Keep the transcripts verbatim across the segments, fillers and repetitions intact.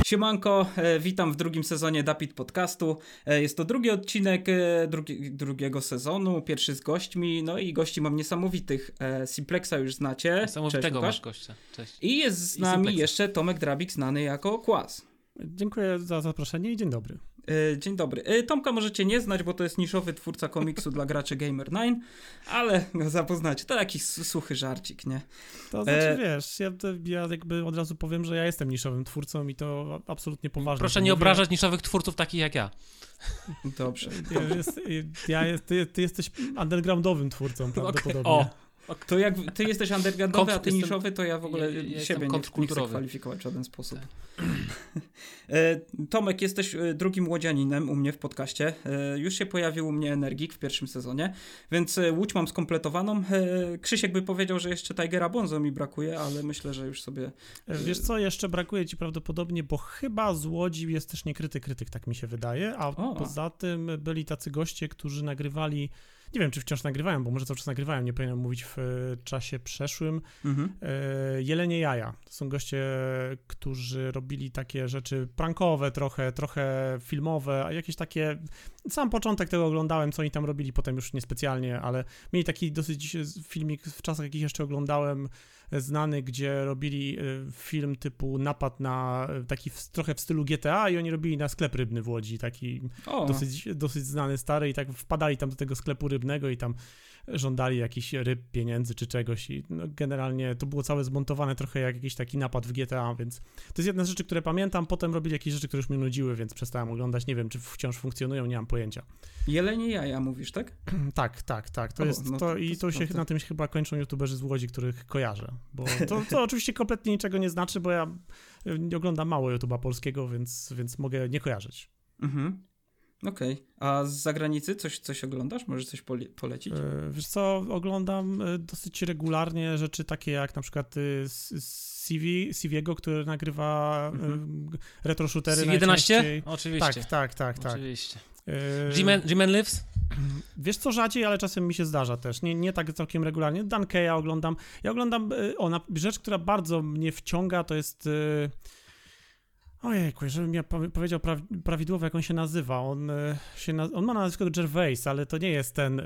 Siemanko, e, witam w drugim sezonie Dapit Podcastu. E, jest to drugi odcinek e, drugi, drugiego sezonu, pierwszy z gośćmi, no i gości mam niesamowitych. E, Simplexa już znacie. Niesamowitego masz gościa. Cześć. I jest z I nami Simplexa. jeszcze Tomek Drabik, znany jako Kłas. Dziękuję za zaproszenie i dzień dobry. E, Dzień dobry. E, Tomka możecie nie znać, bo to jest niszowy twórca komiksu dla graczy Gamer dziewięć, ale go zapoznacie. To jakiś s- suchy żarcik, nie? To znaczy, E, wiesz, ja, ja jakby od razu powiem, że ja jestem niszowym twórcą i to absolutnie poważnie. Proszę to nie mówię. obrażać niszowych twórców takich jak ja. Dobrze. Ja, jest, ja jest, ty, ty jesteś undergroundowym twórcą prawdopodobnie. O, To jak ty jesteś undergroundowy, a ty Jestem- niszowy, to ja w ogóle ja- ja jestem siebie nie, nie chcę kontrkulturowy. kwalifikować w żaden sposób. E, Tomek, jesteś e, drugim młodzianinem u mnie w podcaście. E, Już się pojawił u mnie Energik w pierwszym sezonie, więc e, łódź mam skompletowaną. E, Krzysiek by powiedział, że jeszcze Tigera Bonzo mi brakuje, ale myślę, że już sobie... Wiesz co, jeszcze brakuje ci prawdopodobnie, bo chyba z Łodzi jest też niekryty krytyk, tak mi się wydaje, a O. poza tym byli tacy goście, którzy nagrywali, nie wiem czy wciąż nagrywają, bo może cały czas nagrywają, nie powinienem mówić w e, czasie przeszłym, Mhm. e, Jelenie Jaja. To są goście, którzy robili takie rzeczy prankowe trochę, trochę filmowe, a jakieś takie, sam początek tego oglądałem, co oni tam robili, potem już niespecjalnie, ale mieli taki dosyć filmik w czasach, jakich jeszcze oglądałem, znany, gdzie robili y, film typu napad na y, taki w, trochę w stylu G T A i oni robili na sklep rybny w Łodzi, taki O, dosyć, dosyć znany, stary i tak wpadali tam do tego sklepu rybnego i tam żądali jakichś ryb, pieniędzy czy czegoś i no, generalnie to było całe zmontowane trochę jak jakiś taki napad w G T A, więc to jest jedna z rzeczy, które pamiętam, potem robili jakieś rzeczy, które już mnie nudziły, więc przestałem oglądać, nie wiem, czy wciąż funkcjonują, nie mam pojęcia. Jelenie jaja mówisz, tak? Tak, tak, tak, to O, jest no to, to- i to to się, sprawdzę. na tym się chyba kończą youtuberzy z Łodzi, których kojarzę, bo to, to oczywiście kompletnie niczego nie znaczy, bo ja y, nie oglądam mało YouTube'a polskiego, więc, więc mogę nie kojarzyć. Mhm. Okej. A z zagranicy coś, coś oglądasz? Możesz coś pole- polecić? Y, Wiesz co, oglądam y, dosyć regularnie rzeczy takie jak na przykład y, s- s- C V, Civiego, który nagrywa Mhm. y, retro shootery C V jedenaście? najczęściej. Oczywiście. Tak, tak, tak, tak. Oczywiście. Y, G-Man, G-Man Lives? Wiesz co, rzadziej, ale czasem mi się zdarza też. Nie, nie tak całkiem regularnie. Dan Keya oglądam. Ja oglądam, y, o, na, rzecz, która bardzo mnie wciąga, to jest... Y, ojejku, żebym ja powie- powiedział pra, prawidłowo, jak on się nazywa. On, y, się naz- on ma nazwisko Gervais, ale to nie jest ten y,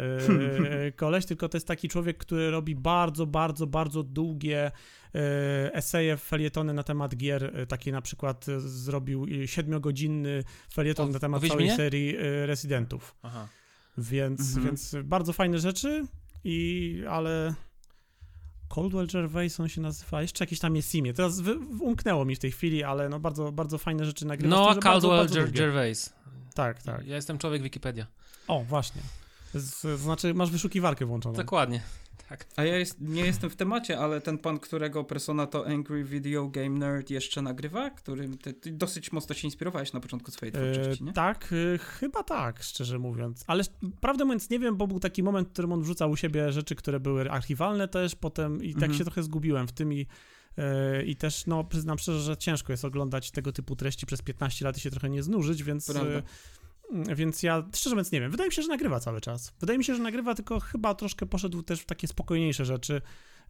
y, koleś, tylko to jest taki człowiek, który robi bardzo, bardzo, bardzo długie y, eseje, felietony na temat gier. Y, Taki na przykład y, zrobił y, siedmiogodzinny felieton O- na o temat całej Wiedźminie? serii y, Residentów. Aha. Więc, Mhm. więc bardzo fajne rzeczy, i ale Caldwell Gervais on się nazywa, jeszcze jakiś tam jest imię, teraz wy, umknęło mi w tej chwili, ale no bardzo, bardzo fajne rzeczy nagrywa. z tym, Noah że bardzo, Caldwell bardzo Ger- długie. Gervais. Tak, tak. Ja jestem człowiek Wikipedia. O, właśnie. Z, to znaczy masz wyszukiwarkę włączoną. Dokładnie. Tak. A ja jest, nie jestem w temacie, ale ten pan, którego persona to Angry Video Game Nerd jeszcze nagrywa, którym ty, ty dosyć mocno się inspirowałeś na początku swojej twórczości, nie? E, tak, e, chyba tak, szczerze mówiąc. Ale prawdę mówiąc nie wiem, bo był taki moment, w którym on wrzucał u siebie rzeczy, które były archiwalne też potem i tak Mhm. się trochę zgubiłem w tym i, e, i też, no przyznam szczerze, że ciężko jest oglądać tego typu treści przez piętnaście lat i się trochę nie znużyć, więc... Prawda. E, Więc ja, szczerze mówiąc, nie wiem. Wydaje mi się, że nagrywa cały czas. Wydaje mi się, że nagrywa, tylko chyba troszkę poszedł też w takie spokojniejsze rzeczy,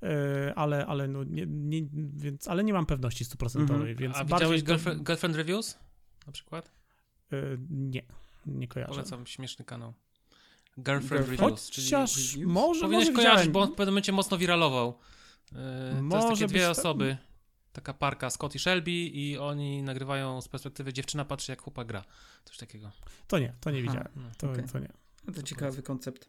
e, ale, ale no, nie, nie, więc, ale nie mam pewności stuprocentowej, Mhm. więc A bardziej widziałeś to- girlfriend, girlfriend Reviews? Na przykład? e, nie, nie kojarzę. Polecam, śmieszny kanał. Girlfriend Girlfriend? Reviews, czyli Chociaż reviews? może, powinieneś może kojarzyć, widziałem. bo on w pewnym momencie mocno wiralował. Yy, to jest Może takie być dwie tak. osoby, taka parka Scott i Shelby i oni nagrywają z perspektywy dziewczyna patrzy jak chłopak gra. Coś takiego. To nie, to nie Aha, widziałem. no, To, okej. to nie. No to ciekawy koncept.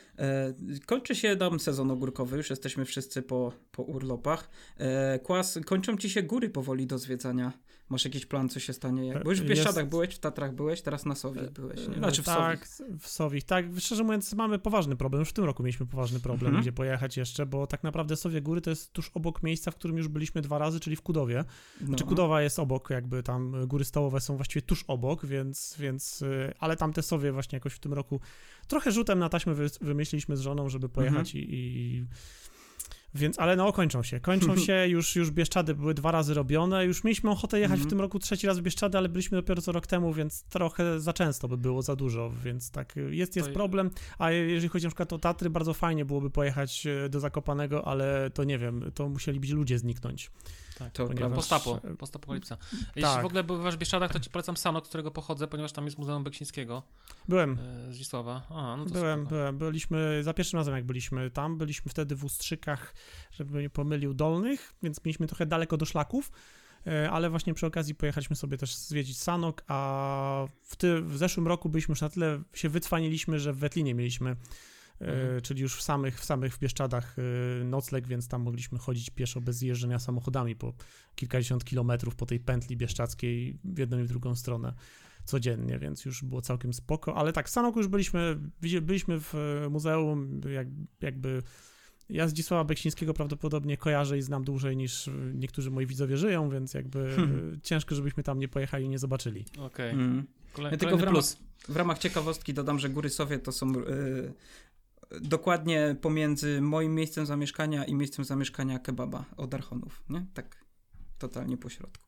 E, kończy się nam sezon ogórkowy, już jesteśmy wszyscy po, po urlopach. E, Kłas, kończą ci się góry powoli do zwiedzania. Masz jakiś plan, co się stanie? Jak... Bo już w Jest- Bieszczadach byłeś, w Tatrach byłeś, teraz na Sowie byłeś, nie? Znaczy w tak, Sowie. w Sowich. Tak, szczerze mówiąc mamy poważny problem. Już w tym roku mieliśmy poważny problem, Mhm. gdzie pojechać jeszcze, bo tak naprawdę Sowie Góry to jest tuż obok miejsca, w którym już byliśmy dwa razy, czyli w Kudowie. No. Czy Kudowa jest obok, jakby tam góry stołowe są właściwie tuż obok, więc, więc y, ale tam te Sowie właśnie jakoś w tym roku trochę rzutem na taśmę wy, wymyśliliśmy z żoną, żeby pojechać Mhm. i, i Więc, ale no, kończą się. Kończą się, już, już Bieszczady były dwa razy robione. Już mieliśmy ochotę jechać mm. w tym roku trzeci raz w Bieszczady, ale byliśmy dopiero co rok temu, więc trochę za często by było, za dużo, więc tak, jest, jest to... problem. A jeżeli chodzi na przykład o Tatry, bardzo fajnie byłoby pojechać do Zakopanego, ale to nie wiem, to musieliby ludzie zniknąć. Tak, to ponieważ... Postapo, postapokalipsa. Jeśli tak. w ogóle bywasz w Bieszczadach, to ci polecam Sanok, z którego pochodzę, ponieważ tam jest Muzeum Beksińskiego. Byłem. Z Wisława. A, no to byłem, spoko. byłem. Byliśmy, za pierwszym razem jak byliśmy tam, byliśmy wtedy w Ustrzykach, żeby nie pomylił, Dolnych, więc mieliśmy trochę daleko do szlaków, ale właśnie przy okazji pojechaliśmy sobie też zwiedzić Sanok, a w, ty, w zeszłym roku byliśmy już na tyle, się wycwaniliśmy, że w Wetlinie mieliśmy Mhm. czyli już w samych, w samych w Bieszczadach nocleg, więc tam mogliśmy chodzić pieszo bez jeżdżenia samochodami po kilkadziesiąt kilometrów po tej pętli bieszczadzkiej w jedną i w drugą stronę codziennie, więc już było całkiem spoko, ale tak, w Sanoku już byliśmy, byliśmy w muzeum, jak, jakby ja Zdzisława Beksińskiego prawdopodobnie kojarzę i znam dłużej niż niektórzy moi widzowie żyją, więc jakby hmm. ciężko, żebyśmy tam nie pojechali i nie zobaczyli. Okej. Okay. Hmm. Kolej, ja tylko w ramach, w ramach ciekawostki dodam, że Góry Sowie to są yy, dokładnie pomiędzy moim miejscem zamieszkania i miejscem zamieszkania kebaba od Archonów, nie? Tak totalnie po środku.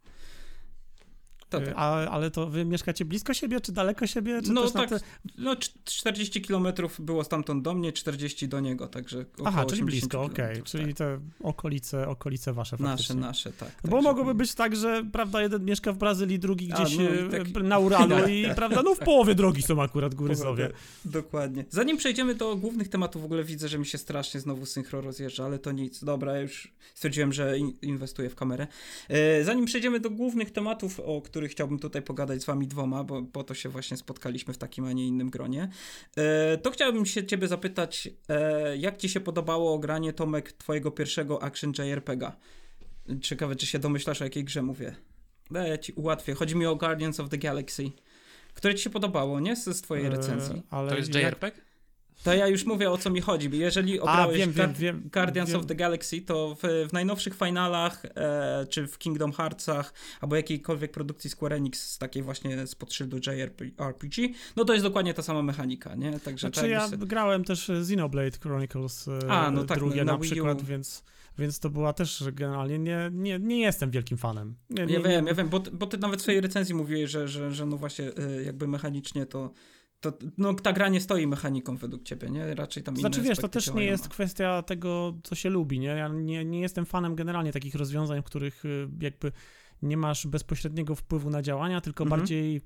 To tak. A, ale to wy mieszkacie blisko siebie, czy daleko siebie? Czy no też tak, te... no czterdzieści kilometrów było stamtąd do mnie, czterdzieści do niego, także około Aha, czyli blisko, okej, okay. czyli tak. te okolice, okolice wasze faktycznie. Nasze, nasze, tak. Bo tak, mogłoby żeby... być tak, że prawda, jeden mieszka w Brazylii, drugi gdzieś A, no, tak... na Uralu i prawda, no w połowie drogi są akurat Góry Sowie. Dokładnie. Zanim przejdziemy do głównych tematów, w ogóle widzę, że mi się strasznie znowu synchro rozjeżdża, ale to nic. Dobra, ja już stwierdziłem, że in- inwestuję w kamerę. E, zanim przejdziemy do głównych tematów, o których chciałbym tutaj pogadać z wami dwoma, bo po to się właśnie spotkaliśmy w takim, a nie innym gronie, e, to chciałbym się ciebie zapytać, e, jak ci się podobało granie, Tomek, twojego pierwszego Action J R P G a? Ciekawe, czy się domyślasz, o jakiej grze mówię. E, ja ci ułatwię. Chodzi mi o Guardians of the Galaxy, które ci się podobało, nie? Z, z twojej recenzji. E, ale to jest J R P G? To ja już mówię, o co mi chodzi. Jeżeli ograłeś A, wiem, wiem, wiem, Guardians wiem. of the Galaxy, to w, w najnowszych finalach, e, czy w Kingdom Heartsach, albo jakiejkolwiek produkcji Square Enix z takiej właśnie spod szyldu J R P G, no to jest dokładnie ta sama mechanika, nie? Także znaczy tak ja się... grałem też Xenoblade Chronicles A, no tak, drugie na, na, na przykład, więc... Więc to była też generalnie, nie, nie, nie jestem wielkim fanem. Nie, nie, ja wiem, nie... ja wiem, bo, bo ty nawet w swojej recenzji mówiłeś, że, że, że no właśnie jakby mechanicznie to To, no, ta gra nie stoi mechaniką według ciebie, nie? Raczej tam inne Znaczy wiesz, to też nie jest ma. kwestia tego, co się lubi, nie? Ja nie, nie jestem fanem generalnie takich rozwiązań, w których jakby nie masz bezpośredniego wpływu na działania, tylko mhm. bardziej...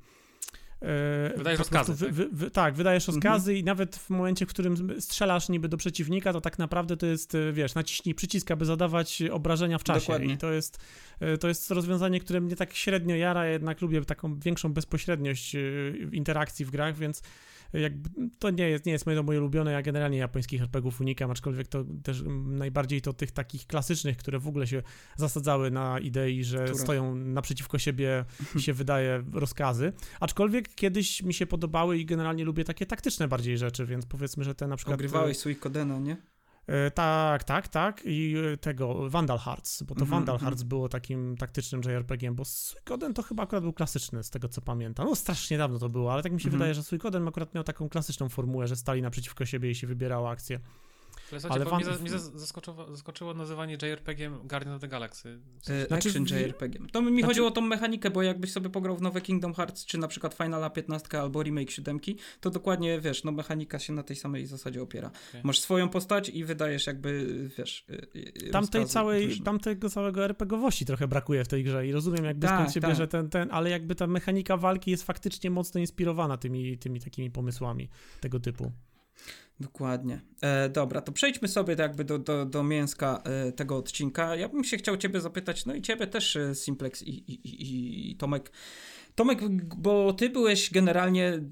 Yy, wydajesz rozkazy, wy, tak? Wy, wy, tak, wydajesz rozkazy mhm. i nawet w momencie, w którym strzelasz niby do przeciwnika, to tak naprawdę to jest, wiesz, naciśnij przycisk, aby zadawać obrażenia w czasie. Dokładnie. I to jest, to jest rozwiązanie, które mnie tak średnio jara, ja jednak lubię taką większą bezpośredniość interakcji w grach, więc jakby to nie jest, nie jest moje, moje ulubione, ja generalnie japońskich er pe gie ów unikam, aczkolwiek to też najbardziej to tych takich klasycznych, które w ogóle się zasadzały na idei, że Które? stoją naprzeciwko siebie i się wydaje rozkazy, aczkolwiek kiedyś mi się podobały i generalnie lubię takie taktyczne bardziej rzeczy, więc powiedzmy, że te na przykład... Ogrywałeś Suikodena, nie? E, tak, tak, tak i tego Vandal Hearts, bo to mm-hmm, Vandal Hearts mm. było takim taktycznym J R P G iem, bo Suikoden to chyba akurat był klasyczny, z tego co pamiętam. No strasznie dawno to było, ale tak mi się mm-hmm. wydaje, że Suikoden akurat miał taką klasyczną formułę, że stali naprzeciwko siebie i się wybierało akcję. Ale słuchajcie, ale Van... mnie zaskoczyło, zaskoczyło nazywanie J R P G iem Guardians of the Galaxy. W sensie... znaczy, Action J R P G. To mi znaczy... chodziło o tą mechanikę, bo jakbyś sobie pograł w nowe Kingdom Hearts, czy na przykład Finala piętnaście albo Remake siedem, to dokładnie, wiesz, no mechanika się na tej samej zasadzie opiera. Okay. Masz swoją postać i wydajesz jakby, wiesz... Tamtej całej, tamtego całego er pe gie owości trochę brakuje w tej grze i rozumiem jakby ta, skąd się ta. bierze ten, ten, ale jakby ta mechanika walki jest faktycznie mocno inspirowana tymi, tymi takimi pomysłami tego typu. Dokładnie. E, dobra, to przejdźmy sobie jakby do, do, do mięska e, tego odcinka. Ja bym się chciał ciebie zapytać, no i ciebie też, e, Simplex i, i, i, i Tomek. Tomek, bo ty byłeś generalnie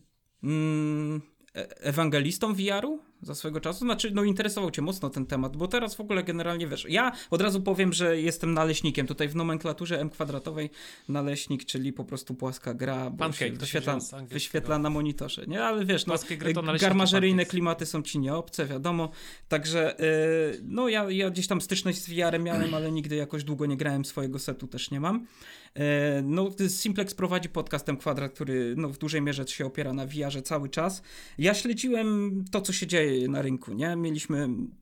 mm, ewangelistą V R-u za swego czasu, znaczy no interesował cię mocno ten temat, bo teraz w ogóle generalnie wiesz, ja od razu powiem, że jestem naleśnikiem, tutaj w nomenklaturze M kwadratowej naleśnik, czyli po prostu płaska gra, bo Pancake, się wyświetla, wyświetla na monitorze, nie, ale wiesz, no, garmażeryjne klimaty są ci nieobce, wiadomo, także yy, no ja, ja gdzieś tam styczność z V R-em miałem, ale nigdy jakoś długo nie grałem, swojego setu też nie mam. No, Simplex prowadzi podcast M Kwadrat, który no, w dużej mierze się opiera na V R-ze cały czas. Ja śledziłem to, co się dzieje na rynku, nie? Mieliśmy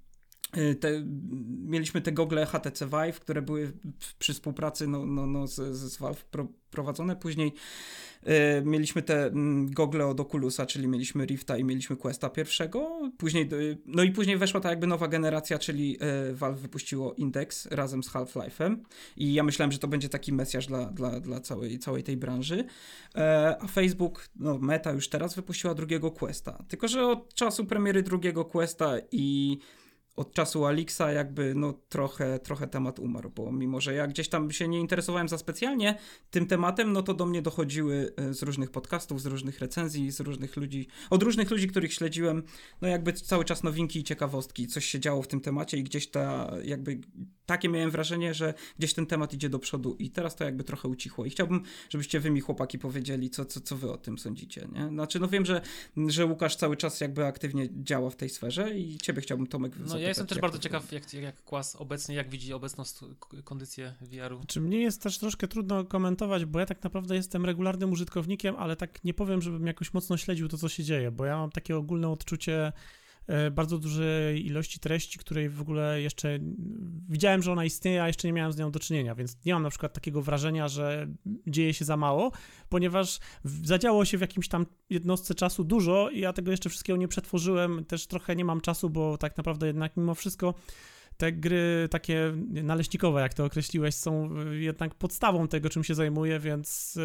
Te, mieliśmy te gogle H T C Vive, które były przy współpracy no, no, no, z, z Valve pro, prowadzone. Później y, mieliśmy te mm, gogle od Oculusa, czyli mieliśmy Rifta i mieliśmy Questa pierwszego. Później, y, no i później weszła ta jakby nowa generacja, czyli y, Valve wypuściło Index razem z Half-Life'em i ja myślałem, że to będzie taki mesjaż dla, dla, dla całej, całej tej branży. E, a Facebook, no Meta już teraz wypuściła drugiego Questa. Tylko że od czasu premiery drugiego Questa i od czasu Alixa jakby no trochę, trochę temat umarł, bo mimo, że ja gdzieś tam się nie interesowałem za specjalnie tym tematem, no to do mnie dochodziły z różnych podcastów, z różnych recenzji, z różnych ludzi, od różnych ludzi, których śledziłem, no jakby cały czas nowinki i ciekawostki, coś się działo w tym temacie i gdzieś ta jakby takie miałem wrażenie, że gdzieś ten temat idzie do przodu i teraz to jakby trochę ucichło i chciałbym, żebyście wy mi chłopaki powiedzieli, co, co, co wy o tym sądzicie, nie? Znaczy no wiem, że, że Łukasz cały czas jakby aktywnie działa w tej sferze i ciebie chciałbym, Tomek, no, zapytać. Ja jestem też bardzo ciekaw, jak, jak Kłas obecnie, jak widzi obecną kondycję V R-u. Czy mnie jest też troszkę trudno komentować, bo ja tak naprawdę jestem regularnym użytkownikiem, ale tak nie powiem, żebym jakoś mocno śledził to, co się dzieje, bo ja mam takie ogólne odczucie bardzo dużej ilości treści, której w ogóle jeszcze widziałem, że ona istnieje, a jeszcze nie miałem z nią do czynienia, więc nie mam na przykład takiego wrażenia, że dzieje się za mało, ponieważ zadziało się w jakimś tam jednostce czasu dużo i ja tego jeszcze wszystkiego nie przetworzyłem, też trochę nie mam czasu, bo tak naprawdę jednak mimo wszystko te gry takie naleśnikowe, jak to określiłeś, są jednak podstawą tego, czym się zajmuję, więc...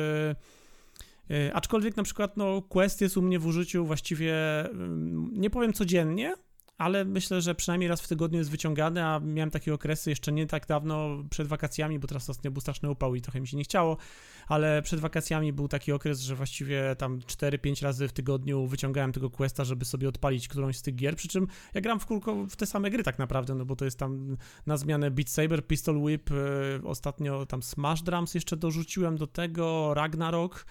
Yy, aczkolwiek na przykład no, Quest jest u mnie w użyciu właściwie, yy, nie powiem codziennie, ale myślę, że przynajmniej raz w tygodniu jest wyciągany, a miałem takie okresy jeszcze nie tak dawno przed wakacjami, bo teraz ostatnio był straszny upał i trochę mi się nie chciało, ale przed wakacjami był taki okres, że właściwie tam cztery pięć razy w tygodniu wyciągałem tego Questa, żeby sobie odpalić którąś z tych gier, przy czym ja gram w kółko w te same gry tak naprawdę, no bo to jest tam na zmianę Beat Saber, Pistol Whip, yy, ostatnio tam Smash Drums jeszcze dorzuciłem do tego, Ragnarok.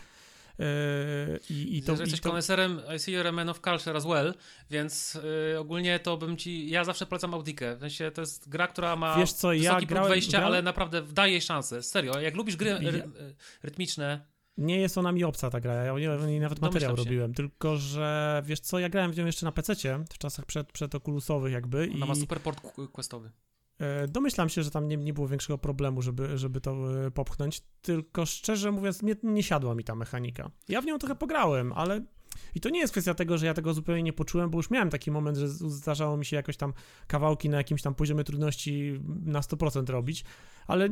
I, i to, że jesteś i to... koneserem, I see you're a man of culture as well, więc yy, ogólnie to bym ci, ja zawsze polecam Audikę, w sensie to jest gra, która ma Wiesz co, wysoki ja próg grałem, wejścia, grałem... ale naprawdę daje jej szansę, serio, jak lubisz gry ja... ry, rytmiczne. Nie jest ona mi obca ta gra, ja o niej nawet materiał Domyślam robiłem, tylko że wiesz co, ja grałem w nią jeszcze na pececie, w czasach przed, przed Oculusowych jakby. Ona i... ma super port questowy. Domyślam się, że tam nie, nie było większego problemu, żeby, żeby to popchnąć, tylko szczerze mówiąc, nie, nie siadła mi ta mechanika. Ja w nią trochę pograłem, ale i to nie jest kwestia tego, że ja tego zupełnie nie poczułem, bo już miałem taki moment, że zdarzało mi się jakoś tam kawałki na jakimś tam poziomie trudności na sto procent robić, ale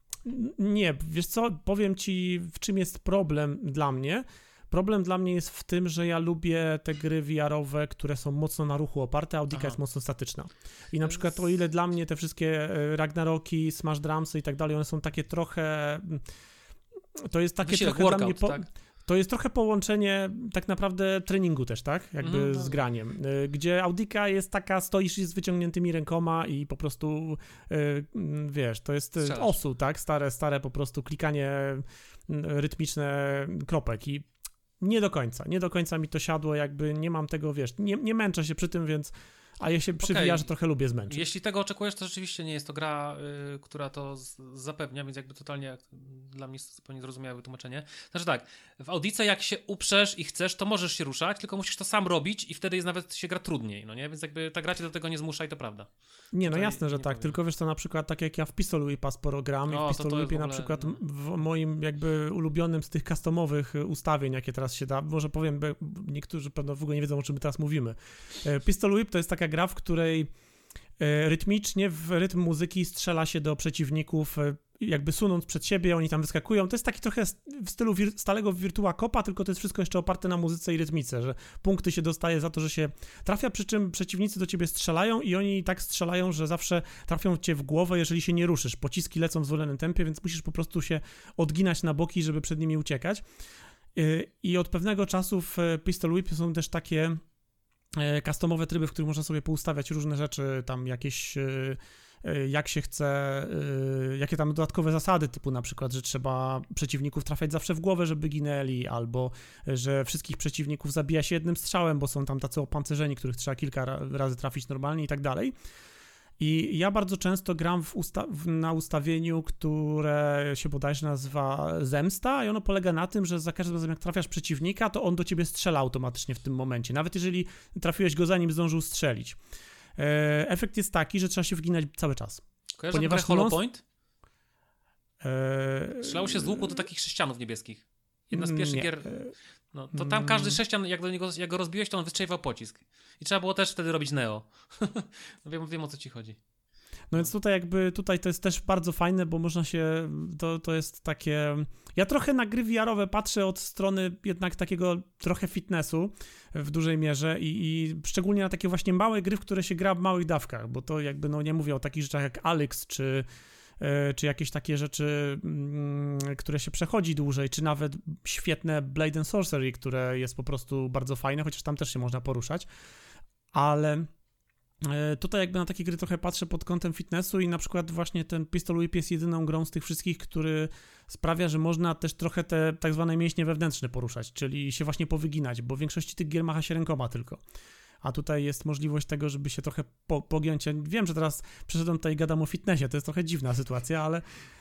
nie, wiesz co, powiem ci, w czym jest problem dla mnie. Problem dla mnie jest w tym, że ja lubię te gry V R-owe, które są mocno na ruchu oparte, a Audica jest mocno statyczna. I na przykład o ile dla mnie te wszystkie Ragnaroki, Smash Drumsy i tak dalej, one są takie trochę... To jest takie Wysiłek, trochę workout, dla mnie... Po... tak? To jest trochę połączenie tak naprawdę treningu też, tak? Jakby mm, z graniem. Gdzie Audica jest taka, stoisz z wyciągniętymi rękoma i po prostu, wiesz, to jest Strzelasz. osu, tak? Stare, stare po prostu klikanie rytmiczne kropek i nie do końca, nie do końca mi to siadło, jakby nie mam tego, wiesz, nie, nie męczę się przy tym, więc, a ja się przy okay. V R-ze trochę lubię zmęczyć. Jeśli tego oczekujesz, to rzeczywiście nie jest to gra, y, która to z, zapewnia, więc jakby totalnie dla mnie jest zupełnie zrozumiałe wytłumaczenie. Znaczy tak, w Audice jak się uprzesz i chcesz, to możesz się ruszać, tylko musisz to sam robić i wtedy jest nawet się gra trudniej, no nie? Więc jakby ta gra cię do tego nie zmusza i to prawda. Nie, no Tutaj jasne, że nie tak, powiem. tylko wiesz to na przykład tak jak ja w Pistol Whipa sporo gram i O, w Pistol to to Whipie jest w na ogóle, przykład no. w moim jakby ulubionym z tych customowych ustawień, jakie teraz się da, może powiem, bo niektórzy pewno w ogóle nie wiedzą, o czym my teraz mówimy. Pistol Whip to jest taka gra, w której rytmicznie w rytm muzyki strzela się do przeciwników, jakby sunąc przed siebie, oni tam wyskakują. To jest taki trochę w stylu wir- stałego Virtua Copa, tylko to jest wszystko jeszcze oparte na muzyce i rytmice, że punkty się dostaje za to, że się trafia, przy czym przeciwnicy do ciebie strzelają i oni tak strzelają, że zawsze trafią cię w głowę, jeżeli się nie ruszysz. Pociski lecą w zwolnionym tempie, więc musisz po prostu się odginać na boki, żeby przed nimi uciekać. I od pewnego czasu w Pistol Whipie są też takie customowe tryby, w których można sobie poustawiać różne rzeczy, tam jakieś, jak się chce, jakie tam dodatkowe zasady, typu na przykład, że trzeba przeciwników trafiać zawsze w głowę, żeby ginęli, albo że wszystkich przeciwników zabija się jednym strzałem, bo są tam tacy opancerzeni, których trzeba kilka razy trafić normalnie i tak dalej. I ja bardzo często gram w usta- w, na ustawieniu, które się bodajże nazywa Zemsta i ono polega na tym, że za każdym razem jak trafiasz przeciwnika, to on do ciebie strzela automatycznie w tym momencie, nawet jeżeli trafiłeś go zanim zdążył strzelić. E, efekt jest taki, że trzeba się wginać cały czas. Kojarzysz Ponieważ grę Hollow non- Point? E, Strzelało się z łuku do takich sześcianów niebieskich. Jedna z pierwszych nie. gier... No, to tam każdy sześcian, jak do niego, jak go rozbiłeś, to on wystrzeliwał pocisk. I trzeba było też wtedy robić Neo. No wiem, wiem, o co ci chodzi. No więc tutaj jakby, tutaj to jest też bardzo fajne, bo można się, to, to jest takie, ja trochę na gry V R-owe patrzę od strony jednak takiego trochę fitnessu w dużej mierze i, i szczególnie na takie właśnie małe gry, w które się gra w małych dawkach, bo to jakby, no nie mówię o takich rzeczach jak Alyx, czy czy jakieś takie rzeczy, które się przechodzi dłużej, czy nawet świetne Blade and Sorcery, które jest po prostu bardzo fajne, chociaż tam też się można poruszać, ale tutaj jakby na takie gry trochę patrzę pod kątem fitnessu i na przykład właśnie ten Pistol Whip jest jedyną grą z tych wszystkich, który sprawia, że można też trochę te tak zwane mięśnie wewnętrzne poruszać, czyli się właśnie powyginać, bo w większości tych gier macha się rękoma tylko. A tutaj jest możliwość tego, żeby się trochę po, pogiąć. Ja wiem, że teraz przeszedłem tutaj i gadam o fitnessie, to jest trochę dziwna sytuacja, ale,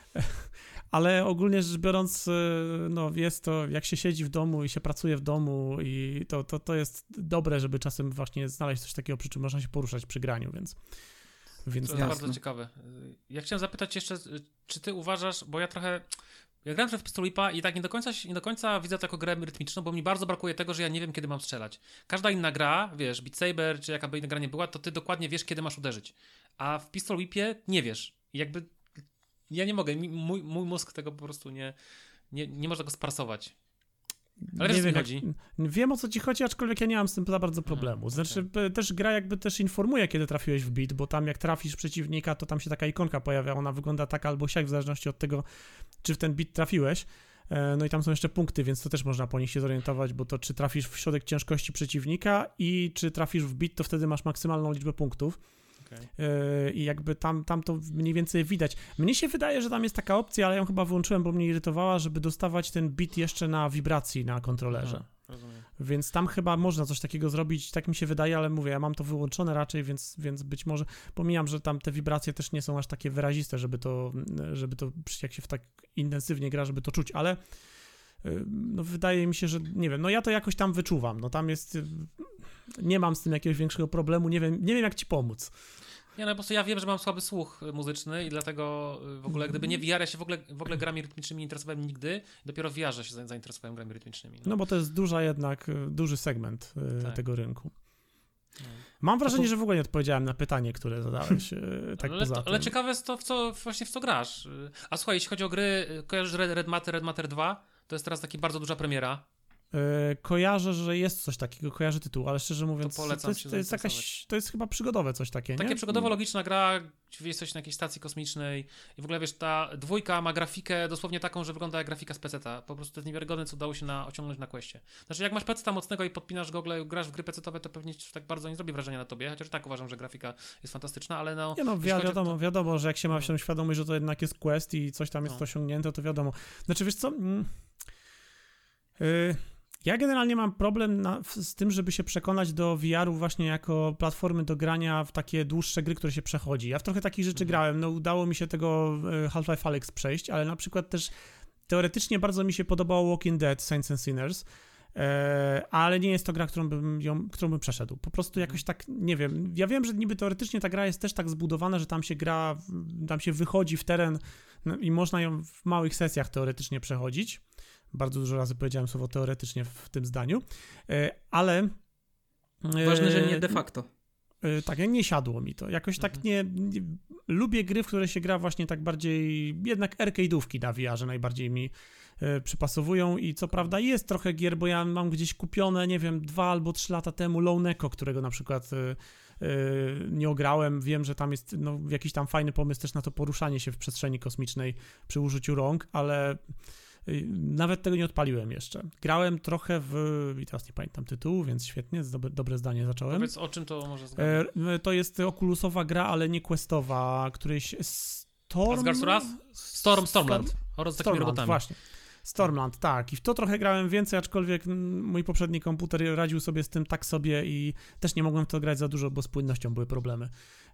ale ogólnie rzecz biorąc, no jest to, jak się siedzi w domu i się pracuje w domu i to, to, to jest dobre, żeby czasem właśnie znaleźć coś takiego, przy czym można się poruszać przy graniu, więc... więc to jest bardzo ciekawe. Ja chciałem zapytać jeszcze, czy ty uważasz, bo ja trochę... Ja grałem w Pistol Whipa i tak nie do końca, nie do końca widzę to jako grę rytmiczną, bo mi bardzo brakuje tego, że ja nie wiem, kiedy mam strzelać. Każda inna gra, wiesz, Beat Saber, czy jaka by inna gra nie była, to ty dokładnie wiesz, kiedy masz uderzyć. A w Pistol Whipie nie wiesz. I jakby ja nie mogę, mój, mój mózg tego po prostu nie, nie, nie może go sparsować. Ale wiesz, nie o co mi wiem, chodzi? Jak, wiem, o co ci chodzi, aczkolwiek ja nie mam z tym za bardzo problemu. Znaczy, okay. też gra jakby też informuje, kiedy trafiłeś w bit, bo tam jak trafisz przeciwnika, to tam się taka ikonka pojawia, ona wygląda tak albo siak, w zależności od tego, czy w ten bit trafiłeś. No i tam są jeszcze punkty, więc to też można po nich się zorientować, bo to czy trafisz w środek ciężkości przeciwnika i czy trafisz w bit, to wtedy masz maksymalną liczbę punktów. Okay. I jakby tam, tam to mniej więcej widać. Mnie się wydaje, że tam jest taka opcja, ale ja ją chyba wyłączyłem, bo mnie irytowała, żeby dostawać ten bit jeszcze na wibracji na kontrolerze. Aha, rozumiem. Więc tam chyba można coś takiego zrobić, tak mi się wydaje, ale mówię, ja mam to wyłączone raczej, więc, więc być może pomijam, że tam te wibracje też nie są aż takie wyraziste, żeby to, żeby to jak się w tak intensywnie gra, żeby to czuć, ale no wydaje mi się, że nie wiem, no ja to jakoś tam wyczuwam, no tam jest, nie mam z tym jakiegoś większego problemu, nie wiem, nie wiem jak ci pomóc. Nie, no po prostu ja wiem, że mam słaby słuch muzyczny i dlatego w ogóle, gdyby nie V R, ja się w ogóle, w ogóle grami rytmicznymi nie interesowałem nigdy, dopiero w V R się zainteresowałem grami rytmicznymi. No, no bo to jest duża jednak, duży segment tak. tego rynku. No. Mam wrażenie, to... że w ogóle nie odpowiedziałem na pytanie, które zadałeś. Tak ale, poza to, tym. ale ciekawe jest to, w co, właśnie w co grasz. A słuchaj, jeśli chodzi o gry, kojarzysz Red, Red Matter, Red Matter dwa? To jest teraz taka bardzo duża premiera. Yy, kojarzę, że jest coś takiego, kojarzę tytuł, ale szczerze mówiąc, to, polecam to, jest, to, jest jakaś, to jest chyba przygodowe coś takie, Takie nie? przygodowo-logiczna gra, gdzie jesteś na jakiejś stacji kosmicznej i w ogóle wiesz, ta dwójka ma grafikę dosłownie taką, że wygląda jak grafika z peceta. Po prostu to jest niewiarygodne, co udało się na, osiągnąć na Questie. Znaczy, jak masz peceta mocnego i podpinasz gogle, grasz w gry pecetowe, to pewnie tak bardzo nie zrobi wrażenia na tobie, chociaż tak uważam, że grafika jest fantastyczna, ale no... Nie no, wi- wiadomo, to... wiadomo, że jak się ma no. świadomość, że to jednak jest Quest i coś tam jest no. osiągnięte, to wiadomo. Znaczy, wiesz co... Mm, yy... Ja generalnie mam problem na, z tym, żeby się przekonać do V R-u właśnie jako platformy do grania w takie dłuższe gry, które się przechodzi. Ja w trochę takich rzeczy mhm. grałem, no udało mi się tego Half-Life Alyx przejść, ale na przykład też teoretycznie bardzo mi się podobało Walking Dead, Saints and Sinners, e, ale nie jest to gra, którą bym, ją, którą bym przeszedł. Po prostu jakoś tak, nie wiem, ja wiem, że niby teoretycznie ta gra jest też tak zbudowana, że tam się gra, tam się wychodzi w teren no, i można ją w małych sesjach teoretycznie przechodzić. Bardzo dużo razy powiedziałem słowo teoretycznie w tym zdaniu, ale... Ważne, że nie de facto. Tak, nie siadło mi to. Jakoś mhm. tak nie, nie... Lubię gry, w które się gra właśnie tak bardziej... Jednak arcade'ówki na V R-ze najbardziej mi e, przypasowują i co prawda jest trochę gier, bo ja mam gdzieś kupione, nie wiem, dwa albo trzy lata temu Lone Echo, którego na przykład e, e, nie ograłem. Wiem, że tam jest no, jakiś tam fajny pomysł też na to poruszanie się w przestrzeni kosmicznej przy użyciu rąk, ale... Nawet tego nie odpaliłem jeszcze. Grałem trochę w... i teraz nie pamiętam tytułu, więc świetnie, dobre, dobre zdanie zacząłem. Powiedz, o czym to może zgadnąć? E, to jest Oculusowa gra, ale nie questowa, którejś... Storm... Storm, Stormland. Oraz z takimi robotami. Właśnie. Stormland, tak. I w to trochę grałem więcej, aczkolwiek mój poprzedni komputer radził sobie z tym tak sobie i też nie mogłem w to grać za dużo, bo z płynnością były problemy.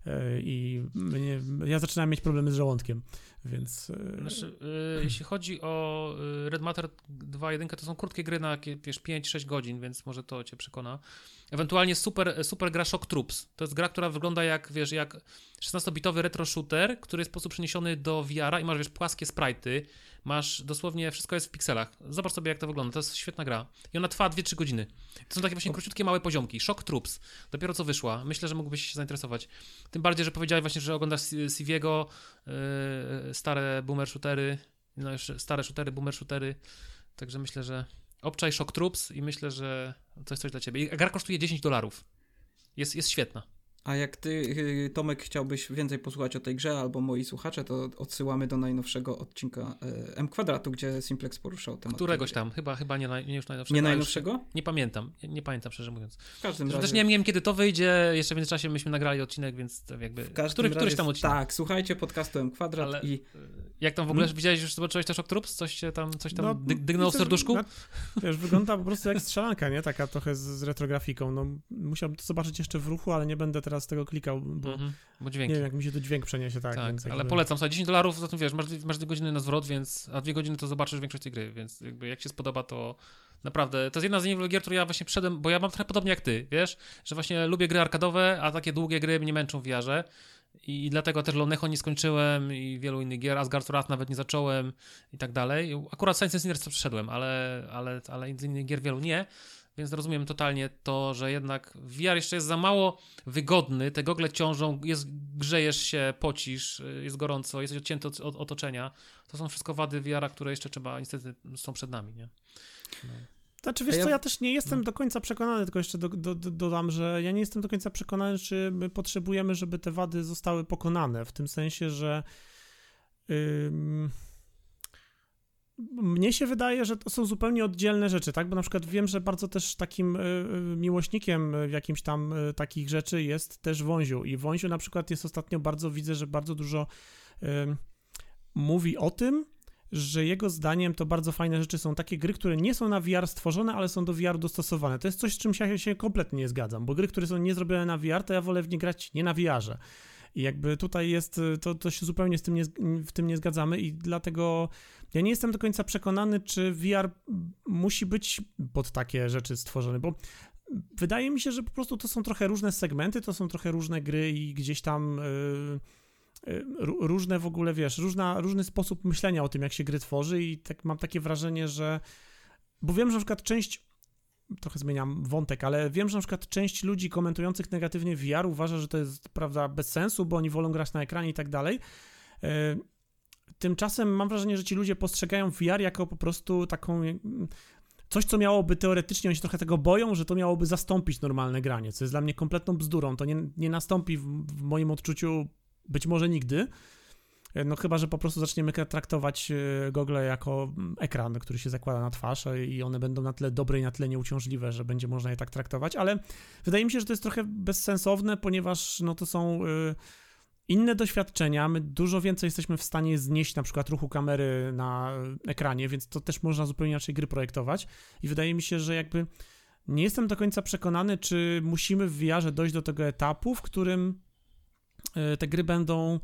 I mnie, ja zaczynałem mieć problemy z żołądkiem, więc... Znaczy, yy, jeśli chodzi o Red Matter dwa jeden, to są krótkie gry na wiesz, pięć sześć godzin, więc może to cię przekona. Ewentualnie super, super gra Shock Troops. To jest gra, która wygląda jak, wiesz, jak szesnastobitowy retro shooter, który jest w sposób przeniesiony do V R-a i masz, wiesz, płaskie sprite'y, masz dosłownie, wszystko jest w pikselach. Zobacz sobie, jak to wygląda. To jest świetna gra. I ona trwa dwie trzy godziny. To są takie właśnie króciutkie, małe poziomki. Shock Troops. Dopiero co wyszła. Myślę, że mógłbyś się zainteresować. Tym bardziej, że powiedziałeś właśnie, że oglądasz Civiego, yy, stare boomer shootery, no jeszcze stare shootery, boomer shootery. Także myślę, że obczaj Shock Troops i myślę, że to jest coś dla ciebie. I gra kosztuje dziesięć dolarów. Jest, jest świetna. A jak ty, Tomek, chciałbyś więcej posłuchać o tej grze, albo moi słuchacze, to odsyłamy do najnowszego odcinka M Kwadratu, gdzie Simplex poruszał temat. Któregoś tam, chyba, chyba nie, nie już najnowszego. Nie najnowszego? Już, nie pamiętam, nie, nie pamiętam szczerze mówiąc. W każdym Zresztą razie... też nie wiem, kiedy to wyjdzie, jeszcze w międzyczasie myśmy nagrali odcinek, więc to jakby... W każdym Który, razie, któryś tam odcinek. Tak, słuchajcie podcastu M Kwadrat. Ale i... Jak tam w ogóle, hmm? widziałeś już, zobaczyłeś też Shock Troops? Coś się tam, coś tam no, dy, dygnęło w serduszku? No, wiesz, wygląda po prostu jak strzelanka, nie? Taka trochę z, z retrografiką. No, musiałbym to zobaczyć jeszcze w ruchu, ale nie będę teraz tego klikał, bo, mm-hmm, bo nie dźwięki. wiem, jak mi się to dźwięk przeniesie, tak. Tak, więc ale jakby... polecam sobie, dziesięć dolarów, zatem wiesz, masz, masz dwie godziny na zwrot, więc, a dwie godziny to zobaczysz większość tej gry, więc jakby jak się spodoba, to naprawdę, to jest jedna z niewielu gier, które ja właśnie przyszedłem, bo ja mam trochę podobnie jak ty, wiesz, że właśnie lubię gry arkadowe, a takie długie gry mnie męczą w V R-ze. I dlatego też Loneho nie skończyłem i wielu innych gier, Asgard's Wrath nawet nie zacząłem i tak dalej. Akurat Science Sinners to przeszedłem, ale, ale, ale innych gier wielu nie, więc rozumiem totalnie to, że jednak V R jeszcze jest za mało wygodny, te gogle ciążą, jest, grzejesz się, pocisz, jest gorąco, jesteś odcięty od, od otoczenia. To są wszystko wady V R-a, które jeszcze trzeba, niestety są przed nami, nie? No. Znaczy, wiesz ja... co, ja też nie jestem do końca przekonany, tylko jeszcze do, do, do, dodam, że ja nie jestem do końca przekonany, czy my potrzebujemy, żeby te wady zostały pokonane, w tym sensie, że ym, mnie się wydaje, że to są zupełnie oddzielne rzeczy, tak, bo na przykład wiem, że bardzo też takim y, miłośnikiem jakimś tam y, takich rzeczy jest też Wąziu i Wąziu na przykład jest ostatnio bardzo, widzę, że bardzo dużo y, mówi o tym, że jego zdaniem to bardzo fajne rzeczy są takie gry, które nie są na V R stworzone, ale są do V R dostosowane. To jest coś, z czym ja się kompletnie nie zgadzam, bo gry, które są nie zrobione na V R, to ja wolę w nie grać nie na V R-ze. I jakby tutaj jest, to, to się zupełnie z tym nie, w tym nie zgadzamy i dlatego ja nie jestem do końca przekonany, czy V R musi być pod takie rzeczy stworzony, bo wydaje mi się, że po prostu to są trochę różne segmenty, to są trochę różne gry i gdzieś tam... Yy, różne w ogóle, wiesz, różna, różny sposób myślenia o tym, jak się gry tworzy i tak mam takie wrażenie, że bo wiem, że na przykład część, trochę zmieniam wątek, ale wiem, że na przykład część ludzi komentujących negatywnie V R uważa, że to jest, prawda, bez sensu, bo oni wolą grać na ekranie i tak dalej. Tymczasem mam wrażenie, że ci ludzie postrzegają V R jako po prostu taką... coś, co miałoby teoretycznie, oni się trochę tego boją, że to miałoby zastąpić normalne granie, co jest dla mnie kompletną bzdurą. To nie, nie nastąpi w, w moim odczuciu być może nigdy, no chyba, że po prostu zaczniemy traktować gogle jako ekran, który się zakłada na twarz i one będą na tyle dobre i na tyle nieuciążliwe, że będzie można je tak traktować, ale wydaje mi się, że to jest trochę bezsensowne, ponieważ no to są inne doświadczenia, my dużo więcej jesteśmy w stanie znieść na przykład ruchu kamery na ekranie, więc to też można zupełnie inaczej gry projektować i wydaje mi się, że jakby nie jestem do końca przekonany, czy musimy w V R-ze dojść do tego etapu, w którym te gry będą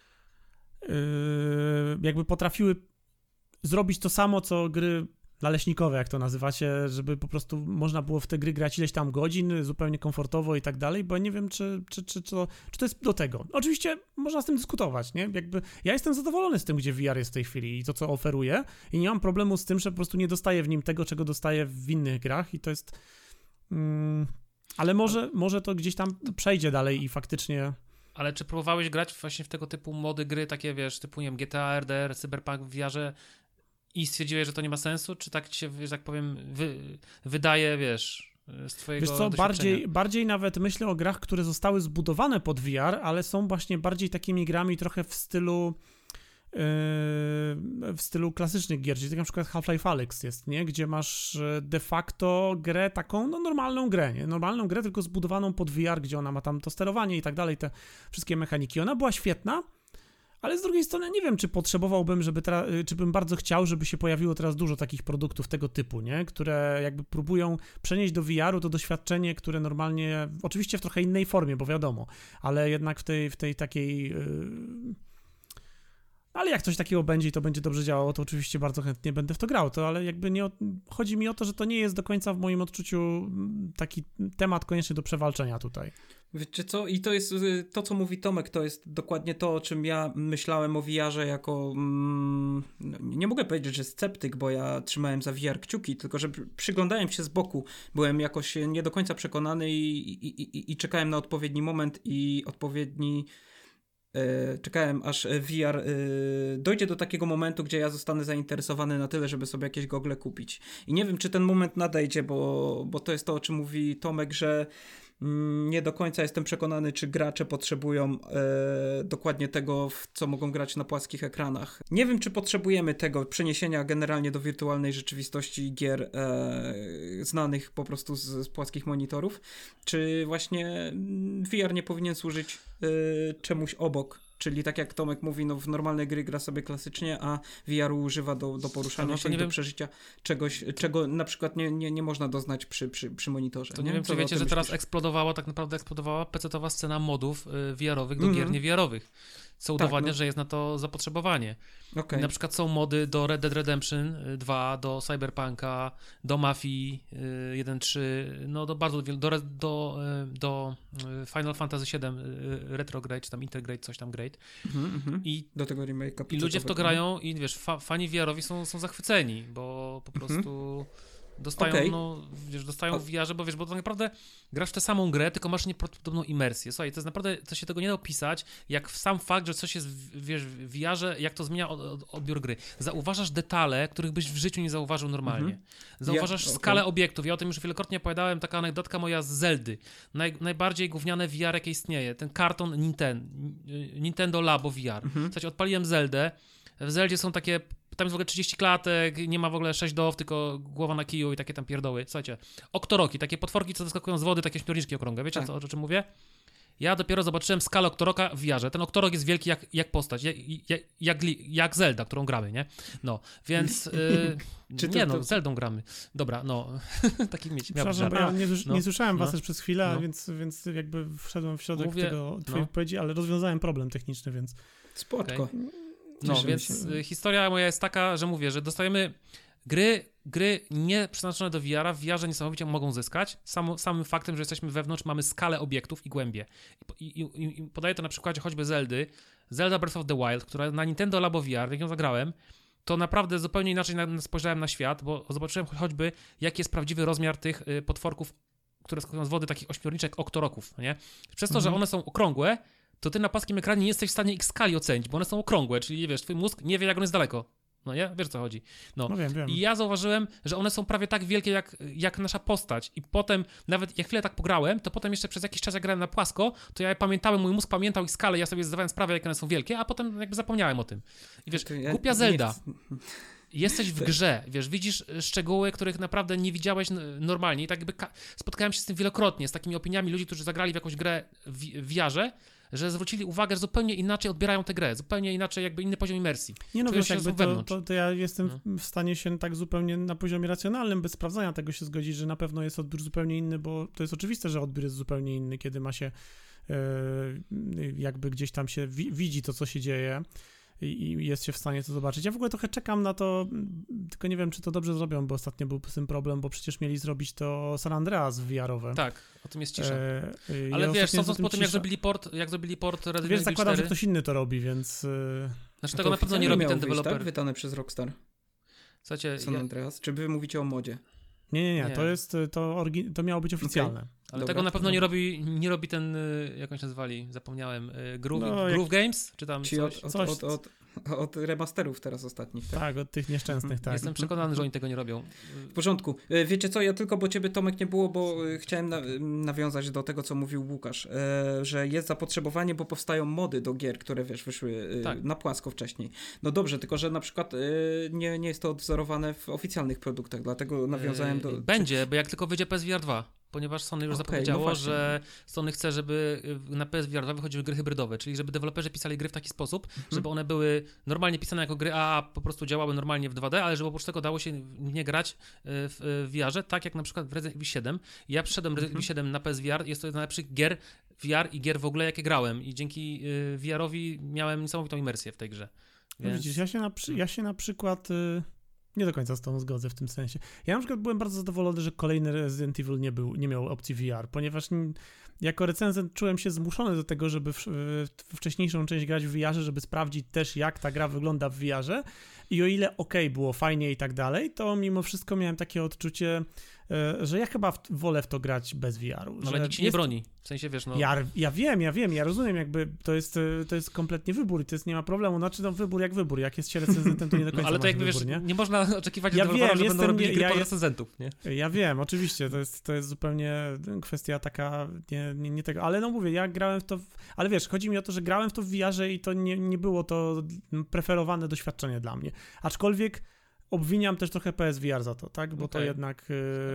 jakby potrafiły zrobić to samo, co gry naleśnikowe, jak to nazywacie, żeby po prostu można było w te gry grać ileś tam godzin, zupełnie komfortowo i tak dalej, bo ja nie wiem, czy, czy, czy, czy, to, czy to jest do tego. Oczywiście można z tym dyskutować, nie? Jakby ja jestem zadowolony z tym, gdzie V R jest w tej chwili i to, co oferuje i nie mam problemu z tym, że po prostu nie dostaję w nim tego, czego dostaję w innych grach i to jest... Mm, ale może, może to gdzieś tam przejdzie dalej i faktycznie... Ale czy próbowałeś grać właśnie w tego typu mody gry, takie wiesz, typu nie wiem, G T A, R D R, Cyberpunk w V R-ze i stwierdziłeś, że to nie ma sensu? Czy tak ci się, że tak powiem, wy, wydaje, wiesz, z twojego Wiesz co, bardziej, bardziej nawet myślę o grach, które zostały zbudowane pod V R, ale są właśnie bardziej takimi grami trochę w stylu yy, w stylu klasycznych gier, czyli tak na przykład Half-Life Alyx jest, nie? Gdzie masz de facto grę taką, no normalną grę, nie? Normalną grę, tylko zbudowaną pod V R, gdzie ona ma tam to sterowanie i tak dalej, te wszystkie mechaniki. Ona była świetna, Ale z drugiej strony nie wiem, czy potrzebowałbym, żeby teraz, czy bym bardzo chciał, żeby się pojawiło teraz dużo takich produktów tego typu, nie? Które jakby próbują przenieść do V R-u to doświadczenie, które normalnie, oczywiście w trochę innej formie, bo wiadomo, ale jednak w tej, w tej takiej... Yy... Ale jak coś takiego będzie i to będzie dobrze działało, to oczywiście bardzo chętnie będę w to grał, to ale jakby nie... O... Chodzi mi o to, że to nie jest do końca w moim odczuciu taki temat konieczny do przewalczenia tutaj. Wiecie co? I to jest to, co mówi Tomek, to jest dokładnie to, o czym ja myślałem o V R-ze jako... Mm, nie mogę powiedzieć, że sceptyk, bo ja trzymałem za V R kciuki, tylko że przyglądałem się z boku. Byłem jakoś nie do końca przekonany i, i, i, i czekałem na odpowiedni moment i odpowiedni... Czekałem, aż V R dojdzie do takiego momentu, gdzie ja zostanę zainteresowany na tyle, żeby sobie jakieś gogle kupić. I nie wiem, czy ten moment nadejdzie, bo, bo to jest to, o czym mówi Tomek, że nie do końca jestem przekonany, czy gracze potrzebują e, dokładnie tego, w co mogą grać na płaskich ekranach. Nie wiem, czy potrzebujemy tego przeniesienia generalnie do wirtualnej rzeczywistości gier e, znanych po prostu z, z płaskich monitorów, czy właśnie V R nie powinien służyć e, czemuś obok. Czyli tak jak Tomek mówi, no w normalne gry gra sobie klasycznie, a V R używa do, do poruszania no, się i do wiem. przeżycia czegoś, czego na przykład nie, nie, nie można doznać przy, przy, przy monitorze. To nie, nie wiem, czy wiecie, że teraz eksplodowała, tak naprawdę eksplodowała pecetowa scena modów y, V R-owych do mm-hmm. gier nie V R-owych. Co udowadnia, tak, no. że jest na to zapotrzebowanie. Okay. Na przykład są mody do Red Dead Redemption dwa, do Cyberpunka, do Mafii jeden trzy, no do bardzo wielu, do, do, do Final Fantasy siedem Retrograde, czy tam Intergrade, coś tam Grade. Mm-hmm. I, do tego remake'a. I ludzie w to grają i wiesz, fa, fani V R-owi są, są zachwyceni, bo po prostu... Mm-hmm. Dostają, okay. no, wiesz, dostają w V R-ze, bo wiesz, bo tak naprawdę grasz w tę samą grę, tylko masz nieprawdopodobną imersję. Słuchaj, to jest naprawdę, to się tego nie da opisać, jak sam fakt, że coś jest, wiesz, w V R-ze, jak to zmienia od, od, odbiór gry. Zauważasz detale, których byś w życiu nie zauważył normalnie. Mm-hmm. Zauważasz yeah, skalę okay. obiektów. Ja o tym już wielokrotnie opowiadałem, taka anegdotka moja z Zeldy. Naj, najbardziej gówniane V R, jakie istnieje. Ten karton Nintendo, Nintendo Labo V R. Mm-hmm. Słuchajcie, odpaliłem Zeldę. W Zeldzie są takie... Tam jest w ogóle trzydzieści klatek, nie ma w ogóle sześć dołów, tylko głowa na kiju i takie tam pierdoły. Słuchajcie, oktoroki, takie potworki, co doskakują z wody, takie śpiorniczki okrągłe. Wiecie, tak. co, o czym mówię? Ja dopiero zobaczyłem skalę oktoroka w V R-ze. Ten oktorok jest wielki jak, jak postać, jak, jak, jak, jak Zelda, którą gramy, nie? No, więc... Yy, Czy nie, to, no, Zeldą gramy. Dobra, no, taki mieć. Przepraszam, bo ja nie, no, nie słyszałem was no, też przez chwilę, no. więc, więc jakby wszedłem w środek Mówię, tego twojej no. wypowiedzi, ale rozwiązałem problem techniczny, więc... Spoczko. Okay. No, Cieszę więc się. Historia moja jest taka, że mówię, że dostajemy gry, gry nie przeznaczone do V R-a, w V R-ze niesamowicie mogą zyskać, Sam, samym faktem, że jesteśmy wewnątrz, mamy skalę obiektów i głębię. I, i, i podaję to na przykładzie choćby Zeldy, Zelda Breath of the Wild, która na Nintendo Labo V R, jak ją zagrałem, to naprawdę zupełnie inaczej na, spojrzałem na świat, bo zobaczyłem choćby, jaki jest prawdziwy rozmiar tych y, potworków, które skakują z wody, takich ośmiorniczek, oktoroków, nie? Przez to, mhm. że one są okrągłe, to ty na płaskim ekranie nie jesteś w stanie ich skali ocenić, bo one są okrągłe, czyli wiesz, twój mózg nie wie, jak on jest daleko. No nie? Wiesz, o co chodzi. No. no wiem, wiem. I ja zauważyłem, że one są prawie tak wielkie, jak, jak nasza postać. I potem, nawet jak chwilę tak pograłem, to potem jeszcze przez jakiś czas, jak grałem na płasko, to ja pamiętałem, mój mózg pamiętał ich skalę, ja sobie zdawałem sprawę, jak one są wielkie, a potem jakby zapomniałem o tym. I wiesz, ja głupia Zelda. Jesteś w grze, wiesz, widzisz szczegóły, których naprawdę nie widziałeś normalnie. I tak jakby ka- spotkałem się z tym wielokrotnie, z takimi opiniami ludzi, którzy zagrali w jakąś grę w V R-ze, że zwrócili uwagę, że zupełnie inaczej odbierają tę grę, zupełnie inaczej, jakby inny poziom imersji. Nie no, wiesz, jakby to, to, to ja jestem no. w stanie się tak zupełnie na poziomie racjonalnym, bez sprawdzania tego się zgodzić, że na pewno jest odbiór zupełnie inny, bo to jest oczywiste, że odbiór jest zupełnie inny, kiedy ma się e, jakby gdzieś tam się wi- widzi to, co się dzieje i jest się w stanie to zobaczyć. Ja w ogóle trochę czekam na to, tylko nie wiem, czy to dobrze zrobią, bo ostatnio był z tym problem, bo przecież mieli zrobić to San Andreas V R-owe. Tak, o tym jest cisza. E, Ale ja wiesz, sądząc po tym, jak zrobili port, jak zrobili port Red Dead Wiesz, zakładam, że ktoś inny to robi, więc... Znaczy tego na pewno nie robi ten deweloper. Tak? Wydane przez Rockstar. Słuchajcie, San Andreas. Ja... Czy wy mówicie o modzie? Nie, nie, nie, nie. To jest, to, orgi... to miało być oficjalne. Okay. Ale Dobra, tego na pewno nie robi, nie robi ten, jak on się nazwali, zapomniałem, Groove, no, Groove jak... Games? Czy tam Ci coś? Od, coś... Od, od, od remasterów teraz ostatnich, tak? Tak, od tych nieszczęsnych, tak. Jestem przekonany, że oni tego nie robią. W porządku. Wiecie co, ja tylko, bo ciebie, Tomek, nie było, bo chciałem na, nawiązać do tego, co mówił Łukasz, że jest zapotrzebowanie, bo powstają mody do gier, które, wiesz, wyszły tak. na płasko wcześniej. No dobrze, tylko że na przykład nie, nie jest to odwzorowane w oficjalnych produktach, dlatego nawiązałem do... Będzie, bo jak tylko wyjdzie P S V R dwa. ponieważ Sony już Okay, zapowiedziało, no że Sony chce, żeby na P S V R dwa wychodziły gry hybrydowe, czyli żeby deweloperzy pisali gry w taki sposób, hmm. żeby one były normalnie pisane jako gry A A, po prostu działały normalnie w dwa D, ale żeby oprócz tego dało się w nie grać w V R-ze, tak jak na przykład w Resident Evil siedem. Ja przyszedłem Resident Evil siedem na P S V R, jest to jedna z najlepszych gier V R i gier w ogóle, jakie grałem i dzięki V R-owi miałem niesamowitą imersję w tej grze. Więc... No widzisz, ja się na, przy... ja się na przykład y... nie do końca z tą zgodzę w tym sensie. Ja na przykład byłem bardzo zadowolony, że kolejny Resident Evil nie, był, nie miał opcji V R, ponieważ jako recenzent czułem się zmuszony do tego, żeby w, w wcześniejszą część grać w V R-ze, żeby sprawdzić też, jak ta gra wygląda w V R-ze i o ile okej, okay, było fajnie i tak dalej, to mimo wszystko miałem takie odczucie, że ja chyba w, wolę w to grać bez V R-u. No ale nikt się nie broni, w sensie wiesz, no... Ja, ja wiem, ja wiem, ja rozumiem, jakby to jest, to jest kompletnie wybór i to jest, nie ma problemu, znaczy no wybór jak wybór, jak jest się recenzentem, to nie do końca no, ale to jakby wybór, wiesz, nie? nie można oczekiwać od ja deweloperów, wiem, że będą robili gry ja, pod recenzentów, nie? Ja wiem, oczywiście, to jest, to jest zupełnie kwestia taka, nie, nie, nie tego, ale no mówię, ja grałem w to, w, ale wiesz, chodzi mi o to, że grałem w to w V R-ze i to nie, nie było to preferowane doświadczenie dla mnie, aczkolwiek obwiniam też trochę P S V R za to, tak? Bo okay. to jednak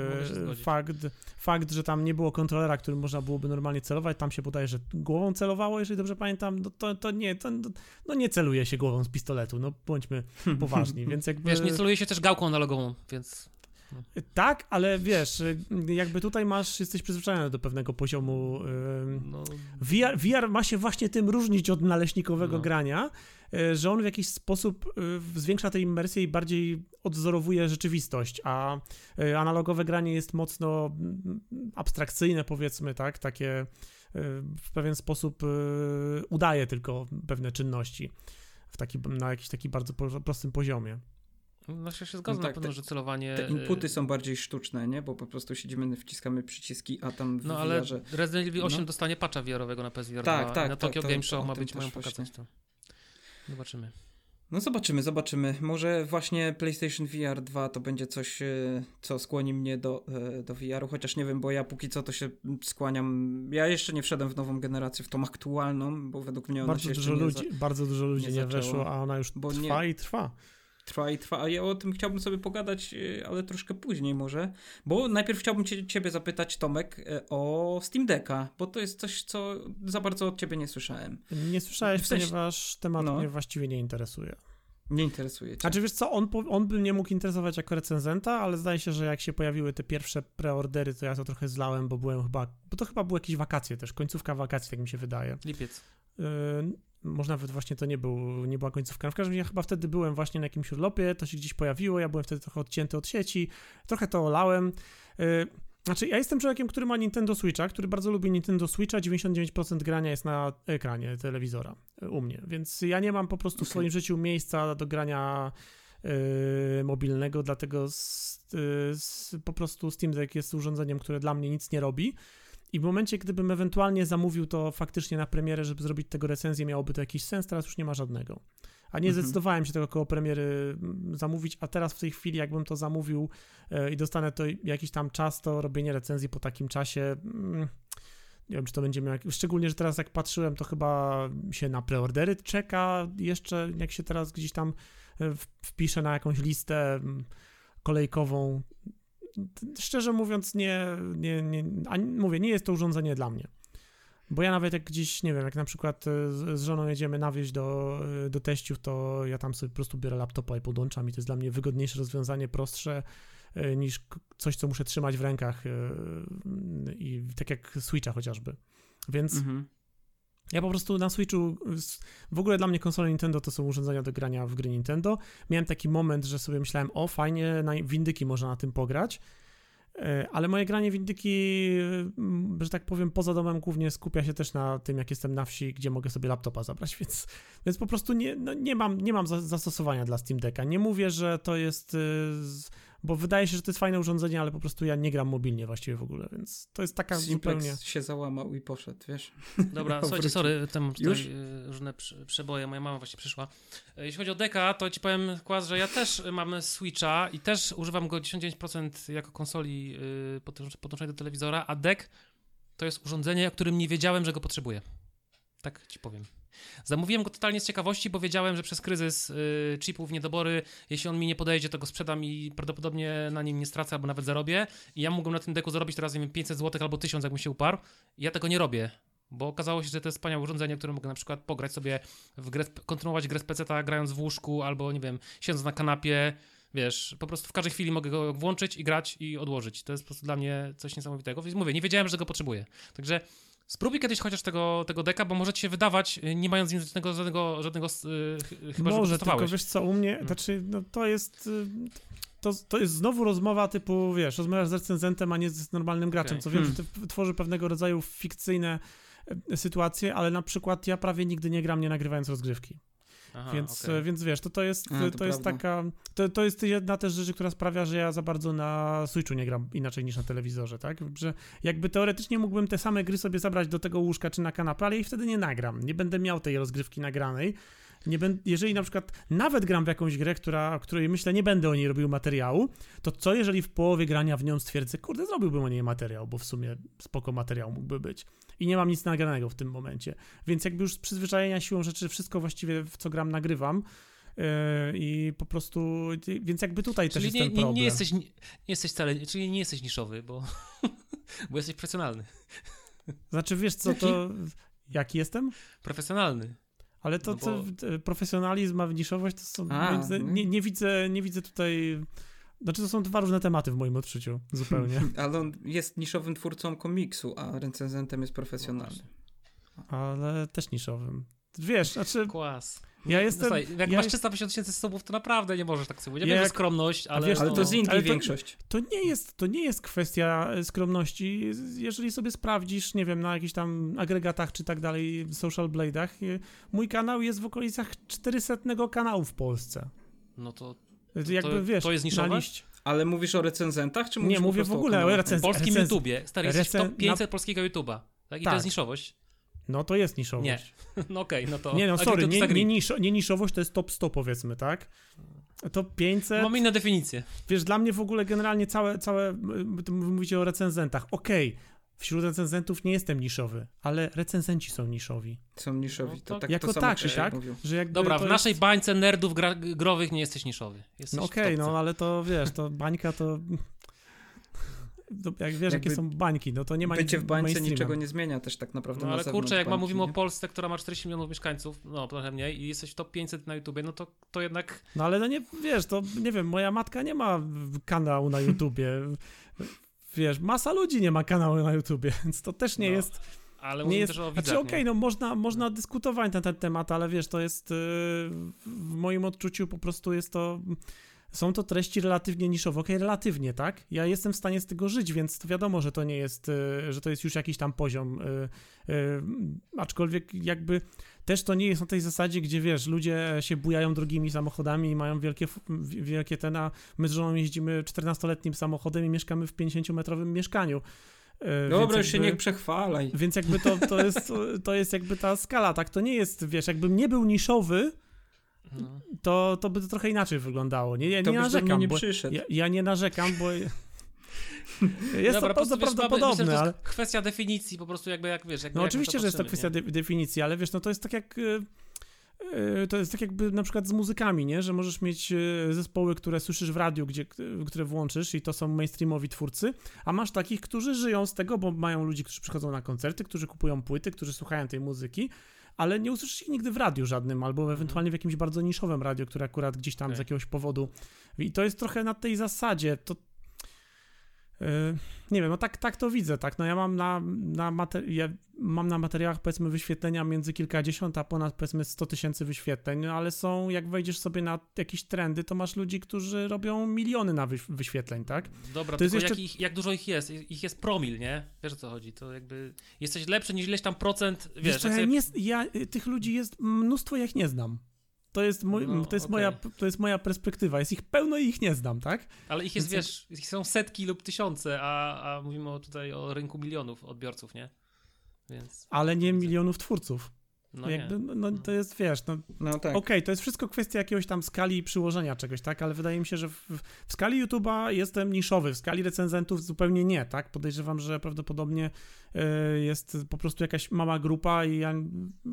e, fakt, fakt, że tam nie było kontrolera, którym można byłoby normalnie celować, tam się podaje, że głową celowało, jeżeli dobrze pamiętam, no to, to nie, to, no nie celuje się głową z pistoletu, no bądźmy poważni, więc jakby... Wiesz, nie celuje się też gałką analogową, więc... No. Tak, ale wiesz, jakby tutaj masz, jesteś przyzwyczajony do pewnego poziomu. Yy, no. V R, V R ma się właśnie tym różnić od naleśnikowego no. grania, yy, że on w jakiś sposób yy, zwiększa tę imersję i bardziej odwzorowuje rzeczywistość, a yy, analogowe granie jest mocno yy, abstrakcyjne, powiedzmy, tak, takie yy, w pewien sposób yy, udaje tylko pewne czynności w taki, na jakiś taki bardzo po, prostym poziomie. No się zgodzę no tak, na pewno, te, że celowanie... Te inputy są bardziej sztuczne, nie? Bo po prostu siedzimy, wciskamy przyciski, a tam w No ale V R-ze... Resident Evil osiem no. dostanie patcha V R-owego na P S V R tak, dwa. tak, I na Tokyo tak, Game Show to, ma to, być, to mają pokazać to. Zobaczymy. No zobaczymy, zobaczymy. Może właśnie PlayStation V R dwa to będzie coś, co skłoni mnie do, do V R-u, chociaż nie wiem, bo ja póki co to się skłaniam... Ja jeszcze nie wszedłem w nową generację, w tą aktualną, bo według mnie ona bardzo się dużo jeszcze ludzi, nie za... Bardzo dużo ludzi nie, nie weszło, a ona już bo trwa nie... i trwa. Trwa i trwa, a ja o tym chciałbym sobie pogadać, ale troszkę później może, bo najpierw chciałbym cię, ciebie zapytać, Tomek, o Steam Decka, bo to jest coś, co za bardzo od ciebie nie słyszałem. Nie słyszałeś, w sensie... ponieważ temat no. mnie właściwie nie interesuje. Nie interesuje cię. Znaczy wiesz co, on, on by mnie mógł interesować jako recenzenta, ale zdaje się, że jak się pojawiły te pierwsze preordery, to ja to trochę zlałem, bo byłem chyba, bo to chyba były jakieś wakacje też, końcówka wakacji, tak mi się wydaje. Lipiec. Yy, może nawet właśnie to nie, był, nie była końcówka. W każdym razie ja chyba wtedy byłem właśnie na jakimś urlopie, to się gdzieś pojawiło, ja byłem wtedy trochę odcięty od sieci, trochę to olałem. Yy, znaczy ja jestem człowiekiem, który ma Nintendo Switcha, który bardzo lubi Nintendo Switcha, dziewięćdziesiąt dziewięć procent grania jest na ekranie telewizora u mnie, więc ja nie mam po prostu okay. w swoim życiu miejsca do grania yy, mobilnego, dlatego z, yy, z, po prostu Steam Deck jest urządzeniem, które dla mnie nic nie robi. I w momencie, gdybym ewentualnie zamówił to faktycznie na premierę, żeby zrobić tego recenzję, miałoby to jakiś sens, teraz już nie ma żadnego. A nie mhm. zdecydowałem się tego koło premiery zamówić, a teraz w tej chwili, jakbym to zamówił yy, i dostanę to jakiś tam czas, to robienie recenzji po takim czasie, yy, nie wiem, czy to będzie miał, szczególnie, że teraz jak patrzyłem, to chyba się na preordery czeka jeszcze, jak się teraz gdzieś tam wpiszę na jakąś listę kolejkową. Szczerze mówiąc, nie, nie, nie a mówię, nie jest to urządzenie dla mnie. Bo ja nawet jak gdzieś, nie wiem, jak na przykład z, z żoną jedziemy na wieś do, do teściów, to ja tam sobie po prostu biorę laptopa i podłączam i to jest dla mnie wygodniejsze rozwiązanie, prostsze niż coś, co muszę trzymać w rękach i tak jak Switcha chociażby. Więc mhm. ja po prostu na Switchu, w ogóle dla mnie konsole Nintendo to są urządzenia do grania w gry Nintendo. Miałem taki moment, że sobie myślałem, o fajnie, na windyki można na tym pograć, ale moje granie windyki, że tak powiem, poza domem głównie skupia się też na tym, jak jestem na wsi, gdzie mogę sobie laptopa zabrać, więc, więc po prostu nie, no nie mam, nie mam zastosowania dla Steam Decka. Nie mówię, że to jest... Bo wydaje się, że to jest fajne urządzenie, ale po prostu ja nie gram mobilnie właściwie w ogóle, więc to jest taka Simplex zupełnie... się załamał i poszedł, wiesz? Dobra, słuchajcie, sorry, tam tutaj różne przeboje, moja mama właśnie przyszła. Jeśli chodzi o Decka, to ci powiem, Kłas, że ja też mam Switcha i też używam go dziewięćdziesiąt dziewięć procent jako konsoli podłączonej do telewizora, a Deck to jest urządzenie, o którym nie wiedziałem, że go potrzebuję. Tak ci powiem. Zamówiłem go totalnie z ciekawości, bo wiedziałem, że przez kryzys y, chipów, niedobory, jeśli on mi nie podejdzie, to go sprzedam i prawdopodobnie na nim nie stracę albo nawet zarobię. I ja mógłbym na tym deku zarobić teraz, nie wiem, pięćset złotych albo tysiąc, jakbym się uparł. I ja tego nie robię, bo okazało się, że to jest wspaniałe urządzenie, które mogę na przykład pograć sobie w grę, kontynuować grę z peceta grając w łóżku albo, nie wiem, siedząc na kanapie. Wiesz, po prostu w każdej chwili mogę go włączyć i grać i odłożyć. To jest po prostu dla mnie coś niesamowitego. Więc mówię, nie wiedziałem, że go potrzebuję. Także spróbuj kiedyś chociaż tego, tego deka, bo może ci się wydawać, nie mając z nim żadnego, żadnego, żadnego yy, chyba, może, że tylko wiesz co, u mnie, hmm. znaczy, no to jest... Yy... To, to jest znowu rozmowa typu, wiesz, rozmawiasz z recenzentem, a nie z normalnym graczem, Okay. co wiem, Hmm. że to tworzy pewnego rodzaju fikcyjne e, sytuacje, ale na przykład ja prawie nigdy nie gram nie nagrywając rozgrywki. Aha, więc, okay. więc wiesz, to, to jest, A, to to jest prawda. taka, to, to jest jedna też rzecz, która sprawia, że ja za bardzo na Switchu nie gram inaczej niż na telewizorze, tak? Że jakby teoretycznie mógłbym te same gry sobie zabrać do tego łóżka czy na kanapę, ale i wtedy nie nagram. Nie będę miał tej rozgrywki nagranej. Nie będę, jeżeli na przykład nawet gram w jakąś grę, która, której myślę, nie będę o niej robił materiału, to co jeżeli w połowie grania w nią stwierdzę, kurde, zrobiłbym o niej materiał, bo w sumie spoko materiał mógłby być. I nie mam nic nagranego w tym momencie. Więc jakby już z przyzwyczajenia siłą rzeczy wszystko właściwie, w co gram, nagrywam. Yy, I po prostu, więc jakby tutaj czyli też nie, jest ten nie, problem. nie jesteś, nie, nie jesteś wcale, czyli nie jesteś niszowy, bo, bo jesteś profesjonalny. Znaczy, wiesz co, to... Jaki jestem? Profesjonalny. Ale to, No bo... to profesjonalizm, a niszowość to są... A, nie, nie, nie, widzę, nie widzę tutaj... Znaczy to są dwa różne tematy w moim odczuciu, zupełnie. Ale on jest niszowym twórcą komiksu, a recenzentem jest profesjonalnym. Ale też niszowym. Wiesz, znaczy... Kłas. Ja jestem... Słuchaj, jak ja masz jest... trzysta pięćdziesiąt tysięcy subów, to naprawdę nie możesz tak sobie mówić. Ja Jak... wiem, że skromność, ale... wiesz, ale no... to z Indii ale to- większość. To nie jest, to nie jest kwestia skromności. Jeżeli sobie sprawdzisz, nie wiem, na jakichś tam agregatach czy tak dalej, social blade'ach, mój kanał jest w okolicach czterysetnego kanału w Polsce. No to... To, jakby, to, wiesz, to jest niszowe? na liście. Ale mówisz o recenzentach, czy mówisz Nie, po mówię prostu w ogóle o kanałach? recenzji. W polskim recenzji- YouTubie. Stary, jesteś w recen- top pięćset polskiego YouTuba. Tak? I Tak. to jest niszowość? No to jest niszowość. Nie. No okej, okay, no to... Nie, no agree sorry, to nie, disagree. nie, niszo, nie niszowość to jest top sto, powiedzmy, tak? Top pięćset, Mam inne definicje. wiesz, dla mnie w ogóle generalnie całe, całe wy mówicie o recenzentach. Okej, wśród recenzentów nie jestem niszowy, ale recenzenci są niszowi. Są niszowi, No to, to- tak Jako to samo tak, Krzysiek tak? mówił. Że jakby Dobra, to w naszej jest... bańce nerdów gra growych nie jesteś niszowy. Jesteś No w okej, topce. no ale to wiesz, to bańka to... to jak wiesz, Jakby jakie są bańki, no to nie ma Bycie w bańce mainstreamem. niczego nie zmienia też tak naprawdę No na ale zewnątrz kurczę, jak ma bańki, mówimy o nie? Polsce, która ma czterdzieści milionów mieszkańców, no trochę mniej, i jesteś w top pięćset na YouTubie, no to, to jednak... No ale no nie, wiesz, to nie wiem, moja matka nie ma kanału na YouTubie. Wiesz, masa ludzi nie ma kanału na YouTubie, więc to też nie No, jest... Ale Nie mówimy jest, też o widzach, znaczy okej, nie? no można, można dyskutować na ten temat, ale wiesz, to jest yy, w moim odczuciu po prostu jest to, są to treści relatywnie niszowe, okej, relatywnie, tak? Ja jestem w stanie z tego żyć, więc to wiadomo, że to nie jest, yy, że to jest już jakiś tam poziom, yy, yy, aczkolwiek jakby też to nie jest na tej zasadzie, gdzie wiesz, ludzie się bujają drogimi samochodami i mają wielkie, wielkie ten, a my z żoną jeździmy czternastoletnim samochodem i mieszkamy w pięćdziesięciometrowym mieszkaniu. Dobra, Więc już się jakby- nie przechwalaj. Więc jakby to, to, jest, to jest jakby ta skala, tak? To nie jest, wiesz, jakbym nie był niszowy, No. to, to by to trochę inaczej wyglądało. Nie, ja To nie byś do mnie narzekam, nie bo przyszedł. ja, ja nie narzekam, bo jest Dobra, to po prostu, bardzo wiesz, mamy- prawdopodobne, myślę, że to ale... jest kwestia definicji, po prostu jakby jak wiesz... Jakby No jak oczywiście, na że jest to patrzymy, kwestia nie? de- definicji, ale wiesz, no to jest tak jak... y, y, To jest tak jakby na przykład z muzykami, nie? Że możesz mieć y, zespoły, które słyszysz w radiu, gdzie, y, które włączysz i to są mainstreamowi twórcy, a masz takich, którzy żyją z tego, bo mają ludzi, którzy przychodzą na koncerty, którzy kupują płyty, którzy słuchają tej muzyki, ale nie usłyszysz ich nigdy w radiu żadnym, albo ewentualnie w jakimś bardzo niszowym radiu, które akurat gdzieś tam Okej. z jakiegoś powodu... I to jest trochę na tej zasadzie, to... Yy, nie wiem, no tak, tak to widzę, tak, no ja mam na, na, materi- ja mam na materiałach, powiedzmy, wyświetlenia między kilkadziesiąt, a ponad, powiedzmy, sto tysięcy wyświetleń, no ale są, jak wejdziesz sobie na jakieś trendy, to masz ludzi, którzy robią miliony na wyś- wyświetleń, tak? Dobra, To jest tylko jeszcze- jak, ich, jak dużo ich jest? Ich jest promil, nie? Wiesz o co chodzi, to jakby jesteś lepszy niż ileś tam procent, wiesz, Wiesz co, jak ja sobie... nie, ja, y, tych ludzi jest mnóstwo, ja ich nie znam. To jest, mój, No, to, jest okej. moja, to jest moja perspektywa, jest ich pełno i ich nie znam, tak? Ale ich jest, Więc wiesz, ich są setki lub tysiące, a, a mówimy o, tutaj o rynku milionów odbiorców, nie? Więc... Ale nie milionów twórców. No Jakby, nie. no to jest, wiesz, no No tak. okej, okay, to jest wszystko kwestia jakiegoś tam skali i przyłożenia czegoś, tak, ale wydaje mi się, że w, w skali YouTube'a jestem niszowy, w skali recenzentów zupełnie nie, tak, podejrzewam, że prawdopodobnie y, jest po prostu jakaś mała grupa i ja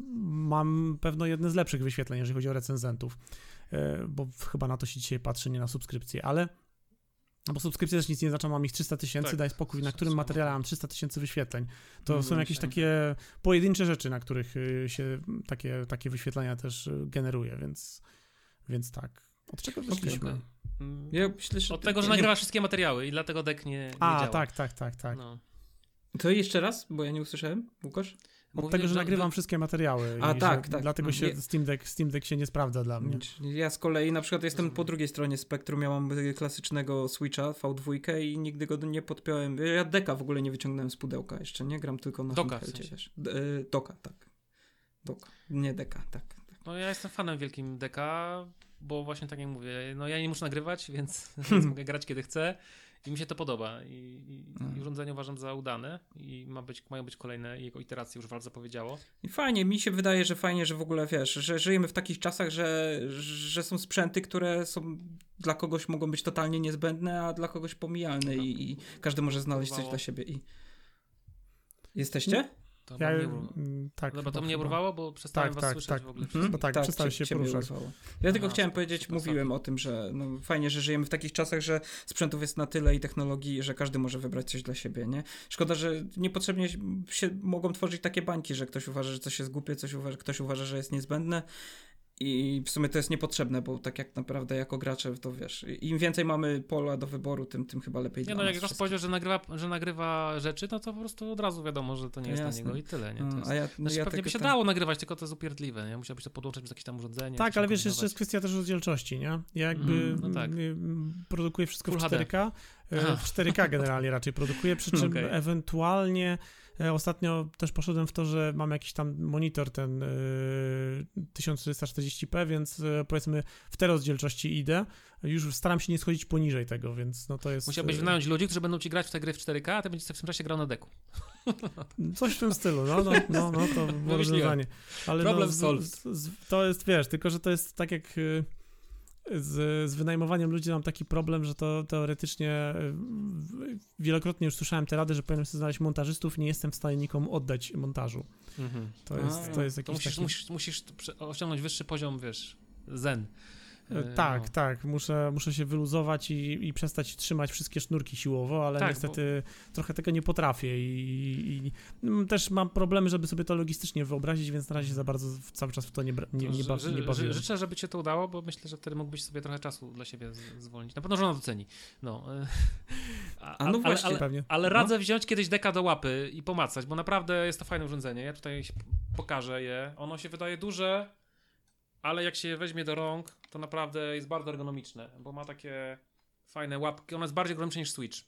mam pewno jedne z lepszych wyświetleń, jeżeli chodzi o recenzentów, y, bo chyba na to się dzisiaj patrzy, nie na subskrypcję, ale no bo subskrypcja też nic nie znaczy, mam ich trzysta tysięcy, Tak. daj spokój, na którym materiale mam trzysta tysięcy wyświetleń. To No, są no, jakieś tak. takie pojedyncze rzeczy, na których y, się takie, takie wyświetlenia też y, generuje, więc, więc tak. Od czego wyszliśmy? Okay. Mm, Ja myślę, że Od tego, że nie- nagrywa wszystkie materiały i dlatego dek nie, nie A, działa. tak, tak, tak, tak. No. To jeszcze raz, bo ja nie usłyszałem, Łukasz? Od Mówię, tego, że no, nagrywam no, wszystkie materiały. A, i tak, że tak. Dlatego się Nie- Steam Deck, Steam Deck się nie sprawdza dla mnie. Ja z kolei na przykład jestem po drugiej stronie spektrum, ja mam y, klasycznego Switcha V dwa i nigdy go nie podpiąłem. Ja deka w ogóle nie wyciągnąłem z pudełka jeszcze, nie? Gram tylko na Doka, handheldzie, w sensie. wiesz. D- y, doka, tak. Doka, nie deka, tak. tak. No ja jestem fanem wielkim deka, bo właśnie tak jak mówię, no ja nie muszę nagrywać, więc, więc mogę grać kiedy chcę i mi się to podoba i, i, i urządzenie uważam za udane i ma być, mają być kolejne jego iteracje, już Valve zapowiedziało. I fajnie, mi się wydaje, że fajnie, że w ogóle wiesz, że żyjemy w takich czasach, że, że są sprzęty, które są dla kogoś mogą być totalnie niezbędne, a dla kogoś pomijalne i, i każdy może znaleźć coś dla siebie. I jesteście? To Ja, mnie urwało. mm, tak, Dobra, to chyba- mnie chyba. urwało, bo przestałem Tak, was tak, słyszeć tak. w ogóle. Mhm. No tak, przestałeś cie- się ciebie poruszać. urwało. Ja tylko Aha, chciałem super, powiedzieć, super, mówiłem sorry. o tym, że no, fajnie, że żyjemy w takich czasach, że sprzętów jest na tyle i technologii, że każdy może wybrać coś dla siebie, nie? Szkoda, że niepotrzebnie się mogą tworzyć takie bańki, że ktoś uważa, że coś jest głupie, coś uważa, ktoś uważa, że jest niezbędne. I w sumie to jest niepotrzebne, bo tak jak naprawdę jako gracze, to wiesz, im więcej mamy pola do wyboru, tym, tym chyba lepiej Nie dla no, nas jak Ross wszystkich. powiedział, że nagrywa, że nagrywa rzeczy, no to po prostu od razu wiadomo, że to nie jest Jasne. dla niego i tyle, nie? To No, jest... a ja, no Znaczy, ja pewnie tego by się tam- dało nagrywać, tylko to jest upierdliwe, nie? Musiałbyś to podłączyć przez jakieś tam urządzenie. Tak, coś ale tam wiesz, jeszcze kombinować. jest kwestia też rozdzielczości, nie? Ja jakby Mm, no tak. mm, produkuję wszystko Full w H D. cztery K, e, Aha. w cztery K generalnie raczej produkuję, przy czym Okej. ewentualnie e, ostatnio też poszedłem w to, że mam jakiś tam monitor ten e, tysiąc czterysta czterdzieści p, więc e, powiedzmy w te rozdzielczości idę. Już staram się nie schodzić poniżej tego, więc no to jest... Musiałbyś e, wynająć ludzi, którzy będą ci grać w te gry w cztery K, a ty będziesz w tym czasie grał na deku. Coś w tym stylu, no, no, no, no to było Wymyśliłem. rozwiązanie. Ale Problem no, z, solved. z, z, to jest, wiesz, tylko że to jest tak jak y, z, z wynajmowaniem ludzi mam taki problem, że to teoretycznie y, w- wielokrotnie już słyszałem te rady, że powinienem sobie znaleźć montażystów, nie jestem w stanie nikomu oddać montażu. Mhm. To jest, A, to jest To jakiś musisz, taki... musisz, musisz prze- osiągnąć wyższy poziom, wiesz, zen. E, E, Tak, no. tak, muszę, muszę się wyluzować i, i przestać trzymać wszystkie sznurki siłowo, ale Tak, niestety trochę tego nie potrafię i, i mm, też mam problemy, żeby sobie to logistycznie wyobrazić, więc na razie za bardzo w- cały czas w to nie, bra- nie, nie, Ży- ba- ży- nie ży- bawię. Życzę, żeby ci się to udało, bo myślę, że wtedy mógłbyś sobie trochę czasu dla siebie z- zwolnić. Na pewno żona doceni. No. e, A, A no właśnie, ale, ale, pewnie. ale radzę wziąć kiedyś deka do łapy i pomacać, bo naprawdę jest to fajne urządzenie. Ja tutaj się p- pokażę je. Ono się wydaje duże, ale jak się je weźmie do rąk, to naprawdę jest bardzo ergonomiczne, bo ma takie fajne łapki. Ono jest bardziej ergonomiczne niż Switch.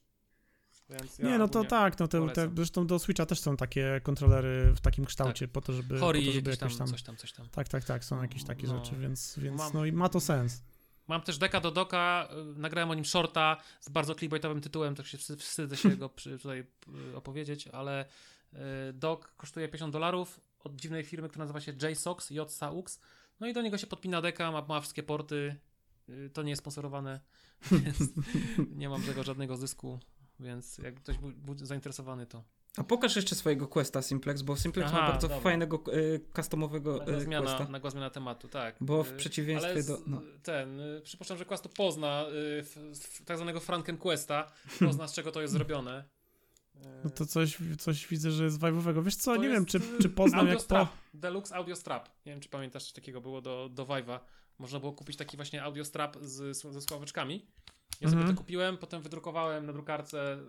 Więc ja Nie, no to ogólnie tak, no te, te, polecam. zresztą do Switcha też są takie kontrolery w takim kształcie, po to, żeby, po Hori, to, żeby jakieś tam, jakoś tam... coś tam, coś tam. Tak, tak, tak, są jakieś takie No. rzeczy, więc, więc Mam- no i ma to sens. Mam też deka do doka, y, nagrałem o nim shorta z bardzo clickbaitowym tytułem, tak się wsty- wstydzę się go przy, tutaj y, opowiedzieć, ale y, dok kosztuje pięćdziesiąt dolarów od dziwnej firmy, która nazywa się J S O X, J S A X. No i do niego się podpina deka, ma, ma wszystkie porty, y, to nie jest sponsorowane, więc nie mam z tego żadnego zysku, więc jak ktoś był, był zainteresowany, to A pokaż jeszcze swojego Questa Simplex, bo Simplex Aha, ma bardzo dobra. fajnego y, customowego nagła y, zmiana, Questa. nagła zmiana tematu, tak. Bo w Y, przeciwieństwie ale do- z- no. ten, y, przypuszczam, że Quest to pozna y, f, f, tak zwanego Frankenquesta, pozna z czego to jest zrobione. Y, No to coś, coś widzę, że jest vibe'owego. Wiesz co, To nie jest, wiem, czy, y, czy poznam Audio jak to... Strap, Deluxe Audio Strap. Nie wiem, czy pamiętasz, coś takiego było do, do Vive'a. Można było kupić taki właśnie Audio Strap z, ze sławeczkami. Ja Mhm. sobie to kupiłem, potem wydrukowałem na drukarce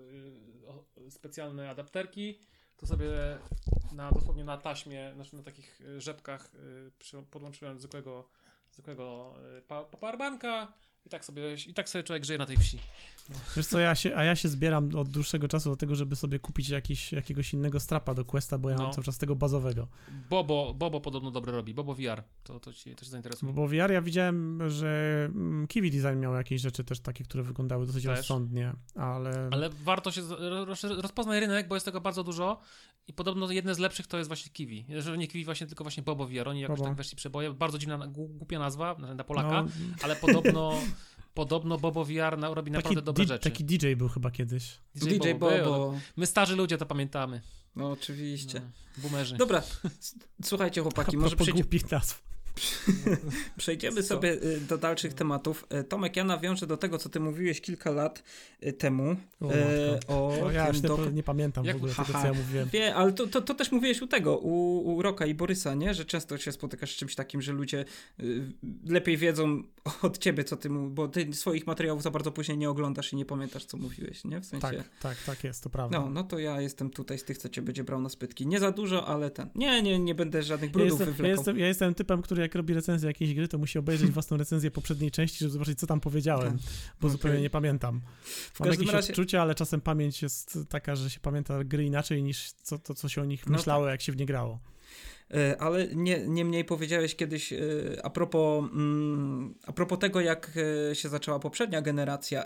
y, o, specjalne adapterki. To sobie na, dosłownie na taśmie, znaczy na takich y, rzepkach y, przy, podłączyłem zwykłego, zwykłego y, pa, powerbanka I tak sobie, i tak sobie człowiek żyje na tej wsi. No. Wiesz co, ja się, a ja się zbieram od dłuższego czasu do tego, żeby sobie kupić jakiś, jakiegoś innego strapa do Questa, bo ja No. mam cały czas tego bazowego. Bobo, Bobo podobno dobre robi, Bobo V R, to, to ci też zainteresuje. Bo w V R ja widziałem, że mm, Kiwi Design miał jakieś rzeczy też takie, które wyglądały dosyć Też. rozsądnie, ale... Ale warto się, z- roz- rozpoznaj rynek, bo jest tego bardzo dużo i podobno jedne z lepszych to jest właśnie Kiwi. Jeżeli nie Kiwi, właśnie tylko właśnie Bobo V R, oni jakoś Bobo. tak weszli przeboje, bardzo dziwna, gu- głupia nazwa na Polaka, No, ale podobno, podobno Bobo V R na, robi naprawdę taki, dobre di- rzeczy. taki D J był chyba kiedyś. D J Bobo, był. Bobo. My starzy ludzie to pamiętamy. No oczywiście. No, boomerzy. Dobra, s- słuchajcie chłopaki, A może propos przejdzie, głupich nazw. przejdziemy Co? sobie y, do dalszych tematów. Y, Tomek, ja nawiążę do tego, co ty mówiłeś kilka lat y, temu. O, y, matko. o No, ja tym już nie, dok- nie pamiętam Jak- w ogóle tego, haha. co ja mówiłem. Wie, ale to, to, to też mówiłeś u tego, u, u Roka i Borysa, nie? Że często się spotykasz z czymś takim, że ludzie y, lepiej wiedzą od ciebie, co ty mówisz, bo ty swoich materiałów za bardzo później nie oglądasz i nie pamiętasz, co mówiłeś, nie? W sensie... Tak, tak, tak jest, to prawda. No, no to ja jestem tutaj z tych, co cię będzie brał na spytki. Nie za dużo, ale ten. Nie, nie, nie będę żadnych Ja brudów jestem, ja, wywlekał. jestem, ja jestem typem, który jak robi recenzję jakiejś gry, to musi obejrzeć własną recenzję poprzedniej części, żeby zobaczyć, co tam powiedziałem, bo Okej. zupełnie nie pamiętam. Mam każdym jakieś razie- odczucia, ale czasem pamięć jest taka, że się pamięta gry inaczej niż co, to, co się o nich No myślało, jak się w nie grało. E, Ale nie, niemniej powiedziałeś kiedyś e, a propos, mm, a propos tego, jak e, się zaczęła poprzednia generacja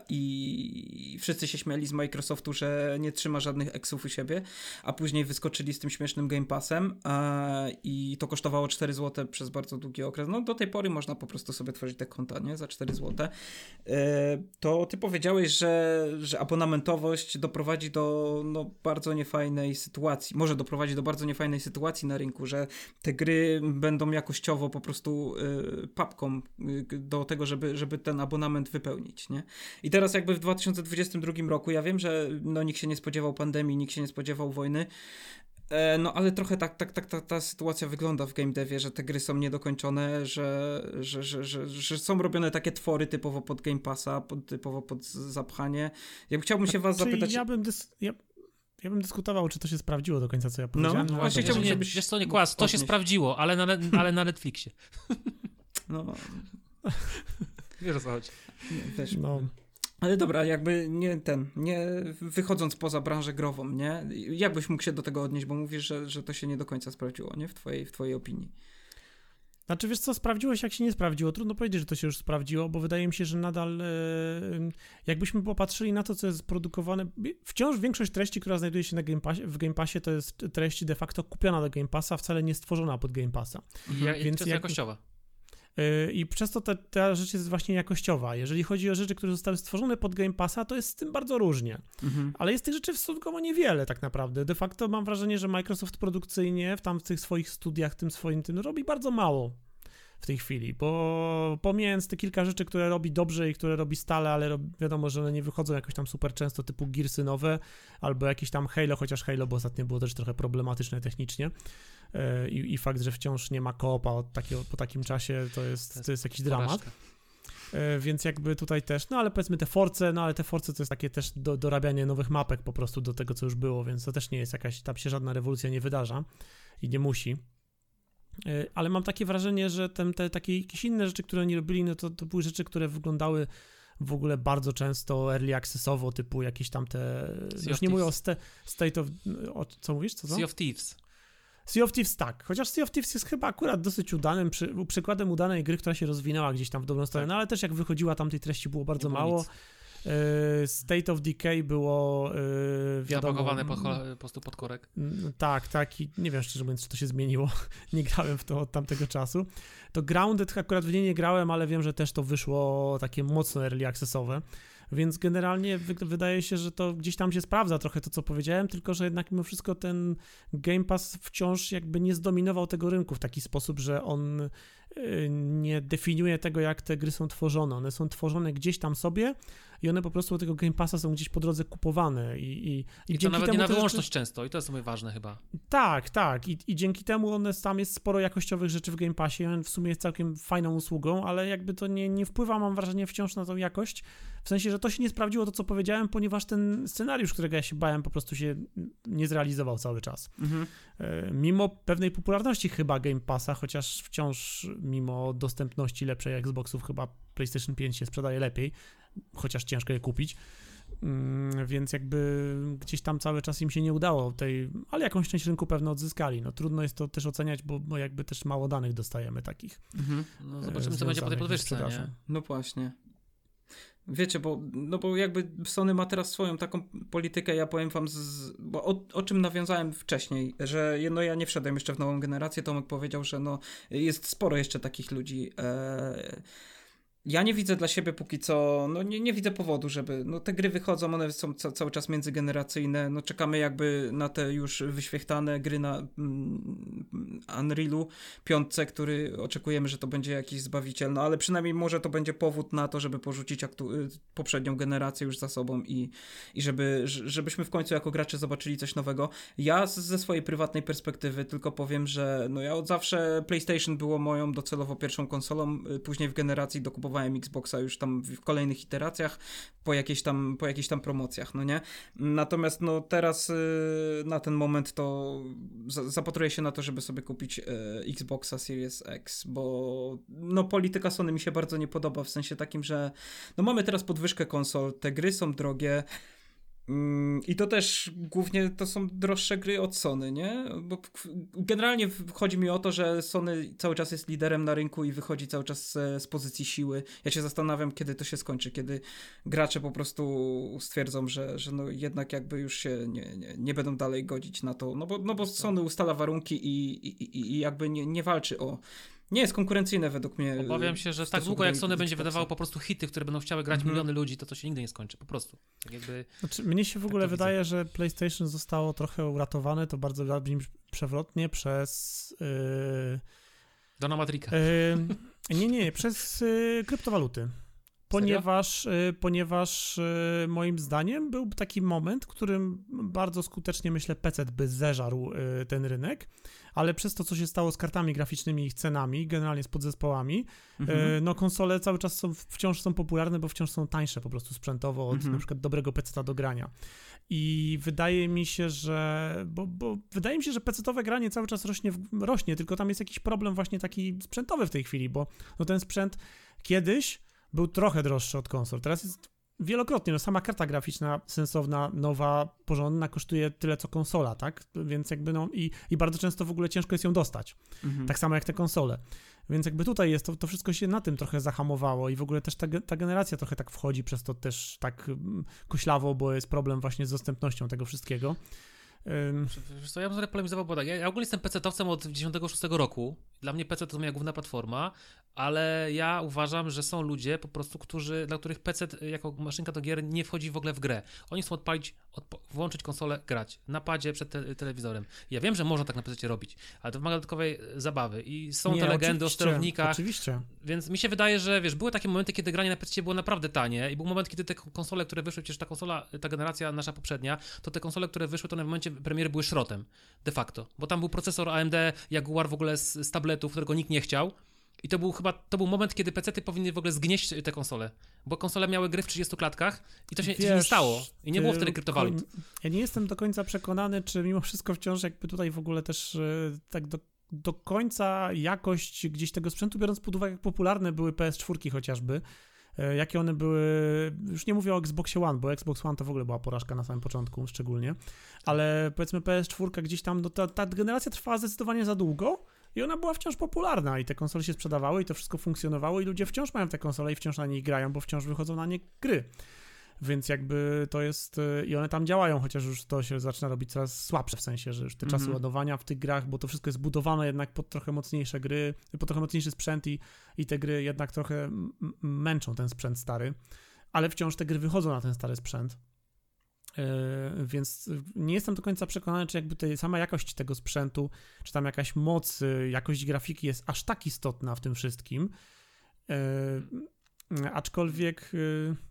i wszyscy się śmiali z Microsoftu, że nie trzyma żadnych eksów u siebie, a później wyskoczyli z tym śmiesznym Game Passem e, i to kosztowało cztery złote przez bardzo długi okres. No do tej pory można po prostu sobie tworzyć te konta, nie? Za cztery złote. E, To ty powiedziałeś, że, że abonamentowość doprowadzi do no, bardzo niefajnej sytuacji. Może doprowadzić do bardzo niefajnej sytuacji na rynku, że te gry będą jakościowo po prostu y, papką y, do tego, żeby, żeby ten abonament wypełnić, nie? I teraz jakby w dwa tysiące dwudziestym drugim roku, ja wiem, że no, nikt się nie spodziewał pandemii, nikt się nie spodziewał wojny, e, no ale trochę tak, tak, tak ta, ta sytuacja wygląda w game devie, że te gry są niedokończone, że, że, że, że, że są robione takie twory typowo pod Game Passa, pod, typowo pod zapchanie. Ja chciałbym się was Czyli zapytać... ja bym, dys- ja, ja bym dyskutował, czy to się sprawdziło do końca, co ja powiedziałem. no, ale właśnie dobra. chciałbym, nie, żebyś wiesz co, nie kłas, to się odnieść. sprawdziło, ale na, ale na Netflixie. No, Wiesz o co chodzi. nie, wiesz, No, ale dobra, jakby nie ten, nie wychodząc poza branżę grową, nie? Jak byś mógł się do tego odnieść, bo mówisz, że, że to się nie do końca sprawdziło, nie? W twojej, w twojej opinii. znaczy wiesz co, sprawdziłeś jak się nie sprawdziło. Trudno powiedzieć, że to się już sprawdziło, bo wydaje mi się, że nadal e, jakbyśmy popatrzyli na to, co jest produkowane, wciąż większość treści, która znajduje się na Game Passie, w Game Passie, to jest treść de facto kupiona do Game Passa, wcale nie stworzona pod Game Passa. I ja, Więc Więc jest jak- jakościowa. Yy, I przez to ta, ta rzecz jest właśnie jakościowa. Jeżeli chodzi o rzeczy, które zostały stworzone pod Game Passa, to jest z tym bardzo różnie. Mhm. Ale jest tych rzeczy stosunkowo niewiele tak naprawdę. De facto mam wrażenie, że Microsoft produkcyjnie w tam w tych swoich studiach, tym swoim tym robi bardzo mało w tej chwili, bo pomijając te kilka rzeczy, które robi dobrze i które robi stale, ale rob, wiadomo, że one nie wychodzą jakoś tam super często, typu Gearsy nowe, albo jakieś tam Halo, chociaż Halo, bo ostatnio było też trochę problematyczne technicznie. I, i fakt, że wciąż nie ma koopa od takiego, po takim czasie, to jest, to jest jakiś dramat. Porażka. E, Więc jakby tutaj też, no ale powiedzmy te Force, no ale te Force to jest takie też do, dorabianie nowych mapek po prostu do tego, co już było, więc to też nie jest jakaś, tam się żadna rewolucja nie wydarza i nie musi. E, Ale mam takie wrażenie, że te, te takie jakieś inne rzeczy, które oni robili, no to, to były rzeczy, które wyglądały w ogóle bardzo często early accessowo, typu jakieś tam te, Sea już of nie mówię o Thieves. sta, State of, o, co mówisz, co, co? Sea of Thieves. Sea of Thieves tak, chociaż Sea of Thieves jest chyba akurat dosyć udanym, przy, przykładem udanej gry, która się rozwinęła gdzieś tam w dobrą stronę, Tak. no ale też jak wychodziła tam tej treści było bardzo Nie było mało. nic. E, State of Decay było e, wiadomo... Zapakowane pod, cho- po prostu pod korek. Mm, Tak, tak i nie wiem szczerze mówiąc, czy to się zmieniło, nie grałem w to od tamtego czasu. To Grounded akurat w nie nie grałem, ale wiem, że też to wyszło takie mocno early accessowe, więc generalnie wy- wydaje się, że to gdzieś tam się sprawdza trochę to, co powiedziałem, tylko że jednak mimo wszystko ten Game Pass wciąż jakby nie zdominował tego rynku w taki sposób, że on y, nie definiuje tego, jak te gry są tworzone. One są tworzone gdzieś tam sobie, i one po prostu od tego Game Passa są gdzieś po drodze kupowane i I, I, I to nawet nie na wyłączność rzeczy... często i to jest ważne chyba. Tak, tak I, i dzięki temu one, tam jest sporo jakościowych rzeczy w Game Passie, on w sumie jest całkiem fajną usługą, ale jakby to nie, nie wpływa, mam wrażenie, wciąż na tą jakość, w sensie, że to się nie sprawdziło to, co powiedziałem, ponieważ ten scenariusz, którego ja się bałem, po prostu się nie zrealizował cały czas. Mhm. Mimo pewnej popularności chyba Game Passa, chociaż wciąż mimo dostępności lepszej Xboxów chyba PlayStation pięć się sprzedaje lepiej, chociaż ciężko je kupić. Więc jakby gdzieś tam cały czas im się nie udało tej, ale jakąś część rynku pewno odzyskali. No trudno jest to też oceniać, bo, bo jakby też mało danych dostajemy takich. Mhm. No zobaczymy, co będzie po tej podwyżce, nie? No właśnie. Wiecie, bo, no bo jakby Sony ma teraz swoją taką politykę, ja powiem wam, z, bo o, o czym nawiązałem wcześniej, że no ja nie wszedłem jeszcze w nową generację, Tomek powiedział, że no jest sporo jeszcze takich ludzi. E, Ja nie widzę dla siebie póki co, no nie, nie widzę powodu, żeby, no te gry wychodzą, one są ca- cały czas międzygeneracyjne, no czekamy jakby na te już wyświechtane gry na mm, Unrealu piątce, który oczekujemy, że to będzie jakiś zbawiciel, no ale przynajmniej może to będzie powód na to, żeby porzucić aktu- poprzednią generację już za sobą i, i żeby, żebyśmy w końcu jako gracze zobaczyli coś nowego. Ja z, ze swojej prywatnej perspektywy tylko powiem, że no ja od zawsze PlayStation było moją docelowo pierwszą konsolą, później w generacji dokupowałem Xboxa już tam w kolejnych iteracjach po jakiejś tam, po jakichś tam promocjach, no nie? Natomiast no teraz yy, na ten moment to za, zapatruję się na to, żeby sobie kupić yy, Xboxa Series X, bo no polityka Sony mi się bardzo nie podoba, w sensie takim, że no mamy teraz podwyżkę konsol, te gry są drogie, i to też głównie to są droższe gry od Sony, nie? Bo generalnie chodzi mi o to, że Sony cały czas jest liderem na rynku i wychodzi cały czas z, z pozycji siły. Ja się zastanawiam, kiedy to się skończy, kiedy gracze po prostu stwierdzą, że, że no jednak jakby już się nie, nie, nie będą dalej godzić na to, no bo, no bo Sony ustala warunki i, i, i jakby nie, nie walczy o... Nie jest konkurencyjne według mnie. Obawiam się, że tak długo jak Sony będzie wydawało po prostu hity, które będą chciały grać mm-hmm. miliony ludzi, to to się nigdy nie skończy, po prostu. Tak jakby, znaczy, mnie się w ogóle tak wydaje, widzę. Że PlayStation zostało trochę uratowane, to bardzo brzmi przewrotnie, przez... Yy, Dona Matrika. Yy, nie, nie, przez yy, kryptowaluty. Ponieważ, y, ponieważ y, moim zdaniem był taki moment, w którym bardzo skutecznie, myślę, P C by zeżarł y, ten rynek, ale przez to, co się stało z kartami graficznymi i ich cenami, generalnie z podzespołami, mhm. y, no konsole cały czas są, wciąż są popularne, bo wciąż są tańsze po prostu sprzętowo od mhm. na przykład dobrego peceta do grania. I wydaje mi się, że bo, bo wydaje mi się, że pecetowe granie cały czas rośnie, rośnie, tylko tam jest jakiś problem właśnie taki sprzętowy w tej chwili, bo no ten sprzęt kiedyś był trochę droższy od konsol. Teraz jest wielokrotnie, no sama karta graficzna sensowna, nowa, porządna kosztuje tyle co konsola, tak? Więc jakby no i, i bardzo często w ogóle ciężko jest ją dostać. Mhm. Tak samo jak te konsole. Więc jakby tutaj jest, to, to wszystko się na tym trochę zahamowało i w ogóle też ta, ta generacja trochę tak wchodzi, przez to też tak koślawo, bo jest problem właśnie z dostępnością tego wszystkiego. Wiesz co, ja bym sobie polemizował, bo tak, ja, ja ogólnie jestem pecetowcem od dziewięćdziesiątego szóstego roku. Dla mnie P C to moja główna platforma, ale ja uważam, że są ludzie po prostu, którzy, dla których P C jako maszynka do gier nie wchodzi w ogóle w grę. Oni chcą odpalić, odp- włączyć konsolę, grać na padzie przed te- telewizorem. Ja wiem, że można tak na P C robić, ale to wymaga dodatkowej zabawy i są nie, te legendy o sterownikach. Oczywiście. Więc mi się wydaje, że wiesz, były takie momenty, kiedy granie na P C było naprawdę tanie i był moment, kiedy te konsole, które wyszły, przecież ta konsola, ta generacja nasza poprzednia, to te konsole, które wyszły, to na momencie premiery były szrotem, de facto, bo tam był procesor A M D Jaguar w ogóle z, z tabletów, którego nikt nie chciał i to był chyba, to był moment, kiedy pecety powinny w ogóle zgnieść te konsole, bo konsole miały gry w trzydziestu klatkach i to się, Wiesz, to się nie stało i nie było wtedy kryptowalut. Ja nie jestem do końca przekonany, czy mimo wszystko wciąż jakby tutaj w ogóle też yy, tak do, do końca jakość gdzieś tego sprzętu, biorąc pod uwagę, jak popularne były P S cztery chociażby, jakie one były, już nie mówię o Xboxie One, bo Xbox One to w ogóle była porażka na samym początku szczególnie, ale powiedzmy P S cztery gdzieś tam, no ta, ta generacja trwała zdecydowanie za długo i ona była wciąż popularna i te konsole się sprzedawały i to wszystko funkcjonowało i ludzie wciąż mają te konsole i wciąż na nich grają, bo wciąż wychodzą na nie gry. Więc jakby to jest, i one tam działają, chociaż już to się zaczyna robić coraz słabsze, w sensie, że już te czasy mm-hmm. ładowania w tych grach, bo to wszystko jest budowane jednak pod trochę mocniejsze gry, pod trochę mocniejszy sprzęt i, i te gry jednak trochę m- męczą ten sprzęt stary, ale wciąż te gry wychodzą na ten stary sprzęt. Yy, więc nie jestem do końca przekonany, czy jakby tej sama jakość tego sprzętu, czy tam jakaś moc, jakość grafiki jest aż tak istotna w tym wszystkim. Yy, aczkolwiek... Yy,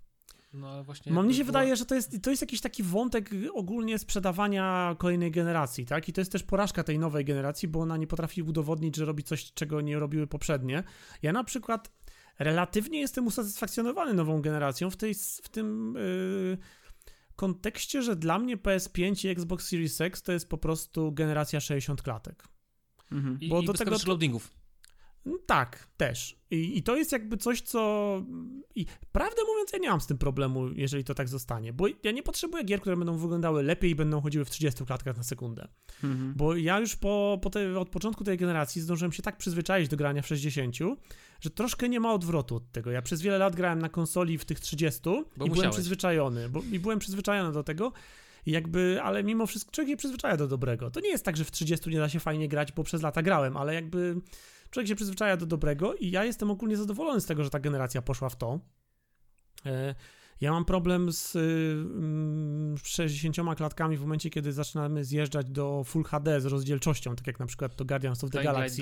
No, ale właśnie No, mnie się była... wydaje, że to jest, to jest jakiś taki wątek ogólnie sprzedawania kolejnej generacji, tak? I to jest też porażka tej nowej generacji, bo ona nie potrafi udowodnić, że robi coś, czego nie robiły poprzednie. Ja na przykład relatywnie jestem usatysfakcjonowany nową generacją w, tej, w tym yy, kontekście, że dla mnie P S pięć i Xbox Series X to jest po prostu generacja sześćdziesiąt klatek. Mhm. I, bo i do bez tego tego loadingów. Tak, też. I, I to jest jakby coś, co... I prawdę mówiąc, ja nie mam z tym problemu, jeżeli to tak zostanie, bo ja nie potrzebuję gier, które będą wyglądały lepiej i będą chodziły w trzydziestu klatkach na sekundę. Mhm. Bo ja już po, po te, od początku tej generacji zdążyłem się tak przyzwyczaić do grania w sześćdziesięciu, że troszkę nie ma odwrotu od tego. Ja przez wiele lat grałem na konsoli w tych trzydziestu bo i musiałeś. byłem przyzwyczajony, bo, i byłem przyzwyczajony do tego. I jakby, ale mimo wszystko człowiek się przyzwyczaja do dobrego. To nie jest tak, że w trzydziestu nie da się fajnie grać, bo przez lata grałem, ale jakby człowiek się przyzwyczaja do dobrego i ja jestem ogólnie zadowolony z tego, że ta generacja poszła w to. Ja mam problem z sześćdziesięcioma klatkami w momencie, kiedy zaczynamy zjeżdżać do Full H D z rozdzielczością, tak jak na przykład to Guardians of the Galaxy.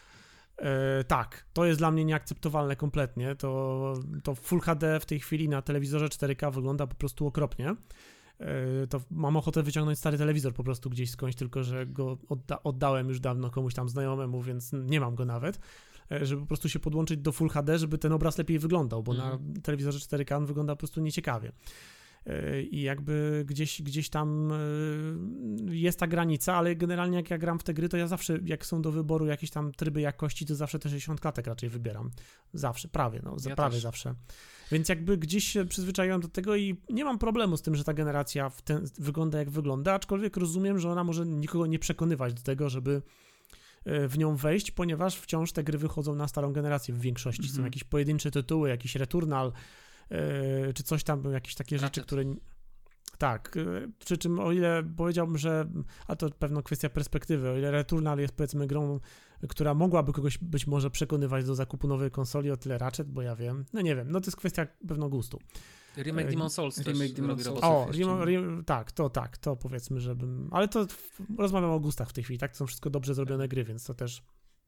E, tak, to jest dla mnie nieakceptowalne kompletnie. To, to Full H D w tej chwili na telewizorze cztery K wygląda po prostu okropnie. To mam ochotę wyciągnąć stary telewizor po prostu gdzieś skądś, tylko że go odda- oddałem już dawno komuś tam znajomemu, więc nie mam go nawet, żeby po prostu się podłączyć do Full H D, żeby ten obraz lepiej wyglądał, bo mm. na telewizorze cztery K on wygląda po prostu nieciekawie. I jakby gdzieś, gdzieś tam jest ta granica, ale generalnie jak ja gram w te gry, to ja zawsze, jak są do wyboru jakieś tam tryby jakości, to zawsze te sześćdziesiąt klatek raczej wybieram. Zawsze, prawie, no, ja prawie też. zawsze. Więc jakby gdzieś się przyzwyczaiłem do tego i nie mam problemu z tym, że ta generacja w ten, wygląda jak wygląda, aczkolwiek rozumiem, że ona może nikogo nie przekonywać do tego, żeby w nią wejść, ponieważ wciąż te gry wychodzą na starą generację w większości. Mm-hmm. Są jakieś pojedyncze tytuły, jakiś Returnal, Yy, czy coś tam, jakieś takie Ratchet. rzeczy, które... Tak, yy, przy czym o ile powiedziałbym, że, a to pewna kwestia perspektywy, o ile Returnal jest powiedzmy grą, która mogłaby kogoś być może przekonywać do zakupu nowej konsoli, o tyle Ratchet, bo ja wiem, no nie wiem, no to jest kwestia pewnego gustu. Remake Demon Souls yy, Remake Demon Souls. O, rem, rem, tak, to tak, to powiedzmy, żebym, ale to w, rozmawiam o gustach w tej chwili, tak, to są wszystko dobrze zrobione gry, więc to też...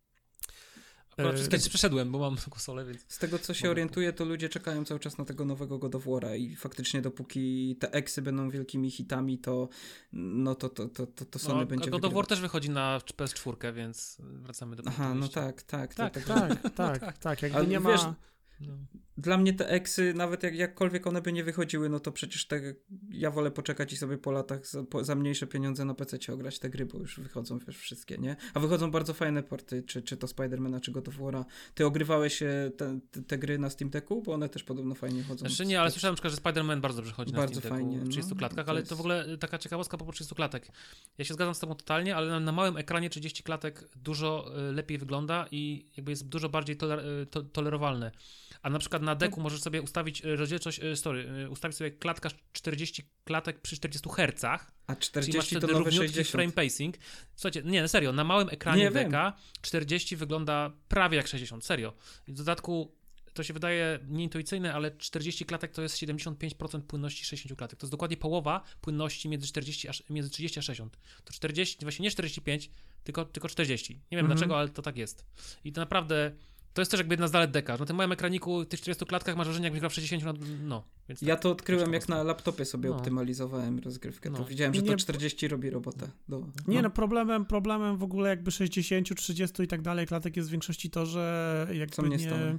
Akurat wszystkie yy, przeszedłem, bo mam konsolę, więc... Z tego, co się orientuję, to ludzie czekają cały czas na tego nowego God of War'a i faktycznie dopóki te eksy będą wielkimi hitami, to no to, to, to, to, to Sony no, będzie God of War też wychodzi na P S cztery, więc wracamy do Aha, no tak, tak. Tak, tak, tak, tak, tak, tak, tak, jakby Ale nie ma... Wiesz, no. Dla mnie te eksy, nawet jak, jakkolwiek one by nie wychodziły, no to przecież te, ja wolę poczekać i sobie po latach za, po, za mniejsze pieniądze na pececie ograć te gry, bo już wychodzą wiesz, wszystkie, nie? A wychodzą bardzo fajne porty, czy, czy to Spidermana, czy God of War'a. Ty ogrywałeś te, te, te gry na Steam Decku? Bo one też podobno fajnie chodzą. Znaczy nie, ale słyszałem na przykład, że Spider-Man bardzo dobrze chodzi bardzo na Steam fajnie, Decku w trzydziestu no, klatkach, to ale jest... to w ogóle taka ciekawostka po trzydziestu klatek. Ja się zgadzam z tobą totalnie, ale na, na małym ekranie trzydzieści klatek dużo y, lepiej wygląda i jakby jest dużo bardziej toler, y, to, tolerowalne. A na przykład na deku możesz sobie ustawić rozdzielczość, sorry, ustawić sobie klatka czterdzieści klatek przy czterdziestu hercach. A czterdzieści to nowe sześćdziesiąt. Frame pacing. Słuchajcie, nie, serio, na małym ekranie nie deka wiem. czterdzieści wygląda prawie jak sześćdziesiąt, serio. I w dodatku to się wydaje nieintuicyjne, ale czterdzieści klatek to jest siedemdziesiąt pięć procent płynności sześćdziesięciu klatek. To jest dokładnie połowa płynności między, czterdzieści, między trzydzieści a sześćdziesiąt. To czterdzieści, właśnie nie czterdzieści pięć, tylko, tylko czterdzieści. Nie wiem mhm. dlaczego, ale to tak jest. I to naprawdę... To jest też jakby jedna z zalet deka. Na tym małym ekraniku, w tych czterdziestu klatkach masz wrażenie, jakbyś grał w sześćdziesięciu, no. Więc ja tak, to odkryłem, jak na laptopie sobie no. optymalizowałem rozgrywkę. To no. widziałem, że to nie, czterdzieści robi robotę. Do, nie, no. no problemem, problemem w ogóle jakby sześćdziesiąt, trzydzieści i tak dalej klatek jest w większości to, że jakby Co nie... nie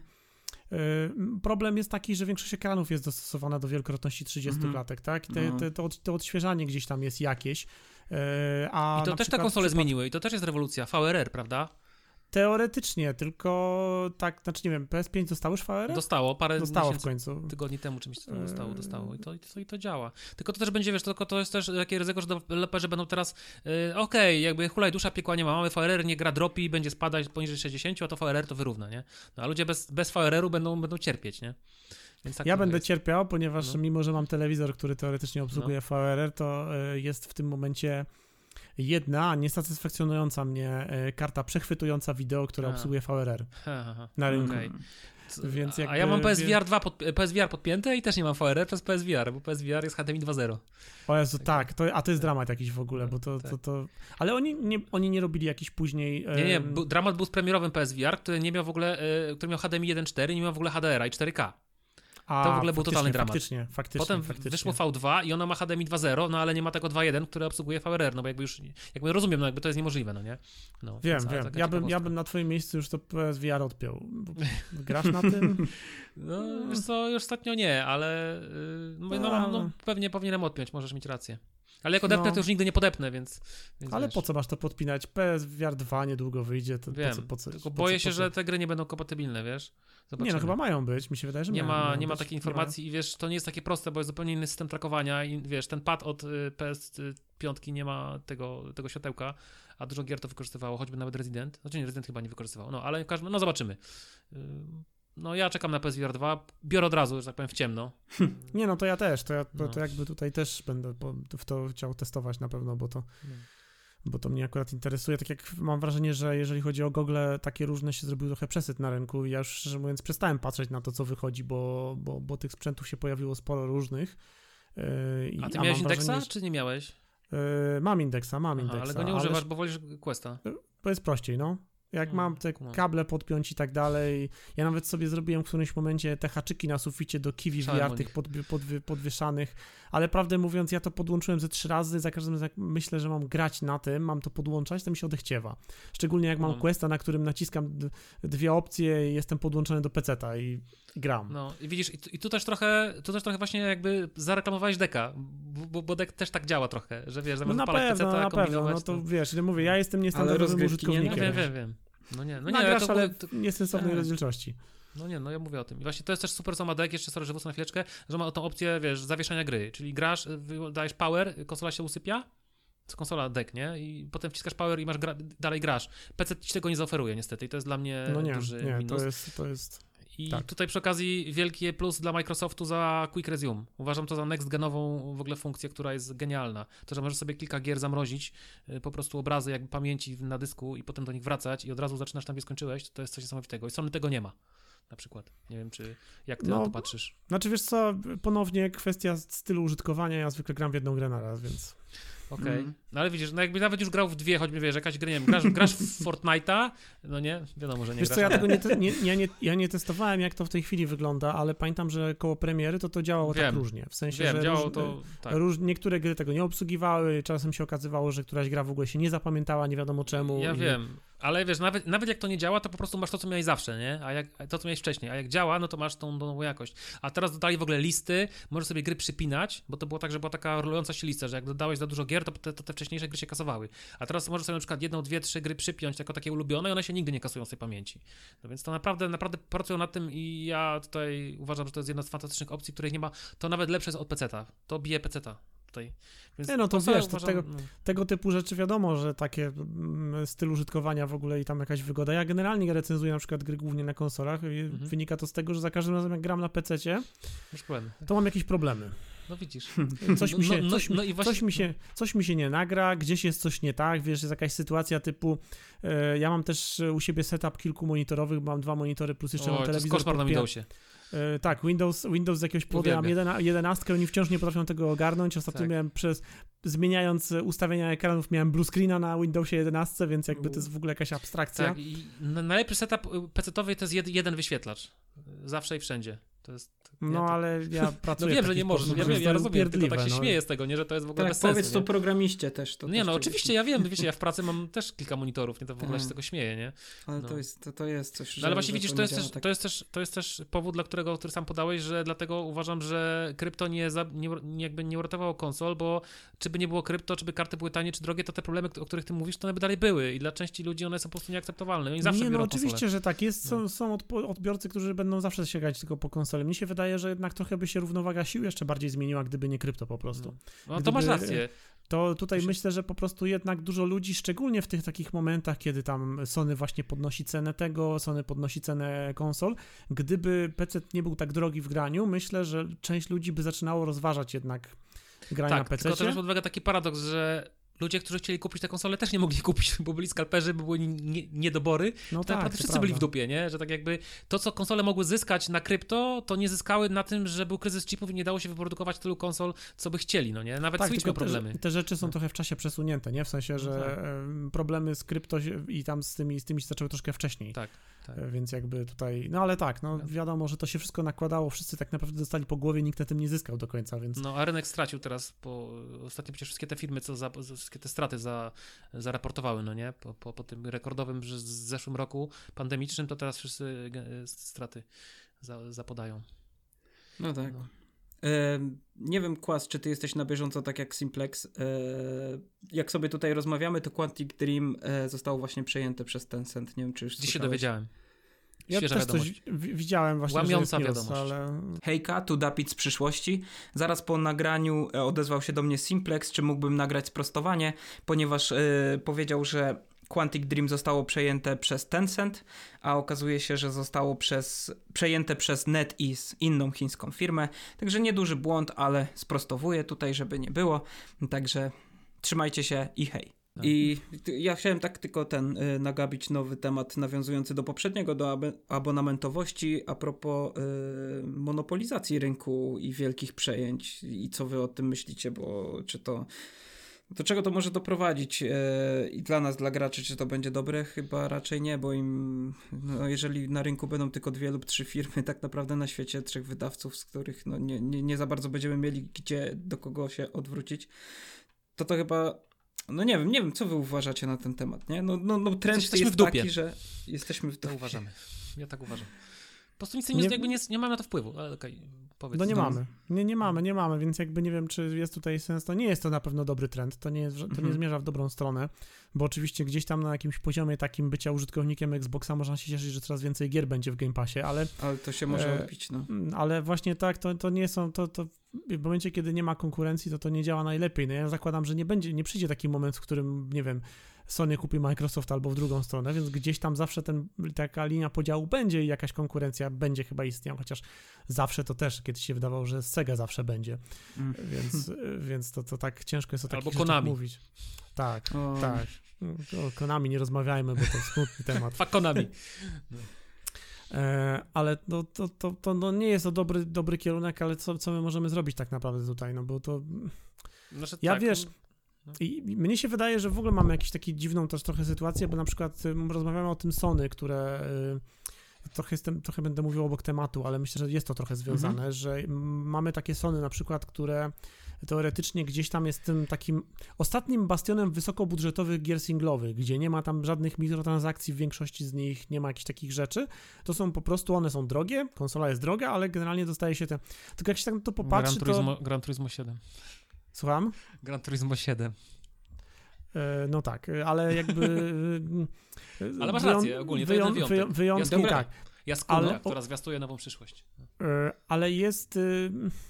problem jest taki, że większość ekranów jest dostosowana do wielokrotności trzydziestu mhm. klatek, tak? Te, te, to, to odświeżanie gdzieś tam jest jakieś. A I to też te konsole przypad... zmieniły i to też jest rewolucja. V R R, prawda? Teoretycznie, tylko tak, znaczy nie wiem, P S pięć dostało już V R R? Dostało, parę dostało w końcu. tygodni temu czymś to dostało, dostało i to, i, to, i to działa. Tylko to też będzie, wiesz, tylko to jest też takie ryzyko, że deweloperzy będą teraz yy, okej, okay, jakby hulaj dusza, piekła nie ma, mamy V R R, nie gra dropi i będzie spadać poniżej sześćdziesięciu, a to V R R to wyrówna, nie? No a ludzie bez, bez V R R-u będą, będą cierpieć, nie? Więc tak ja będę jest. cierpiał, ponieważ no. mimo, że mam telewizor, który teoretycznie obsługuje no. V R R, to y, jest w tym momencie jedna niesatysfakcjonująca mnie y, karta przechwytująca wideo, która a. obsługuje V R R Aha. na rynku. Okay. Więc jakby, a ja mam P S V R dwa pod, P S V R podpięte i też nie mam V R R przez P S V R, bo P S V R jest H D M I dwa zero. O Jezu, tak, to, a to jest dramat jakiś w ogóle, bo to, tak. to, to... Ale oni nie, oni nie robili jakiś później... Nie, nie, bu, dramat był z premierowym P S V R, który nie miał w ogóle, y, który miał H D M I jeden przecinek cztery, nie miał w ogóle H D R-a i cztery K. A, to w ogóle był totalny dramat. Faktycznie, faktycznie. Potem faktycznie. wyszło V dwa i ono ma H D M I dwa zero, no ale nie ma tego dwa jeden, które obsługuje V R R, no bo jakby już, jakby rozumiem, no jakby to jest niemożliwe, no nie? No, wiem, więc, wiem. Ja bym, ja bym na twoim miejscu już to P S V R odpiął. Grasz na tym? No, wiesz co, już ostatnio nie, ale yy, no, no, no, pewnie powinienem odpiąć, możesz mieć rację. Ale jak odepnę, no. to już nigdy nie podepnę, więc... więc ale wiesz. Po co masz to podpinać? P S V R dwa niedługo wyjdzie, to wiem, po co? Po co tylko po boję co, się, po co? że te gry nie będą kompatybilne, wiesz? Zobaczymy. Nie, no chyba mają być, mi się wydaje, że nie mają, ma, mają Nie ma być. takiej informacji i wiesz, to nie jest takie proste, bo jest zupełnie inny system trakowania i wiesz, ten pad od y, P S pięć nie ma tego, tego światełka, a dużo gier to wykorzystywało, choćby nawet Resident, znaczy nie, Resident chyba nie wykorzystywał, no ale każdy, no zobaczymy. Y, No ja czekam na P S V R dwa, biorę od razu, że tak powiem, w ciemno. Nie, no to ja też, to ja to, no. to jakby tutaj też będę w to chciał testować na pewno, bo to, no. bo to mnie akurat interesuje. Tak jak mam wrażenie, że jeżeli chodzi o gogle, takie różne się zrobił trochę przesyt na rynku i ja już szczerze mówiąc przestałem patrzeć na to, co wychodzi, bo, bo, bo tych sprzętów się pojawiło sporo różnych. Yy, a ty a miałeś mam indeksa, wrażenie, czy nie miałeś? Yy, mam indeksa, mam Aha, indeksa. ale go nie używasz, bo wolisz Questa. Bo jest prościej, no. Jak Hmm, mam te no. kable podpiąć i tak dalej. Ja nawet sobie zrobiłem w którymś momencie te haczyki na suficie do Kiwi V R, tych pod, pod, podwieszanych, ale prawdę mówiąc ja to podłączyłem ze trzy razy, za każdym razem jak myślę, że mam grać na tym, mam to podłączać, to mi się odechciewa. Szczególnie jak mam no. Questa, na którym naciskam d- dwie opcje i jestem podłączony do peceta i, i gram. No i widzisz, i tu, i tu też trochę, tu też trochę właśnie jakby zareklamowałeś deka, bo, bo dek też tak działa trochę, że wiesz, No zamiast na odpalać pewno, peceta, na pewno, kombinować, no to wiesz, ja mówię, ja jestem niestandardowym użytkownikiem. No wiem, wiem, wiem. No nie, no nie, Nagrasz, to, ale to, w niesensownej tak. rozdzielczości. No nie, no ja mówię o tym. I właśnie to jest też super, co ma deck, jeszcze sorry, że wrócę na chwileczkę, że ma tą opcję, wiesz, zawieszania gry, czyli grasz, dajesz power, konsola się usypia, to konsola deck, nie? I potem wciskasz power i masz gra, dalej grasz. P C ci tego nie zaoferuje niestety i to jest dla mnie no nie, duży nie, minus. to jest, to jest... I tak. tutaj przy okazji wielki plus dla Microsoftu za Quick Resume. Uważam to za next-genową w ogóle funkcję, która jest genialna. To, że możesz sobie kilka gier zamrozić, po prostu obrazy jakby pamięci na dysku i potem do nich wracać i od razu zaczynasz tam, gdzie skończyłeś, to, to jest coś niesamowitego. I Sony tego nie ma. Na przykład. Nie wiem, czy jak ty no, na to patrzysz. Znaczy wiesz co, ponownie kwestia stylu użytkowania, ja zwykle gram w jedną grę na raz, więc... Okej, okay. Mm. No ale widzisz, no jakby nawet już grał w dwie, choćby wiesz, jakaś gra, nie wiem, grasz, grasz w Fortnite'a, no nie, wiadomo, że nie wiesz grasz. co, ja tego nie, te, nie, ja nie, ja nie testowałem, jak to w tej chwili wygląda, ale pamiętam, że koło premiery to to działało Wiem. tak różnie, w sensie, Wiem, że działało róż, to, tak. róż, niektóre gry tego nie obsługiwały, czasem się okazywało, że któraś gra w ogóle się nie zapamiętała, nie wiadomo czemu. Ja i... wiem, ale wiesz, nawet, nawet jak to nie działa, to po prostu masz to, co miałeś zawsze, nie? A jak to, co miałeś wcześniej, a jak działa, no to masz tą nową jakość. A teraz dodali w ogóle listy, możesz sobie gry przypinać, bo to było tak, że była taka rolująca się lista, że jak dodałeś za dużo gier, to te, to te wcześniejsze gry się kasowały. A teraz możesz sobie na przykład jedną, dwie, trzy gry przypiąć jako takie ulubione i one się nigdy nie kasują z tej pamięci. No więc to naprawdę, naprawdę pracują nad tym i ja tutaj uważam, że to jest jedna z fantastycznych opcji, których nie ma, to nawet lepsze jest od peceta. To bije peceta tutaj. Więc nie, no to wiesz, to uważam, tego, no. tego typu rzeczy wiadomo, że takie mm, styl użytkowania w ogóle i tam jakaś wygoda. Ja generalnie recenzuję na przykład gry głównie na konsolach i Mhm. wynika to z tego, że za każdym razem jak gram na pececie, Masz problemy. to mam jakieś problemy. No widzisz. Coś mi się, No, no, coś, mi, no i właśnie- coś, mi się, coś mi się nie nagra, gdzieś jest coś nie tak, wiesz, jest jakaś sytuacja typu, e, ja mam też u siebie setup kilku monitorowych, bo mam dwa monitory plus jeszcze mam O, to jest telewizor. koszmar na podpię- Windowsie. E, tak, Windows, Windows z jakiegoś powodu, ja mam Uwielbiam. jedena, jedenastkę, oni wciąż nie potrafią tego ogarnąć, ostatnio Tak. miałem przez, zmieniając ustawienia ekranów, miałem blue screena na Windowsie jedenaście, więc jakby to jest w ogóle jakaś abstrakcja. Tak, i na- najlepszy setup pecetowy to jest jed, jeden wyświetlacz. Zawsze i wszędzie. To jest... No, ja to... ale ja pracuję No wiem, w że taki nie możesz, sposób, ja że wiem, jest ja to rozumiem, tylko tak się upierdliwe, no. śmieję z tego, nie, że to jest w ogóle Tak, bez powiedz sensu. to nie? programiście też. To Nie, też no to oczywiście, ja wiem, wiecie, ja w pracy mam też kilka monitorów, nie, to w ogóle Tak. się z tego śmieję, nie? Ale no. to, jest, to, to jest coś, No, że, ale właśnie że widzisz, to to nie jest, działa też, tak. to, jest też, to jest też powód, dla którego, który sam podałeś, że dlatego uważam, że krypto nie, za, nie, nie, jakby nie uratowało konsol, bo czy by nie było krypto, czy by karty były tanie, czy drogie, to te problemy, o których ty mówisz, to one by dalej były i dla części ludzi one są po prostu nieakceptowalne. Oni zawsze nie, no biorą oczywiście, konsolę. że tak jest. Są, No. są odpo- odbiorcy, którzy będą zawsze sięgać tylko po konsole. Mnie się wydaje, że jednak trochę by się równowaga sił jeszcze bardziej zmieniła, gdyby nie krypto po prostu. No, no to Gdyby- masz rację. To tutaj To się- myślę, że po prostu jednak dużo ludzi, szczególnie w tych takich momentach, kiedy tam Sony właśnie podnosi cenę tego, Sony podnosi cenę konsol, gdyby P C nie był tak drogi w graniu, myślę, że część ludzi by zaczynało rozważać jednak granie Tak, na P C. tylko też weź pod uwagę taki paradoks, że ludzie, którzy chcieli kupić tę konsolę, też nie mogli kupić, bo byli skalperzy, bo były nie, niedobory. No tak tak, naprawdę to wszyscy byli w prawda. dupie, nie? Że tak jakby to, co konsole mogły zyskać na krypto, to nie zyskały na tym, że był kryzys chipów i nie dało się wyprodukować tylu konsol, co by chcieli, no nie? Nawet Tak, Switch tylko miał problemy. Te, te rzeczy są trochę w czasie przesunięte, nie? W sensie, że tak. em, problemy z krypto się- i tam z tymi, z tymi się zaczęły troszkę wcześniej. Tak, tak. E, Więc jakby tutaj, no ale tak, no wiadomo, że to się wszystko nakładało, wszyscy tak naprawdę dostali po głowie, nikt na tym nie zyskał do końca, więc No, a rynek stracił teraz, bo ostatnio przecież wszystkie te firmy, co za, wszystkie te straty za, zaraportowały, no nie? Po, po, po tym rekordowym że z zeszłym roku pandemicznym, to teraz wszyscy e, straty za, zapodają. No tak. No. E, nie wiem, Kłas, czy ty jesteś na bieżąco tak jak Simplex. E, jak sobie tutaj rozmawiamy, to Quantic Dream e, zostało właśnie przejęte przez Tencent. Nie wiem, czy już Dziś się słyszałeś. dowiedziałem. ja Świeża też wiadomość. coś wi- widziałem właśnie, Łamiąca że jest news, wiadomość. ale Hejka, tu Dapit z przyszłości. Zaraz po nagraniu e, odezwał się do mnie Simplex, czy mógłbym nagrać sprostowanie, ponieważ e, powiedział, że Quantic Dream zostało przejęte przez Tencent, a okazuje się, że zostało przez, przejęte przez NetEase, inną chińską firmę. Także nieduży błąd, ale sprostowuję tutaj, żeby nie było. Także trzymajcie się i hej. Tak. I ty- ja chciałem tak tylko ten y, nagabić nowy temat nawiązujący do poprzedniego, do ab- abonamentowości a propos y, monopolizacji rynku i wielkich przejęć i co wy o tym myślicie, bo czy to do czego to może doprowadzić y, i dla nas, dla graczy, czy to będzie dobre? Chyba raczej nie, bo im, no, jeżeli na rynku będą tylko dwie lub trzy firmy tak naprawdę na świecie, trzech wydawców, z których no, nie, nie, nie za bardzo będziemy mieli gdzie, do kogo się odwrócić, to to chyba no nie wiem, nie wiem, co wy uważacie na ten temat, nie? No, no, no trend Jesteśmy jest w dupie. taki, że jesteśmy w To dupie. uważamy. Ja tak uważam. Po prostu nic nie, Nie- jakby nie, nie mamy na to wpływu, ale okej, powiedz. no nie no. mamy. Nie, nie mamy, nie mamy, więc jakby nie wiem, czy jest tutaj sens. To nie jest to na pewno dobry trend, to nie, jest, to nie Mhm. zmierza w dobrą stronę, bo oczywiście gdzieś tam na jakimś poziomie takim bycia użytkownikiem Xboxa można się cieszyć, że coraz więcej gier będzie w Game Passie, ale Ale to się może E, odbić, no. Mm, Ale właśnie tak, to, to nie są, to, to w momencie, kiedy nie ma konkurencji, to to nie działa najlepiej. No ja zakładam, że nie będzie, nie przyjdzie taki moment, w którym, nie wiem, Sony kupi Microsoft albo w drugą stronę, więc gdzieś tam zawsze ten, taka linia podziału będzie i jakaś konkurencja będzie chyba istniała, chociaż zawsze to też, kiedyś się wydawało, że Sega zawsze będzie, Mm. więc, więc to, to tak ciężko jest o takich Albo rzeczach Konami. mówić. Tak, O, tak. O Konami nie rozmawiajmy, bo to smutny temat. Fakonami. E, ale no, to, to, to no nie jest to dobry, dobry kierunek, ale co, co my możemy zrobić tak naprawdę tutaj, no bo to Znaczy, ja tak, wiesz, i, i mnie się wydaje, że w ogóle mamy jakąś taką dziwną też trochę sytuację, bo na przykład y, rozmawiamy o tym Sony, które y, trochę, jestem, trochę będę mówił obok tematu, ale myślę, że jest to trochę związane, Mhm. że m, mamy takie Sony na przykład, które teoretycznie gdzieś tam jest tym takim ostatnim bastionem wysokobudżetowych gier singlowych, gdzie nie ma tam żadnych mikrotransakcji w większości z nich, nie ma jakichś takich rzeczy. To są po prostu, one są drogie, konsola jest droga, ale generalnie dostaje się te... Tylko jak się tak na to popatrzy, Gran Turismo, to... Gran Turismo siedem. Słucham? Gran Turismo siedem. E, No tak, e, ale jakby... e, Ale masz wyją- rację, ogólnie to jeden wyją- wyjątek. wyją- Wyjątki, Jaskółka. tak. Jaskółka, Ale- która zwiastuje nową przyszłość. E, Ale jest... y,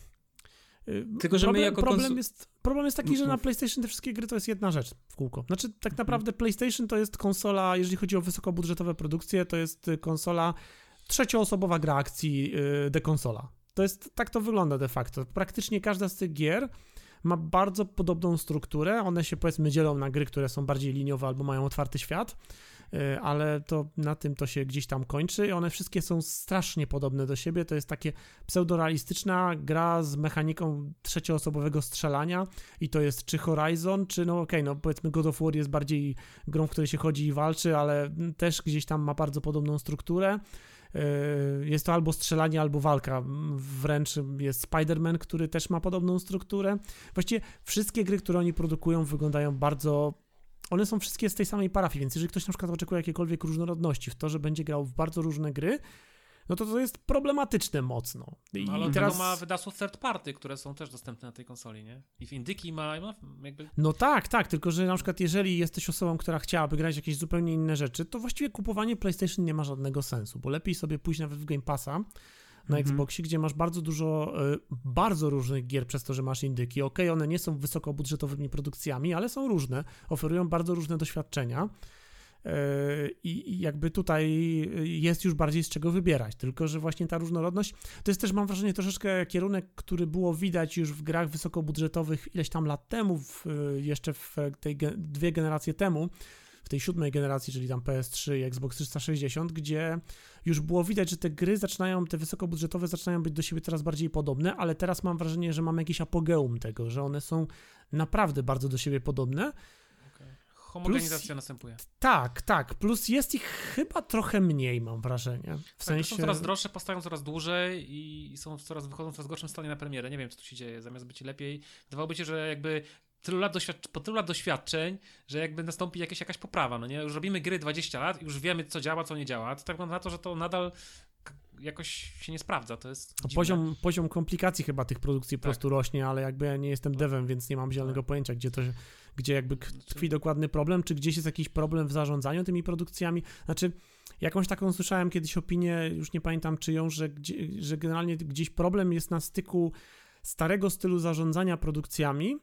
y, Tylko, że my problem, jako problem, konsu- jest, problem jest taki, że na Mów. PlayStation te wszystkie gry to jest jedna rzecz w kółko. Znaczy, tak Mhm. naprawdę PlayStation to jest konsola, jeżeli chodzi o wysokobudżetowe produkcje, to jest y, konsola trzecioosobowa gra akcji y, de konsola. To jest, tak to wygląda de facto. Praktycznie każda z tych gier ma bardzo podobną strukturę. One się, powiedzmy, dzielą na gry, które są bardziej liniowe albo mają otwarty świat, y, ale to na tym to się gdzieś tam kończy i one wszystkie są strasznie podobne do siebie. To jest takie pseudorealistyczna gra z mechaniką trzecioosobowego strzelania i to jest czy Horizon, czy no okej, okay, no powiedzmy God of War jest bardziej grą, w której się chodzi i walczy, ale też gdzieś tam ma bardzo podobną strukturę. Jest to albo strzelanie, albo walka. Wręcz jest Spider-Man, który też ma podobną strukturę. Właściwie wszystkie gry, które oni produkują, wyglądają bardzo... One są wszystkie z tej samej parafii, więc jeżeli ktoś na przykład oczekuje jakiejkolwiek różnorodności w to, że będzie grał w bardzo różne gry, no to to jest problematyczne mocno. I No, ale od teraz... tego ma wydawców third party, które są też dostępne na tej konsoli, nie? I w Indyki ma, ma jakby... No tak, tak, tylko że na przykład jeżeli jesteś osobą, która chciałaby grać jakieś zupełnie inne rzeczy, to właściwie kupowanie PlayStation nie ma żadnego sensu, bo lepiej sobie pójść nawet w Game Passa na Mhm. Xboxie, gdzie masz bardzo dużo, y, bardzo różnych gier przez to, że masz indyki. Okej, one nie są wysokobudżetowymi produkcjami, ale są różne, oferują bardzo różne doświadczenia. Y, i, i jakby tutaj jest już bardziej z czego wybierać, tylko że właśnie ta różnorodność, to jest też, mam wrażenie, troszeczkę kierunek, który było widać już w grach wysokobudżetowych ileś tam lat temu, w, jeszcze w tej dwie generacje temu, w tej siódmej generacji, czyli tam P S trzy i Xbox trzysta sześćdziesiąt, gdzie już było widać, że te gry zaczynają, te wysokobudżetowe zaczynają być do siebie coraz bardziej podobne, ale teraz mam wrażenie, że mamy jakiś apogeum tego, że one są naprawdę bardzo do siebie podobne. Okay. Homogenizacja plus, następuje. Tak, tak. Plus jest ich chyba trochę mniej, mam wrażenie. W tak, sensie... Są coraz droższe, powstają coraz dłużej i są coraz, wychodzą w coraz gorszym stanie na premierę. Nie wiem, co tu się dzieje. Zamiast być lepiej, wydawałoby się, że jakby tylu lat doświadczeń, po tylu lat doświadczeń, że jakby nastąpi jakieś, jakaś poprawa, no nie? Już robimy gry dwadzieścia lat, już wiemy, co działa, co nie działa. To tak wygląda na to, że to nadal jakoś się nie sprawdza, to jest poziom, poziom komplikacji chyba tych produkcji tak. po prostu rośnie, ale jakby ja nie jestem devem, więc nie mam zielonego tak. pojęcia, gdzie to, gdzie jakby tkwi dokładny problem, czy gdzieś jest jakiś problem w zarządzaniu tymi produkcjami. Znaczy, jakąś taką słyszałem kiedyś opinię, już nie pamiętam czyją, że, że generalnie gdzieś problem jest na styku starego stylu zarządzania produkcjami,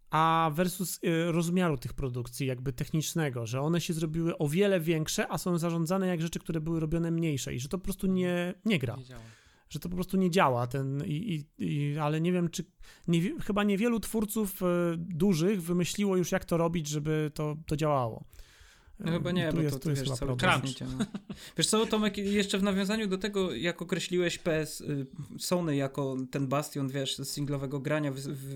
a versus y, rozmiaru tych produkcji jakby technicznego, że one się zrobiły o wiele większe, a są zarządzane jak rzeczy, które były robione mniejsze i że to po prostu nie, nie gra. Nie działa. Że to po prostu nie działa, ten, i, i, i, ale nie wiem, czy nie, chyba niewielu twórców y, dużych wymyśliło już, jak to robić, żeby to, to działało. No chyba nie, bo jest, to, to jest wiesz, cały czas nie działa. Wiesz co, Tomek, jeszcze w nawiązaniu do tego, jak określiłeś P S Sony jako ten bastion, wiesz, singlowego grania w,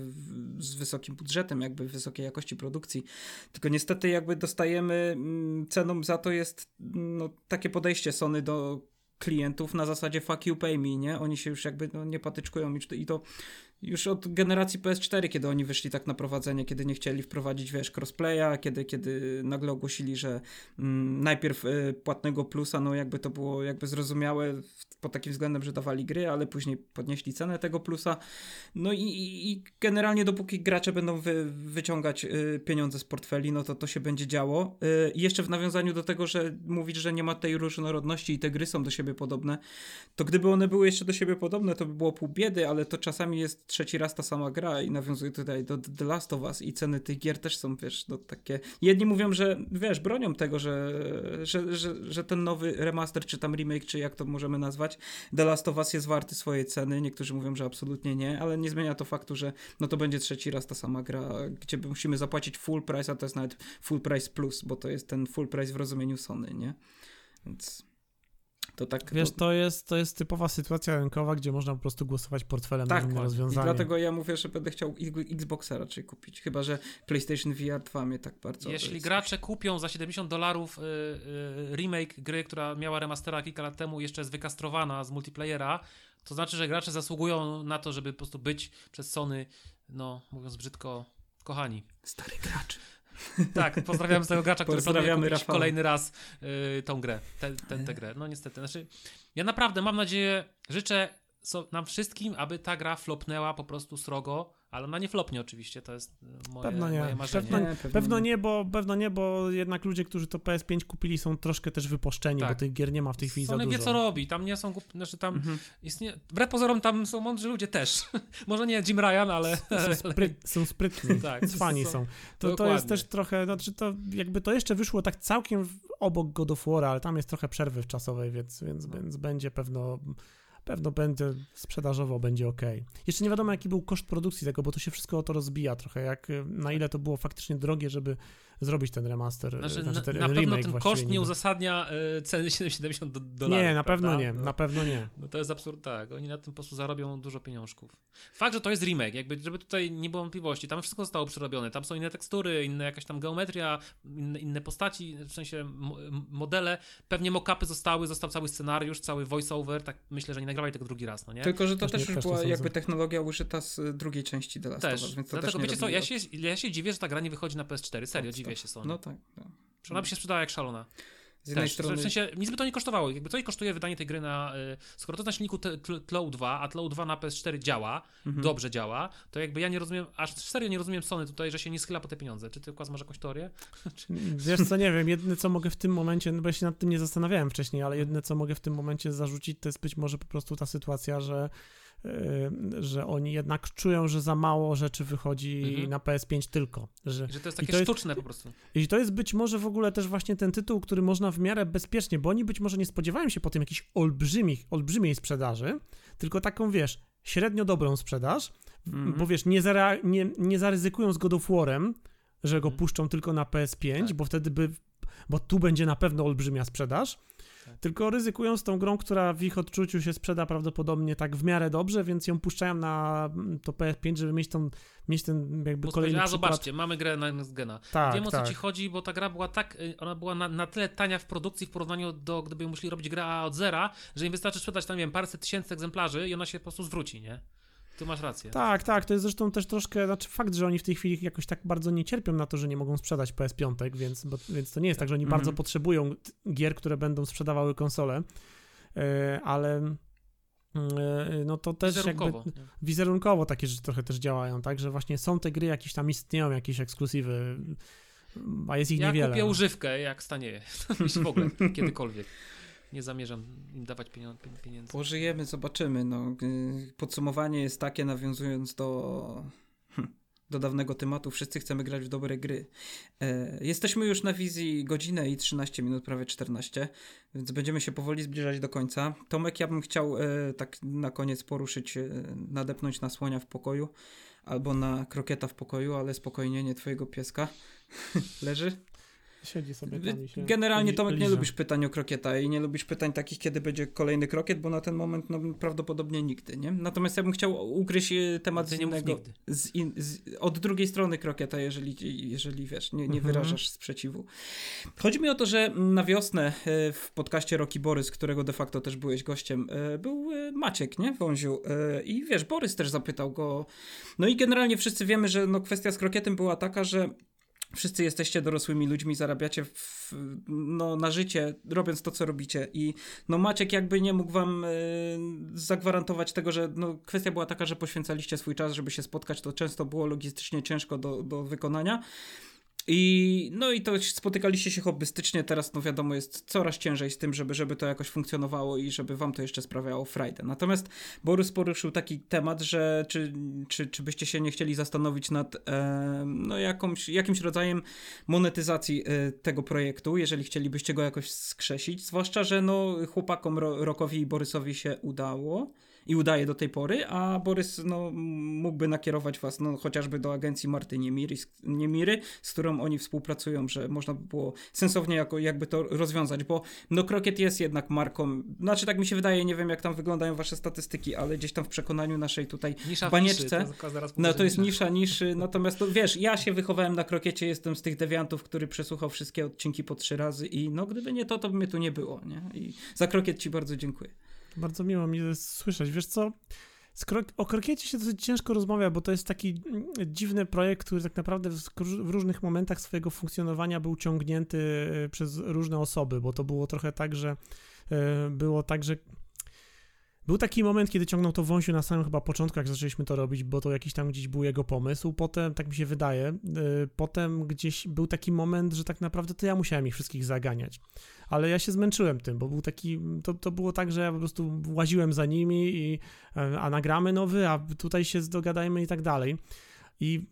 w, z wysokim budżetem, jakby wysokiej jakości produkcji, tylko niestety jakby dostajemy, ceną za to jest no, takie podejście Sony do klientów na zasadzie fuck you, pay me, nie? Oni się już jakby no, nie patyczkują i to już od generacji P S cztery, kiedy oni wyszli tak na prowadzenie, kiedy nie chcieli wprowadzić, wiesz, crossplaya, kiedy, kiedy nagle ogłosili, że mm, najpierw y, płatnego plusa, no jakby to było jakby zrozumiałe pod takim względem, że dawali gry, ale później podnieśli cenę tego plusa. No i, i, i generalnie dopóki gracze będą wy, wyciągać y, pieniądze z portfeli, no to to się będzie działo. Y, I jeszcze w nawiązaniu do tego, że mówisz, że nie ma tej różnorodności i te gry są do siebie podobne, to gdyby one były jeszcze do siebie podobne, to by było pół biedy, ale to czasami jest trzeci raz ta sama gra i nawiązuje tutaj do The Last of Us i ceny tych gier też są, wiesz, no takie... Jedni mówią, że, wiesz, bronią tego, że, że, że, że ten nowy remaster, czy tam remake, czy jak to możemy nazwać, The Last of Us jest warty swojej ceny. Niektórzy mówią, że absolutnie nie, ale nie zmienia to faktu, że no to będzie trzeci raz ta sama gra, gdzie musimy zapłacić full price, a to jest nawet full price plus, bo to jest ten full price w rozumieniu Sony, nie? Więc... To tak, Wiesz, to... to jest, to jest typowa sytuacja rynkowa, gdzie można po prostu głosować portfelem tak, na inne rozwiązanie. I dlatego ja mówię, że będę chciał Xboxa raczej kupić, chyba że PlayStation V R dwa mnie tak bardzo... Jeśli gracze kupią za siedemdziesiąt dolarów y, y, remake gry, która miała remastera kilka lat temu, jeszcze jest wykastrowana z multiplayera, to znaczy, że gracze zasługują na to, żeby po prostu być przez Sony, no mówiąc brzydko, kochani. Stary gracz. Tak, pozdrawiam z tego gracza, który planuje kupić Rafała. kolejny raz y, tą grę, tę te, te, te grę. No niestety, znaczy ja naprawdę mam nadzieję, życzę so, nam wszystkim, aby ta gra flopnęła po prostu srogo, ale ona nie flopnie oczywiście, to jest moje, pewno nie. moje marzenie. Pewno, nie, pewno, pewno nie, bo pewno nie, bo jednak ludzie, którzy to P S pięć kupili, są troszkę też wyposzczeni, tak. Bo tych gier nie ma w tej chwili Sony za dużo. wie, co robi, tam nie są, znaczy tam mhm. istnieje, wbrew pozorom tam są mądrzy ludzie też. Może nie Jim Ryan, ale... Są, spryt, są sprytni, tak, fani są. To, to jest też trochę, znaczy to jakby to jeszcze wyszło tak całkiem obok God of War, ale tam jest trochę przerwy czasowej, więc, więc, no. więc będzie pewno... Pewno będzie sprzedażowo, będzie ok. Jeszcze nie wiadomo, jaki był koszt produkcji tego, bo to się wszystko o to rozbija trochę, jak na ile to było faktycznie drogie, żeby zrobić ten remaster. Znaczy, znaczy ten na, na pewno ten koszt niby. nie uzasadnia y, ceny siedemdziesiąt dolarów. Nie, na prawda? pewno nie, no, na pewno nie. No to jest absurd, tak. Oni na tym po prostu zarobią dużo pieniążków. Fakt, że to jest remake, jakby, żeby tutaj nie było wątpliwości, tam wszystko zostało przerobione, tam są inne tekstury, inne jakaś tam geometria, inne, inne postaci, w sensie mo modele, pewnie mock-upy zostały, został cały scenariusz, cały voice-over, tak myślę, że nie nagrywali tego drugi raz, no nie? Tylko, że to też, też już też była to jakby technologia użyta z drugiej części The Last of Us, więc to Dlatego, też nie wiecie co, robi... ja się, ja się dziwię, że ta gra nie wychodzi na P S cztery, serio, to, dziwię się Sony. No tak. No. Ona by się sprzedała jak szalona. Z jednej Też, strony... W sensie nic by to nie kosztowało. Jakby to i kosztuje wydanie tej gry na... Y, skoro to na silniku T L O dwa, a T L O dwa na P S cztery działa, mhm. dobrze działa, to jakby ja nie rozumiem, aż serio nie rozumiem Sony tutaj, że się nie schyla po te pieniądze. Czy ty, Kłas, masz jakąś teorię? Wiesz co, nie wiem, jedyne co mogę w tym momencie, no bo ja się nad tym nie zastanawiałem wcześniej, ale jedyne co mogę w tym momencie zarzucić, to jest być może po prostu ta sytuacja, że że oni jednak czują, że za mało rzeczy wychodzi mhm. na P S pięć tylko. Że, I że to jest takie to sztuczne jest, po prostu. I to jest być może w ogóle też właśnie ten tytuł, który można w miarę bezpiecznie, bo oni być może nie spodziewają się po tym jakiejś olbrzymich, olbrzymiej sprzedaży, tylko taką, wiesz, średnio dobrą sprzedaż, mhm. bo wiesz, nie, zara, nie, nie zaryzykują z God of War'em, że go mhm. puszczą tylko na P S pięć, tak. bo wtedy by, bo tu będzie na pewno olbrzymia sprzedaż, tak. tylko ryzykują z tą grą, która w ich odczuciu się sprzeda prawdopodobnie tak w miarę dobrze, więc ją puszczają na to P S pięć, żeby mieć, tą, mieć ten jakby bo kolejny A przykład. zobaczcie, mamy grę na next gena. Tak, Wiem o co tak. ci chodzi, bo ta gra była tak, ona była na, na tyle tania w produkcji w porównaniu do, gdyby musieli robić grę od zera, że im wystarczy sprzedać tam, nie wiem, paręset tysięcy egzemplarzy i ona się po prostu zwróci, nie? Tu masz rację. Tak, tak, to jest zresztą też troszkę, znaczy fakt, że oni w tej chwili jakoś tak bardzo nie cierpią na to, że nie mogą sprzedać P S pięć, więc, bo, więc to nie jest tak, że oni mm. bardzo potrzebują gier, które będą sprzedawały konsole, yy, ale yy, no to też wizerunkowo, jakby nie? wizerunkowo takie rzeczy trochę też działają, tak, że właśnie są te gry, jakieś tam istnieją, jakieś ekskluzywy, a jest ich ja niewiele. Ja kupię używkę, jak stanieje, w ogóle, kiedykolwiek. Nie zamierzam im dawać pieniędzy. Pożyjemy, zobaczymy. No, podsumowanie jest takie, nawiązując do, do dawnego tematu, wszyscy chcemy grać w dobre gry. E, jesteśmy już na wizji godzinę i trzynaście minut, prawie czternaście, więc będziemy się powoli zbliżać do końca. Tomek, ja bym chciał e, tak na koniec poruszyć, e, nadepnąć na słonia w pokoju, albo na krokieta w pokoju, ale spokojnie, nie twojego pieska. Leży? Siedzi sobie tam i się Generalnie Tomek liże. Nie lubisz pytań o krokieta i nie lubisz pytań takich, kiedy będzie kolejny krokiet, bo na ten moment no, prawdopodobnie nigdy, nie? Natomiast ja bym chciał ugryźć temat z innego, z in, z, od drugiej strony krokieta, jeżeli, jeżeli wiesz, nie, nie mhm. wyrażasz sprzeciwu. Chodzi mi o to, że na wiosnę w podcaście Roki Borys, którego de facto też byłeś gościem, był Maciek, nie? Wąziu. I wiesz, Borys też zapytał go. No i generalnie wszyscy wiemy, że no, kwestia z krokietem była taka, że wszyscy jesteście dorosłymi ludźmi, zarabiacie w, no, na życie, robiąc to, co robicie i no Maciek jakby nie mógł wam y, zagwarantować tego, że no, kwestia była taka, że poświęcaliście swój czas, żeby się spotkać, to często było logistycznie ciężko do, do wykonania. I no i to spotykaliście się hobbystycznie, teraz no wiadomo jest coraz ciężej z tym, żeby, żeby to jakoś funkcjonowało i żeby wam to jeszcze sprawiało frajdę. Natomiast Borys poruszył taki temat, że czy, czy, czy byście się nie chcieli zastanowić nad e, no jakąś, jakimś rodzajem monetyzacji e, tego projektu, jeżeli chcielibyście go jakoś skrzesić, zwłaszcza, że no chłopakom Ro, Rokowi i Borysowi się udało i udaje do tej pory, a Borys no, mógłby nakierować was no, chociażby do agencji Marty Niemiry, Niemiry, z którą oni współpracują, że można by było sensownie jako, jakby to rozwiązać, bo no Krokiet jest jednak marką, znaczy tak mi się wydaje, nie wiem jak tam wyglądają wasze statystyki, ale gdzieś tam w przekonaniu naszej tutaj nisza banieczce, niszy, to zaraz no to jest nisza niszy, natomiast to, wiesz, ja się wychowałem na Krokiecie, jestem z tych dewiantów, który przesłuchał wszystkie odcinki po trzy razy i no gdyby nie to, to by mnie tu nie było, nie? I za Krokiet ci bardzo dziękuję. Bardzo miło mi jest słyszeć. Wiesz co, Kro- o Krokiecie się dosyć ciężko rozmawia, bo to jest taki dziwny projekt, który tak naprawdę w, w różnych momentach swojego funkcjonowania był ciągnięty przez różne osoby, bo to było trochę tak, że było tak, że był taki moment, kiedy ciągnął to Wąsiu na samym chyba początku, jak zaczęliśmy to robić, bo to jakiś tam gdzieś był jego pomysł. Potem, tak mi się wydaje, yy, potem gdzieś był taki moment, że tak naprawdę to ja musiałem ich wszystkich zaganiać. Ale ja się zmęczyłem tym, bo był taki, to, to było tak, że ja po prostu łaziłem za nimi, i, a nagramy nowy, a tutaj się dogadajmy i tak dalej. I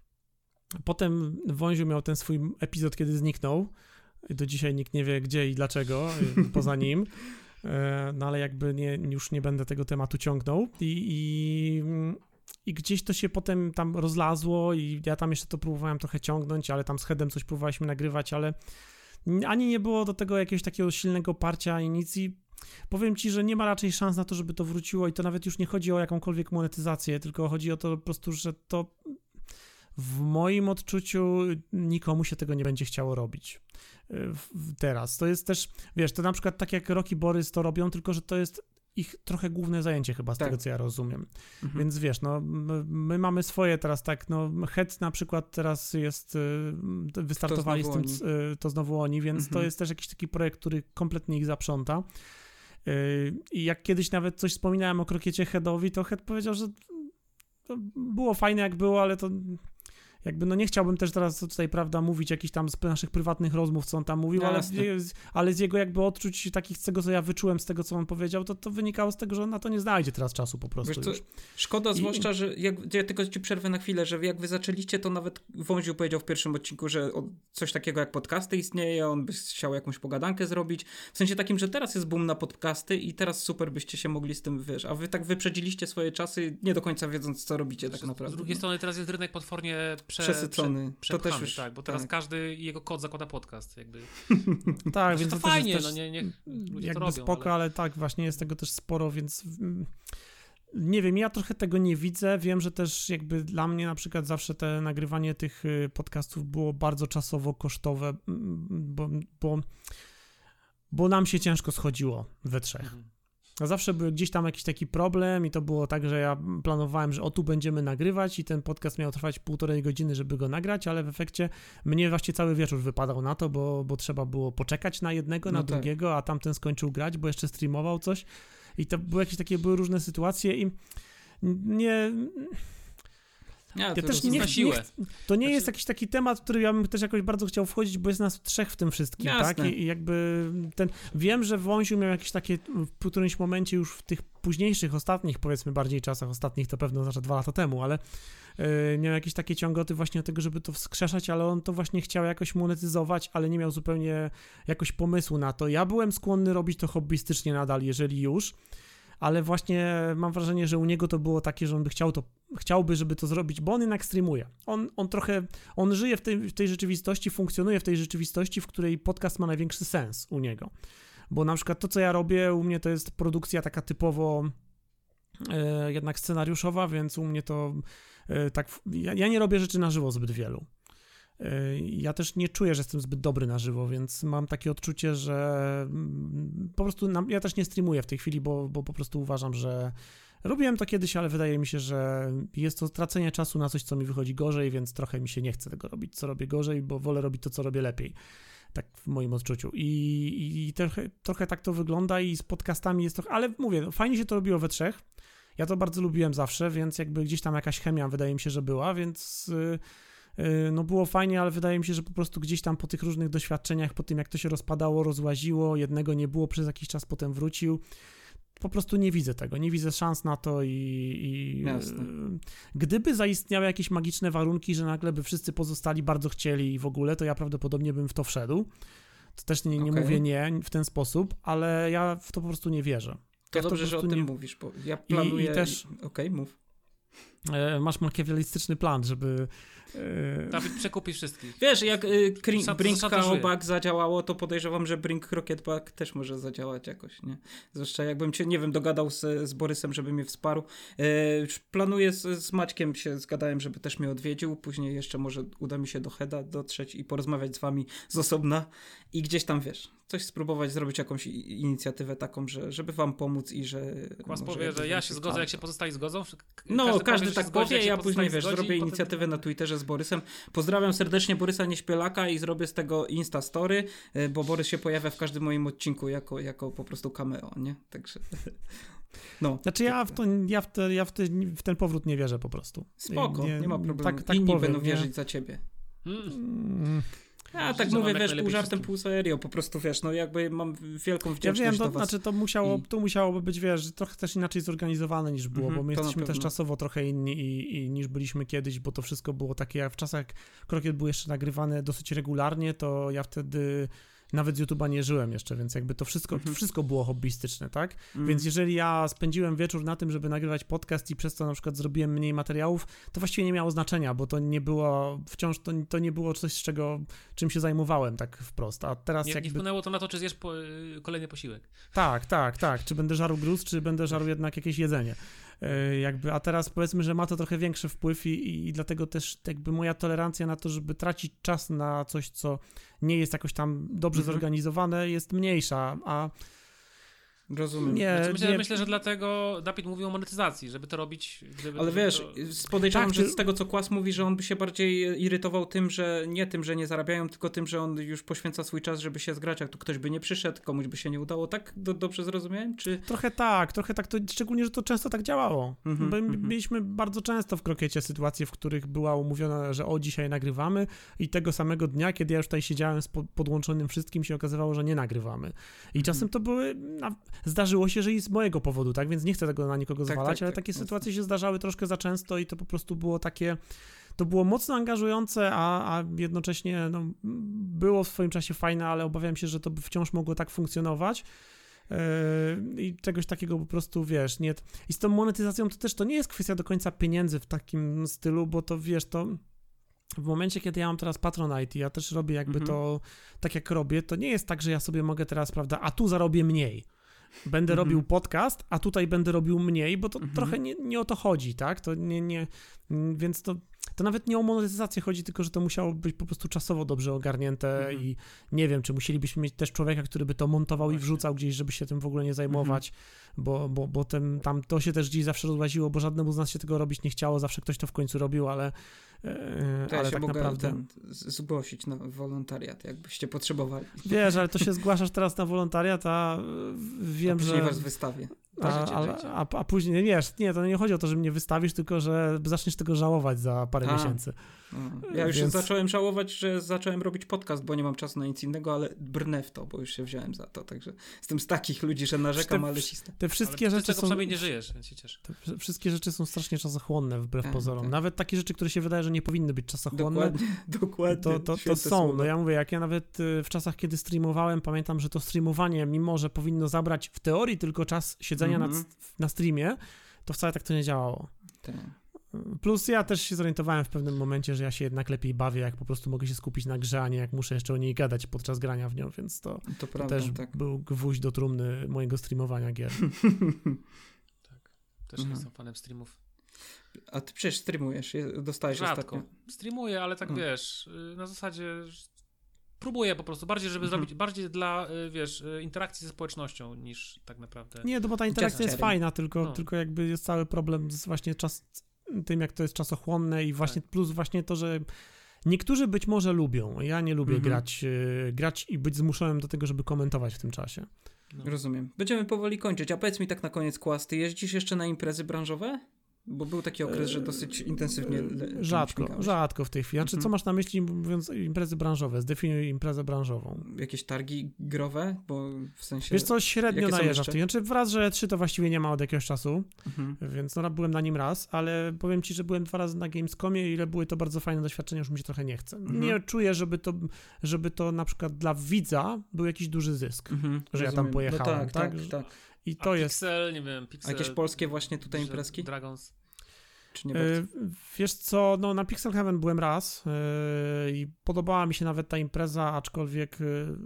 potem Wąziu miał ten swój epizod, kiedy zniknął. Do dzisiaj nikt nie wie gdzie i dlaczego, poza nim. No ale jakby nie, już nie będę tego tematu ciągnął i, i, i gdzieś to się potem tam rozlazło i ja tam jeszcze to próbowałem trochę ciągnąć, ale tam z Headem coś próbowaliśmy nagrywać, ale ani nie było do tego jakiegoś takiego silnego parcia ani nic i powiem ci, że nie ma raczej szans na to, żeby to wróciło i to nawet już nie chodzi o jakąkolwiek monetyzację, tylko chodzi o to po prostu, że to w moim odczuciu nikomu się tego nie będzie chciało robić teraz. To jest też, wiesz, to na przykład tak jak Roki Borys to robią, tylko że to jest ich trochę główne zajęcie chyba, z tak. tego co ja rozumiem. Mhm. Więc wiesz, no my, my mamy swoje teraz tak, no Head na przykład teraz jest, wystartowali z tym, oni. to znowu oni, więc mhm. to jest też jakiś taki projekt, który kompletnie ich zaprząta. I jak kiedyś nawet coś wspominałem o Krokiecie Headowi, to Head powiedział, że to było fajne jak było, ale to jakby no nie chciałbym też teraz tutaj, prawda, mówić jakichś tam z naszych prywatnych rozmów, co on tam mówił, ale, ale z jego jakby odczuć takich, z tego, co ja wyczułem, z tego, co on powiedział, to to wynikało z tego, że on na to nie znajdzie teraz czasu po prostu. Wiesz, szkoda, I... zwłaszcza, że jak, ja tylko ci przerwę na chwilę, że jak wy zaczęliście, to nawet Wąziu powiedział w pierwszym odcinku, że coś takiego jak podcasty istnieje, on by chciał jakąś pogadankę zrobić, w sensie takim, że teraz jest boom na podcasty i teraz super byście się mogli z tym, wiesz, a wy tak wyprzedziliście swoje czasy, nie do końca wiedząc, co robicie tak naprawdę. Z drugiej no. strony teraz jest rynek potwornie prze, przesycony. Prze, to też już, tak, bo teraz tak. każdy jego kod zakłada podcast, jakby. tak, więc to, to fajnie, też, no nie, nie ludzie jakby to robią, spoko, ale... ale tak, właśnie jest tego też sporo, więc nie wiem, ja trochę tego nie widzę, wiem, że też jakby dla mnie na przykład zawsze te nagrywanie tych podcastów było bardzo czasowo kosztowe, bo, bo, bo nam się ciężko schodziło we trzech. Mhm. A zawsze był gdzieś tam jakiś taki problem i to było tak, że ja planowałem, że o tu będziemy nagrywać i ten podcast miał trwać półtorej godziny, żeby go nagrać, ale w efekcie mnie właśnie cały wieczór wypadał na to, bo, bo trzeba było poczekać na jednego, no na tak. drugiego, a tamten skończył grać, bo jeszcze streamował coś i to były jakieś takie, były różne sytuacje i nie... Ja, ja to też nie, nie, nie to nie znaczy... jest jakiś taki temat, w który ja bym też jakoś bardzo chciał wchodzić, bo jest nas trzech w tym wszystkim, Jasne. tak? I, I jakby ten, wiem, że Wąsiu miał jakieś takie w którymś momencie już w tych późniejszych, ostatnich, powiedzmy bardziej czasach, ostatnich to pewno znaczy dwa lata temu, ale yy, miał jakieś takie ciągoty właśnie do tego, żeby to wskrzeszać, ale on to właśnie chciał jakoś monetyzować, ale nie miał zupełnie jakoś pomysłu na to. Ja byłem skłonny robić to hobbystycznie nadal, jeżeli już, ale właśnie mam wrażenie, że u niego to było takie, że on by chciał to, chciałby, żeby to zrobić, bo on jednak streamuje. On, on trochę, on żyje w tej, w tej rzeczywistości, funkcjonuje w tej rzeczywistości, w której podcast ma największy sens u niego. Bo na przykład to, co ja robię, u mnie to jest produkcja taka typowo e, jednak scenariuszowa, więc u mnie to e, tak, ja, ja nie robię rzeczy na żywo zbyt wielu. Ja też nie czuję, że jestem zbyt dobry na żywo, więc mam takie odczucie, że po prostu na, ja też nie streamuję w tej chwili, bo, bo po prostu uważam, że robiłem to kiedyś, ale wydaje mi się, że jest to tracenie czasu na coś, co mi wychodzi gorzej, więc trochę mi się nie chce tego robić, co robię gorzej, bo wolę robić to, co robię lepiej. Tak w moim odczuciu. I, i, i trochę, trochę tak to wygląda i z podcastami jest trochę, ale mówię, no, fajnie się to robiło we trzech. Ja to bardzo lubiłem zawsze, więc jakby gdzieś tam jakaś chemia wydaje mi się, że była, więc... Yy, no było fajnie, ale wydaje mi się, że po prostu gdzieś tam po tych różnych doświadczeniach, po tym jak to się rozpadało, rozłaziło, jednego nie było przez jakiś czas, potem wrócił, po prostu nie widzę tego, nie widzę szans na to i, i gdyby zaistniały jakieś magiczne warunki, że nagle by wszyscy pozostali bardzo chcieli i w ogóle, to ja prawdopodobnie bym w to wszedł. To też nie, nie okay. mówię nie w ten sposób, ale ja w to po prostu nie wierzę. To ja dobrze, że o tym nie... mówisz, bo ja planuję... I, i też... Okej, okay, mów. Masz makiawelistyczny plan, żeby... Dawid przekupi wszystkich. Wiesz, jak y, Brink Back zadziałało, to podejrzewam, że Brink Rocket Back też może zadziałać jakoś, nie? Zwłaszcza jakbym cię, nie wiem, dogadał z, z Borysem, żeby mnie wsparł. Y, planuję z, z Maćkiem, się zgadałem, żeby też mnie odwiedził. Później jeszcze może uda mi się do Heda dotrzeć i porozmawiać z wami z osobna i gdzieś tam, wiesz, coś spróbować zrobić, jakąś inicjatywę taką, że, żeby wam pomóc i że... Kłas powie, że ja się zgodzę, jak się pozostali zgodzą. No, każdy, każdy tak powie, zgodzi, ja później, wiesz, zgodzi, zrobię potem... inicjatywę na Twitterze z Borysem. Pozdrawiam serdecznie Borysa Nieśpielaka i zrobię z tego Insta Story, bo Borys się pojawia w każdym moim odcinku jako, jako po prostu cameo, nie? Także... No. Znaczy ja w, to, ja, w, te, ja w, te, w ten powrót nie wierzę po prostu. Spoko, nie, nie ma problemu. Tak, tak Inni powiem, będą nie? wierzyć za ciebie. Hmm. Ja tak mówię, wiesz, pół żartem, pół serio, po prostu, wiesz, no jakby mam wielką wdzięczność ja wiem, to, do was. Znaczy to musiało, I... to musiałoby być, wiesz, trochę też inaczej zorganizowane niż było, mm-hmm, bo my jesteśmy też czasowo trochę inni i, i niż byliśmy kiedyś, bo to wszystko było takie, jak w czasach, jak Krokiet był jeszcze nagrywany dosyć regularnie, to ja wtedy nawet z YouTube'a nie żyłem jeszcze, więc jakby to wszystko, mm-hmm. wszystko było hobbystyczne, tak? Mm. Więc jeżeli ja spędziłem wieczór na tym, żeby nagrywać podcast i przez to na przykład zrobiłem mniej materiałów, to właściwie nie miało znaczenia, bo to nie było, wciąż to, to nie było coś, z czego, czym się zajmowałem tak wprost, a teraz nie, jakby... Nie wpłynęło to na to, czy zjesz po, kolejny posiłek. Tak, tak, tak, czy będę żarł gruz, czy będę żarł jednak jakieś jedzenie. Yy, jakby, a teraz powiedzmy, że ma to trochę większy wpływ i, i, i dlatego też jakby moja tolerancja na to, żeby tracić czas na coś, co nie jest jakoś tam dobrze mm-hmm. zorganizowane, jest mniejsza, a Rozumiem. Nie, Znaczy, myślę, nie. myślę, że dlatego Dapit mówił o monetyzacji, żeby to robić... Żeby, Ale żeby wiesz, to... podejrzewam, Tak, że ty- z tego co Kłas mówi, że on by się bardziej irytował tym, że nie tym, że nie zarabiają, tylko tym, że on już poświęca swój czas, żeby się zgrać, jak tu ktoś by nie przyszedł, komuś by się nie udało. Tak do, dobrze zrozumiałem? Czy... Trochę tak, trochę tak, to, szczególnie, że to często tak działało. Mhm, Bo mhm. mieliśmy bardzo często w Krokiecie sytuacje, w których była umówiona, że o, dzisiaj nagrywamy i tego samego dnia, kiedy ja już tutaj siedziałem z po- podłączonym wszystkim, się okazywało, że nie nagrywamy. I czasem to były, na, zdarzyło się, że i z mojego powodu, tak, więc nie chcę tego na nikogo Tak, zwalać, tak, ale tak, takie jasne. sytuacje się zdarzały troszkę za często i to po prostu było takie, to było mocno angażujące, a, a jednocześnie no, było w swoim czasie fajne, ale obawiam się, że to by wciąż mogło tak funkcjonować. Yy, I czegoś takiego po prostu, wiesz, nie... I z tą monetyzacją to też to nie jest kwestia do końca pieniędzy w takim stylu, bo to, wiesz, to w momencie, kiedy ja mam teraz Patronite i ja też robię jakby Mhm. to tak jak robię, to nie jest tak, że ja sobie mogę teraz, prawda, a tu zarobię mniej. Będę Mhm. robił podcast, a tutaj będę robił mniej, bo to Mhm. trochę nie, nie o to chodzi, tak? To nie, nie, więc to, to nawet nie o monetyzację chodzi, tylko że to musiało być po prostu czasowo dobrze ogarnięte Mhm. i nie wiem, czy musielibyśmy mieć też człowieka, który by to montował i Właśnie. wrzucał gdzieś, żeby się tym w ogóle nie zajmować, bo, bo, bo ten, tam to się też gdzieś zawsze rozłaziło, bo żadnemu z nas się tego robić nie chciało, zawsze ktoś to w końcu robił, ale, e, To ja ale się tak mogę naprawdę... ten, z- zgłosić na wolontariat, jakbyście potrzebowali. Wiesz, ale to się zgłaszasz teraz na wolontariat, a wiem, a później że... was wystawię. A, Dajcie, a, dajcie. a, a później, wiesz, nie, to nie chodzi o to, że mnie wystawisz, tylko że zaczniesz tego żałować za parę A. miesięcy. No. Ja już Więc- zacząłem żałować, że zacząłem robić podcast, bo nie mam czasu na nic innego, ale brnę w to, bo już się wziąłem za to, także jestem z takich ludzi, że narzekam, Te- ale cisnę. Te wszystkie Ale ty rzeczy tego są... w sobie nie żyjesz, więc się cieszę. Te wsz- wszystkie rzeczy są strasznie czasochłonne, wbrew Tak, pozorom. tak. Nawet takie rzeczy, które się wydaje, że nie powinny być czasochłonne, Dokładnie, dokładnie. to, to, to Święte są. słowa. No ja mówię, jak ja nawet y, w czasach, kiedy streamowałem, pamiętam, że to streamowanie, mimo że powinno zabrać w teorii tylko czas siedzenia Mhm. na, na streamie, to wcale tak to nie działało. Tak. Plus ja też się zorientowałem w pewnym momencie, że ja się jednak lepiej bawię, jak po prostu mogę się skupić na grze, a nie jak muszę jeszcze o niej gadać podczas grania w nią, więc to, To to prawda, też tak. był gwóźdź do trumny mojego streamowania gier. Tak. Też Mhm. nie jestem fanem streamów. A ty przecież streamujesz, je- dostałeś Rzadko. ostatnio. Streamuję, ale tak Mm. wiesz, y, na zasadzie że próbuję po prostu, bardziej żeby Mhm. zrobić, bardziej dla, y, wiesz, y, interakcji ze społecznością niż tak naprawdę. Nie, no bo ta interakcja jest sharing. fajna, tylko, No. tylko jakby jest cały problem z właśnie czas, tym, jak to jest czasochłonne i właśnie Tak. plus właśnie to, że niektórzy być może lubią. Ja nie lubię Mhm. grać, y, grać i być zmuszonym do tego, żeby komentować w tym czasie. No. Rozumiem. Będziemy powoli kończyć, a powiedz mi tak na koniec, Kłas, ty jeździsz jeszcze na imprezy branżowe? Bo był taki okres, że dosyć intensywnie le- E, Rzadko, śmigałeś. rzadko w tej chwili. Znaczy, Mhm. co masz na myśli, mówiąc imprezy branżowe? Zdefiniuj imprezę branżową. Jakieś targi growe? Bo w sensie... Wiesz co, średnio jakie są najeżdża w jeszcze? tej. Znaczy, wraz, że E trzy to właściwie nie ma od jakiegoś czasu, Mhm. więc no, byłem na nim raz, ale powiem ci, że byłem dwa razy na Gamescomie i ile były to bardzo fajne doświadczenia, już mi się trochę nie chce. Mhm. Nie czuję, żeby to, żeby to na przykład dla widza był jakiś duży zysk. Mhm. Że ja tam Rozumiem. pojechałem, No tak, tak? tak, tak. I A to jest... Pixel, nie wiem, Pixel... A jakieś polskie właśnie tutaj że imprezki? Dragons. Czy nie bardzo? E, Wiesz co, no na Pixel Heaven byłem raz e, i podobała mi się nawet ta impreza, aczkolwiek e,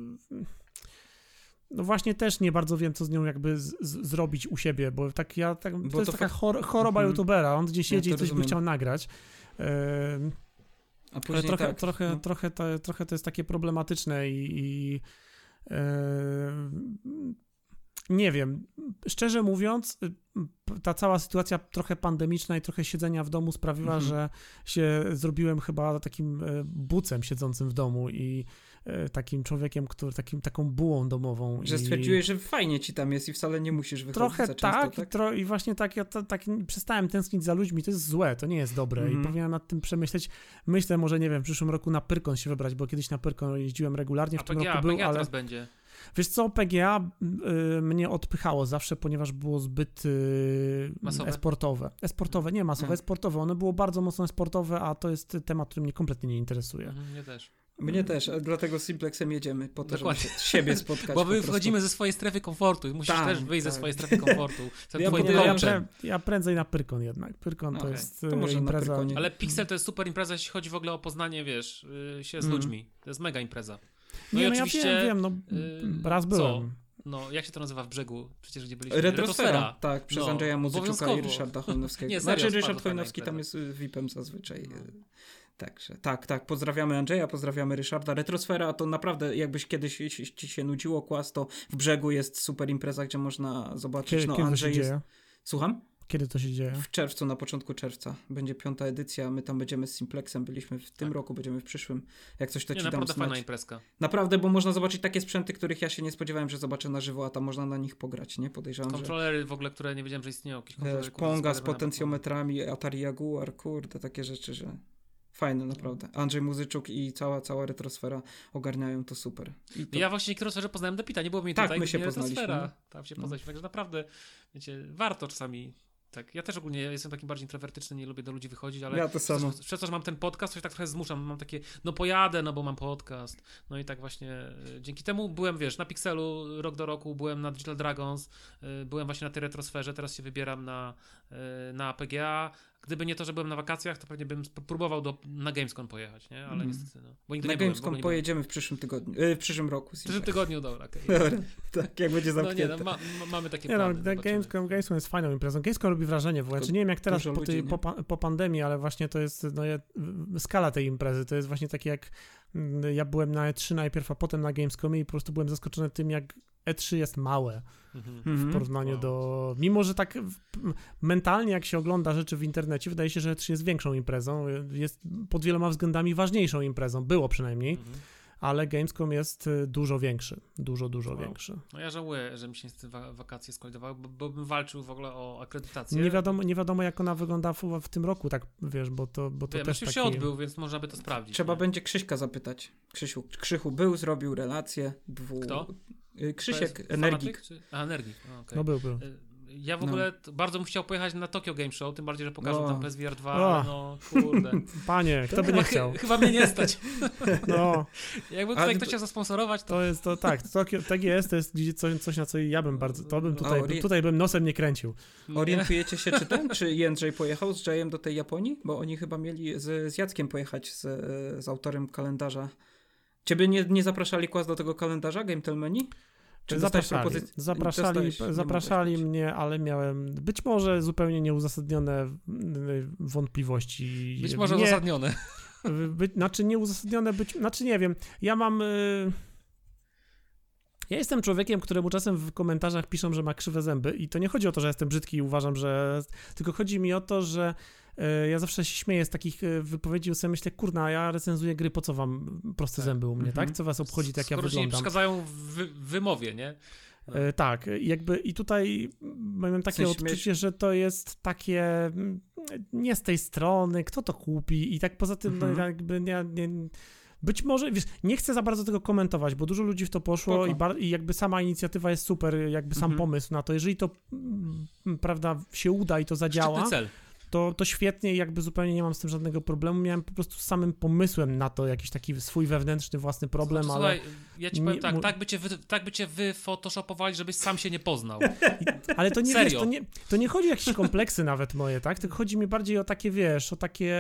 no właśnie też nie bardzo wiem, co z nią jakby z, z, zrobić u siebie, bo tak ja, tak, to Bo jest to taka fak- chor, choroba Mhm. youtubera, on gdzieś Ja jedzie to i coś by rozumiem. chciał nagrać. E, A Ale później trochę, tak, trochę, no. trochę, to, trochę to jest takie problematyczne i, i e, nie wiem, szczerze mówiąc, ta cała sytuacja trochę pandemiczna i trochę siedzenia w domu sprawiła, Mhm. że się zrobiłem chyba takim e, bucem siedzącym w domu i e, takim człowiekiem, który, takim, taką bułą domową. Że i... stwierdziłeś, że fajnie ci tam jest i wcale nie musisz wychodzić Trochę za często, tak, tak? I, tro, i właśnie tak, ja to, tak przestałem tęsknić za ludźmi, to jest złe, to nie jest dobre Mhm. i powinienem nad tym przemyśleć. Myślę, może nie wiem, w przyszłym roku na Pyrkon się wybrać, bo kiedyś na Pyrkon jeździłem regularnie, w A tym PGA, roku był, PGA ale teraz będzie. wiesz co, P G A y, mnie odpychało zawsze, ponieważ było zbyt y, Masowe? esportowe. Esportowe, nie masowe, Mhm. esportowe. Ono było bardzo mocno esportowe, a to jest temat, który mnie kompletnie nie interesuje. Mhm, mnie też. Mnie też, a dlatego z Simplexem jedziemy, po to, żeby Dokładnie. się z siebie spotkać. Bo po my prostu. wchodzimy ze swojej strefy komfortu i musisz Tak, też wyjść tak. ze swojej strefy komfortu. Za Ja twoim nie, Ja, ja, coachem. pre, ja prędzej na Pyrkon jednak. Pyrkon to Okej, jest to y, może na impreza. Pyrkonie. Ale Pixel to jest super impreza, jeśli chodzi w ogóle o poznanie, wiesz, y, się z Mhm. ludźmi. To jest mega impreza. No Nie, i no oczywiście, ja wiem, wiem, no y, raz co? byłem. No, jak się to nazywa w brzegu? Przecież gdzie byliśmy? Retrosfera, tak, przez No, Andrzeja Muzyczuka i obowiązkowo. Ryszarda Chojnowskiego. Nie, serio, znaczy jest Ryszard bardzo fajna Chojnowski tam impreza. jest V I P-em zazwyczaj. No. Także tak, tak, pozdrawiamy Andrzeja, pozdrawiamy Ryszarda. Retrosfera to naprawdę, jakbyś kiedyś ci się nudziło Kłas, to w Brzegu jest super impreza, gdzie można zobaczyć, Kiedy, no kiedy Andrzej to się jest... dzieje? Słucham? Kiedy to się dzieje? W czerwcu, na początku czerwca. Będzie piąta edycja, my tam będziemy z Simplexem, byliśmy w tym tak. roku, będziemy w przyszłym. Jak coś to nie, ci dam naprawdę znać. fajna imprezka. Naprawdę, bo można zobaczyć takie sprzęty, których ja się nie spodziewałem, że zobaczę na żywo, a tam można na nich pograć, nie? Podejrzewam, Kontrolery że... w ogóle, które nie wiedziałem, że istnieją. Jakieś Wiesz, Ponga z potencjometrami, Atari Jaguar, kurde, takie rzeczy, że fajne naprawdę. Andrzej Muzyczuk i cała, cała Retrosfera ogarniają to super. I to... Ja właśnie w Retrosferze poznałem Depita, nie było mi tak, tutaj, my się nie poznaliśmy. Retrosfera. Tam się no. poznaliśmy, także naprawdę, wiecie, warto czasami. Tak, ja też ogólnie jestem taki bardziej introwertyczny, nie lubię do ludzi wychodzić, ale ja to samo. Przez, przez to, że mam ten podcast, to się tak trochę zmuszam, mam takie, no pojadę, no bo mam podcast, no i tak właśnie y, dzięki temu byłem, wiesz, na Pixelu rok do roku, byłem na Digital Dragons, y, byłem właśnie na tej retrosferze, teraz się wybieram na, y, na P G A. Gdyby nie to, że byłem na wakacjach, to pewnie bym próbował do, na Gamescom pojechać, nie? Ale mm. niestety, no. Bo nigdy na nie Gamescom byłem, pojedziemy w przyszłym tygodniu, yy, w przyszłym roku. W przyszłym tygodniu, dobra, okej. Okay. Tak, jak będzie zamknięte. No nie, no, ma, ma, mamy takie nie, plany. No, Gamescom, Gamescom jest fajną imprezą. Gamescom robi wrażenie w ogóle. Nie wiem jak teraz po, ludzi, tej, po, po pandemii, ale właśnie to jest no, ja, skala tej imprezy. To jest właśnie takie jak ja byłem na E trzy najpierw, a potem na Gamescomie i po prostu byłem zaskoczony tym, jak E trzy jest małe w porównaniu wow. do... Mimo, że tak mentalnie jak się ogląda rzeczy w internecie, wydaje się, że E trzy jest większą imprezą, jest pod wieloma względami ważniejszą imprezą, było przynajmniej, mhm. ale Gamescom jest dużo większy, dużo, dużo wow. większy. No ja żałuję, że mi się niestety wakacje skolidowały, bo, bo bym walczył w ogóle o akredytację. Nie wiadomo, nie wiadomo jak ona wygląda w, w tym roku, tak wiesz, bo to, bo to Wiem, też taki... taki... się odbył, więc można by to sprawdzić. Trzeba nie? będzie Krzyśka zapytać. Krzysiu, Krzychu był, zrobił relację. Dwu... Kto? Krzysiek, Energik. Czy... A, Energik, o, okay. No był, był. Ja w ogóle no. bardzo bym chciał pojechać na Tokyo Game Show, tym bardziej, że pokażą no. tam P S V R dwa, ale no kurde. Panie, kto by nie chciał? Chyba mnie nie stać. No. Jakby tutaj A, ktoś chciał zasponsorować, to... To jest to, tak, Tokio, tak jest, to jest coś, coś, na co ja bym bardzo, to bym tutaj, ori... tutaj bym nosem nie kręcił. Orientujecie się, czy ten, czy Jędrzej pojechał z Jayem do tej Japonii? Bo oni chyba mieli z, z Jackiem pojechać z, z autorem kalendarza. Ciebie nie, nie zapraszali Kłas do tego kalendarza, Gametelmeni? Czy zapraszali, zapraszali, zapraszali mnie, ale miałem być może zupełnie nieuzasadnione wątpliwości. Być może nie, uzasadnione. By, znaczy nieuzasadnione być, znaczy nie wiem, ja mam... Y, ja jestem człowiekiem, któremu czasem w komentarzach piszą, że ma krzywe zęby i to nie chodzi o to, że jestem brzydki i uważam, że... Tylko chodzi mi o to, że ja zawsze się śmieję z takich wypowiedzi i sobie myślę, kurna, ja recenzuję gry, po co wam proste tak. zęby u mnie, mm-hmm. tak? Co was obchodzi, tak jak ja wyglądam? Skoro przeszkadzają w wymowie, nie? No. E, tak, jakby i tutaj mam takie odczucie, że to jest takie nie z tej strony, kto to kupi i tak poza tym, mm-hmm. no jakby nie... nie być może, wiesz, nie chcę za bardzo tego komentować, bo dużo ludzi w to poszło i, bar- i jakby sama inicjatywa jest super, jakby sam mm-hmm. pomysł na to. Jeżeli to, m, prawda, się uda i to zadziała, cel. To, to świetnie i jakby zupełnie nie mam z tym żadnego problemu. Miałem po prostu z samym pomysłem na to jakiś taki swój wewnętrzny, własny problem, znaczy, ale... Słuchaj, ja ci powiem nie, tak, tak by cię, wy, tak by cię wyfotoshopowali, żebyś sam się nie poznał. I, ale to nie, Serio? Wiesz, to nie, to nie chodzi o jakieś kompleksy nawet moje, tak? Tylko chodzi mi bardziej o takie, wiesz, o takie...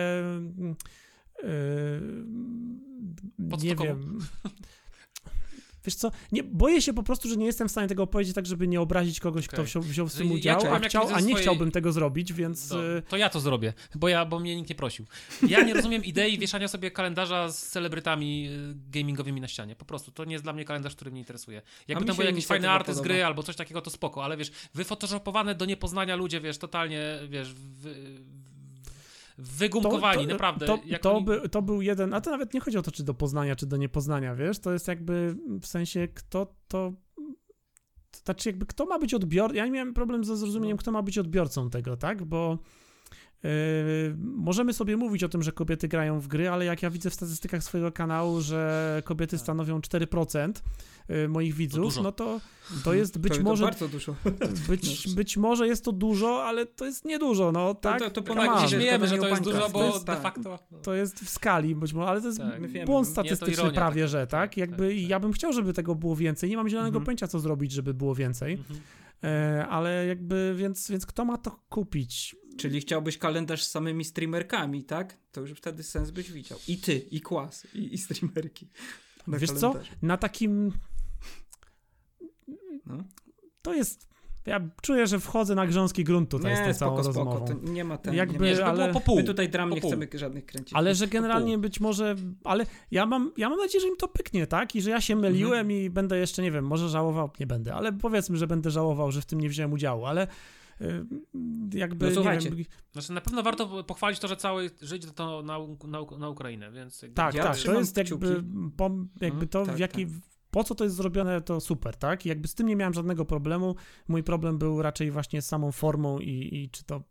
Yy, nie wiem... Wiesz co, nie, boję się po prostu, że nie jestem w stanie tego opowiedzieć tak, żeby nie obrazić kogoś, okay. kto wziął, wziął w tym ja udział, a, chciał, a nie swojej... chciałbym tego zrobić, więc... No, to ja to zrobię, bo ja, bo mnie nikt nie prosił. Ja nie rozumiem idei wieszania sobie kalendarza z celebrytami gamingowymi na ścianie. Po prostu, to nie jest dla mnie kalendarz, który mnie interesuje. Jakby tam były jakieś fajne arty z gry albo coś takiego, to spoko, ale wiesz, wyfotoshopowane do niepoznania ludzie, wiesz, totalnie, wiesz... W, wygumkowani, to, to, naprawdę. To, to, oni... by, to był jeden, a to nawet nie chodzi o to, czy do poznania, czy do niepoznania, wiesz, to jest jakby w sensie, kto to, to znaczy jakby kto ma być odbiorcą, ja nie miałem problem ze zrozumieniem, no. kto ma być odbiorcą tego, tak, bo yy, możemy sobie mówić o tym, że kobiety grają w gry, ale jak ja widzę w statystykach swojego kanału, że kobiety stanowią cztery procent moich widzów, to no to to jest być to może... To bardzo dużo. Być, być może jest to dużo, ale to jest niedużo, no tak? To, to, to tak, nie śmiejemy, że to jest dużo, bo jest, de facto... To jest w skali być może, ale to jest tak, błąd statystyczny ironia, prawie, tak, że tak? Jakby tak, tak. ja bym chciał, żeby tego było więcej, nie mam zielonego mhm. pojęcia, co zrobić, żeby było więcej, mhm. e, ale jakby, więc, więc kto ma to kupić? Czyli chciałbyś kalendarz z samymi streamerkami, tak? To już wtedy sens byś widział. I ty, i Kłas, i, i streamerki. Wiesz kalendarzu. Co? Na takim... No. To jest... ja czuję, że wchodzę na grząski grunt tutaj nie, z tą całą spoko, rozmową. spoko, to nie ma ten, Jakby, nie ma, ale- było po pół. My tutaj dram Po nie pół. chcemy żadnych kręcić. Ale że Po generalnie pół. być może, ale ja mam, ja mam nadzieję, że im to pyknie, tak? I że ja się myliłem Mhm. i będę jeszcze, nie wiem, może żałował, nie będę, ale powiedzmy, że będę żałował, że w tym nie wziąłem udziału, ale y, jakby, No nie słuchajcie. wiem, Znaczy na pewno warto pochwalić to, że cały żyć to na, na, na Ukrainę, więc... jakby- tak, Ja tak, to trzymam jest jakby, kciuki. pom, jakby Mhm, to, tak, w jaki, tak. po co to jest zrobione, to super, tak? I jakby z tym nie miałem żadnego problemu, mój problem był raczej właśnie z samą formą i, i czy to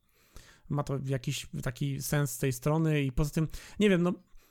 ma to jakiś taki sens z tej strony i poza tym, nie wiem, no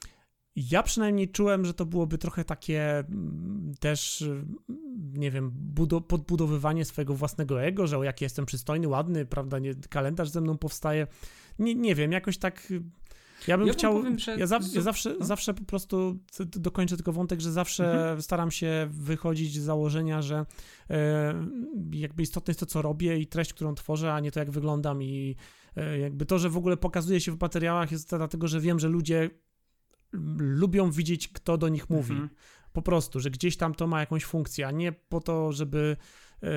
ja przynajmniej czułem, że to byłoby trochę takie mm, też, mm, nie wiem, budo- podbudowywanie swojego własnego ego, że o jaki jestem przystojny, ładny, prawda, nie, kalendarz ze mną powstaje. Nie, nie wiem, jakoś tak... Ja bym Ja wam chciał, powiem, że ja, za, z- ja zawsze, no. zawsze po prostu c- dokończę tylko wątek, że zawsze Mhm. staram się wychodzić z założenia, że e, jakby istotne jest to, co robię i treść, którą tworzę, a nie to, jak wyglądam i e, jakby to, że w ogóle pokazuje się w materiałach jest to dlatego, że wiem, że ludzie lubią widzieć, kto do nich mówi. Mhm. Po prostu, że gdzieś tam to ma jakąś funkcję, a nie po to, żeby e,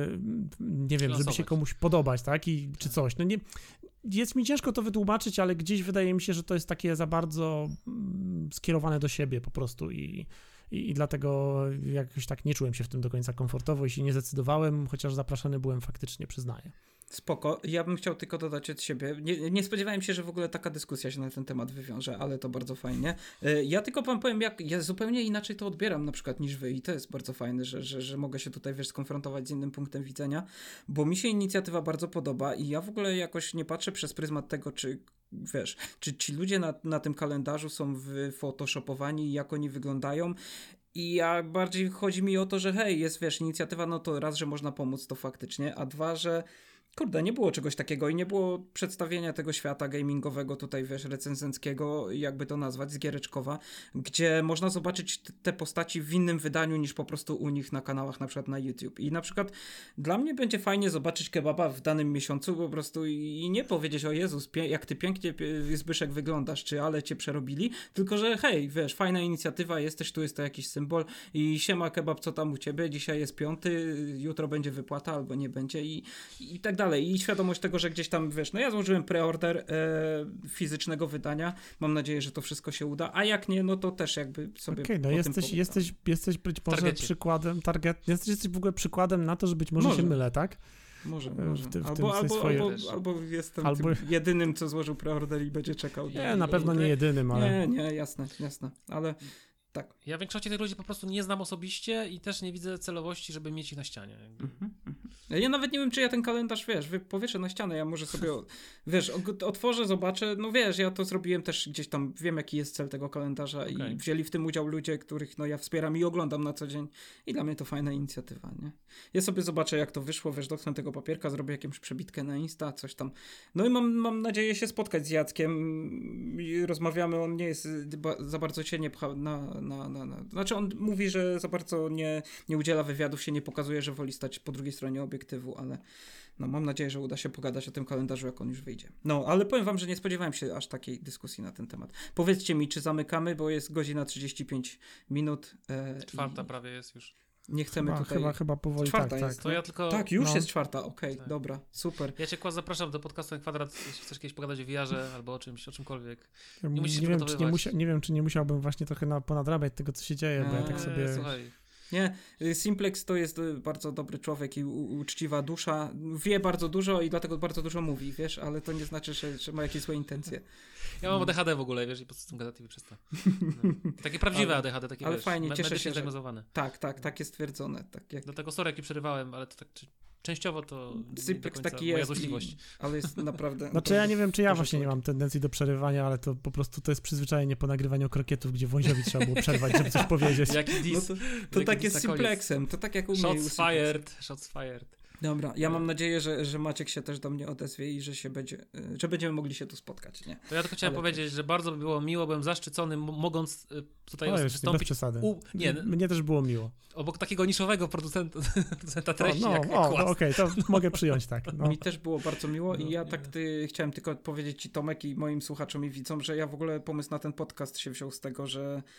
nie wiem, żeby się Lansować. komuś podobać, tak? I, czy coś. No nie, jest mi ciężko to wytłumaczyć, ale gdzieś wydaje mi się, że to jest takie za bardzo mm, skierowane do siebie po prostu i, i, i dlatego jakoś tak nie czułem się w tym do końca komfortowo i się nie zdecydowałem, chociaż zapraszany byłem faktycznie, przyznaję. Spoko. Ja bym chciał tylko dodać od siebie. Nie, nie spodziewałem się, że w ogóle taka dyskusja się na ten temat wywiąże, ale to bardzo fajnie. Y, Ja tylko wam powiem, jak ja zupełnie inaczej to odbieram na przykład niż wy i to jest bardzo fajne, że, że, że mogę się tutaj, wiesz, skonfrontować z innym punktem widzenia, bo mi się inicjatywa bardzo podoba i ja w ogóle jakoś nie patrzę przez pryzmat tego, czy wiesz, czy ci ludzie na, na tym kalendarzu są wyphotoshopowani i jak oni wyglądają. I ja bardziej chodzi mi o to, że hej, jest, wiesz, inicjatywa, no to raz, że można pomóc, to faktycznie, a dwa, że kurde, nie było czegoś takiego i nie było przedstawienia tego świata gamingowego tutaj, wiesz, recenzenckiego, jakby to nazwać, z Giereczkowa, gdzie można zobaczyć t- te postaci w innym wydaniu niż po prostu u nich na kanałach, na przykład na YouTube. I na przykład dla mnie będzie fajnie zobaczyć kebaba w danym miesiącu po prostu i, i nie powiedzieć, o Jezus, pie- jak ty pięknie, pie- Zbyszek, wyglądasz, czy ale cię przerobili, tylko że hej, wiesz, fajna inicjatywa, jesteś, tu jest to jakiś symbol i siema kebab, co tam u ciebie, dzisiaj jest piąty, jutro będzie wypłata albo nie będzie i, i tak dalej. I świadomość tego, że gdzieś tam, wiesz, no ja złożyłem preorder e, fizycznego wydania, mam nadzieję, że to wszystko się uda, a jak nie, no to też jakby sobie Okej, no o tym jesteś, pogadam. jesteś, jesteś być może Targecie. przykładem, target, jesteś, jesteś w ogóle przykładem na to, że być może, Może. się mylę, tak? Może, w może. tym- w tym albo, albo, swoje- albo, albo jestem Albo- tym jedynym, co złożył preorder i będzie czekał. Nie, na pewno nie jedynym, ale... Nie, nie, jasne, jasne, ale tak. Ja większości tych ludzi po prostu nie znam osobiście i też nie widzę celowości, żeby mieć ich na ścianie. jakby. Mhm, mhm. Ja nawet nie wiem, czy ja ten kalendarz, wiesz, wy- powieszę na ścianę, ja może sobie, o- wiesz, og- otworzę, zobaczę, no wiesz, ja to zrobiłem też gdzieś tam, wiem jaki jest cel tego kalendarza Okej. i wzięli w tym udział ludzie, których no ja wspieram i oglądam na co dzień i dla mnie to fajna inicjatywa, nie? Ja sobie zobaczę, jak to wyszło, wiesz, dotknę tego papierka, zrobię jakąś przebitkę na Insta, coś tam. No i mam, mam nadzieję się spotkać z Jackiem i rozmawiamy, on nie jest, y, ba- za bardzo się nie pcha na, na, na, na... Znaczy on mówi, że za bardzo nie, nie udziela wywiadów, się nie pokazuje, że woli stać po drugiej stronie obiektywu, ale no mam nadzieję, że uda się pogadać o tym kalendarzu, jak on już wyjdzie. No, ale powiem wam, że nie spodziewałem się aż takiej dyskusji na ten temat. Powiedzcie mi, czy zamykamy, bo jest godzina trzydzieści pięć minut. E, Czwarta i prawie jest już. Nie chcemy Chyba, tutaj... chyba, chyba powoli Czwarta tak, jest, tak. To ja tylko... Tak, już No. jest czwarta, okej, Tak. dobra, super. Ja cię Kłas zapraszam do podcastu na Kwadrat, jeśli chcesz kiedyś pogadać o V R-ze albo o czymś, o czymkolwiek. Nie, Nie musisz się wiem, czy nie, przygotowywać. musia, nie wiem, czy nie musiałbym właśnie trochę na, ponadrabiać tego, co się dzieje, bo ja tak Eee, sobie... Słuchaj, Nie, y, Simplex to jest y, bardzo dobry człowiek i u- uczciwa dusza. Wie bardzo dużo i dlatego bardzo dużo mówi, wiesz, ale to nie znaczy, że, że ma jakieś złe intencje. ja mam A D H D w ogóle, wiesz, i po prostu tym gadać i przestał. No. Takie prawdziwe Ale- A D H D, takie ale wiesz, fajnie, me- cieszę medycznie się, że- zdiagnozowane. Tak, tak, tak jest stwierdzone. Tak jak Dlatego sorry, jaki przerywałem, ale to tak czy, częściowo to nie do Simplex końca taki moja jest, złośliwość. i, ale jest naprawdę... Znaczy ja nie wiem, czy ja Boże, właśnie nie człowiek. mam tendencji do przerywania, ale to po prostu to jest przyzwyczajenie po nagrywaniu krokietów, gdzie Wąziowi trzeba było przerwać, żeby coś powiedzieć. Jaki No diss. to, to Jaki tak diss jest na z koniec. Simplexem, to tak jak u mnie. u Shots Simplexa. fired, shots fired. Dobra, ja mam nadzieję, że, że Maciek się też do mnie odezwie i że się będzie, y, że będziemy mogli się tu spotkać, nie? To ja tylko chciałem Ale powiedzieć, że bardzo by było miło, byłem zaszczycony, m- mogąc y, tutaj O, już, bez wystąpić przesady. u, nie, Mnie też było miło. obok takiego niszowego producenta, producenta O, treści no, jak, jak o, Kłas. no, okej, to mogę przyjąć tak. No. Mi też było bardzo miło i No, ja nie. tak ty, chciałem tylko powiedzieć ci, Tomek, i moim słuchaczom i widzom, że ja w ogóle pomysł na ten podcast się wziął z tego, że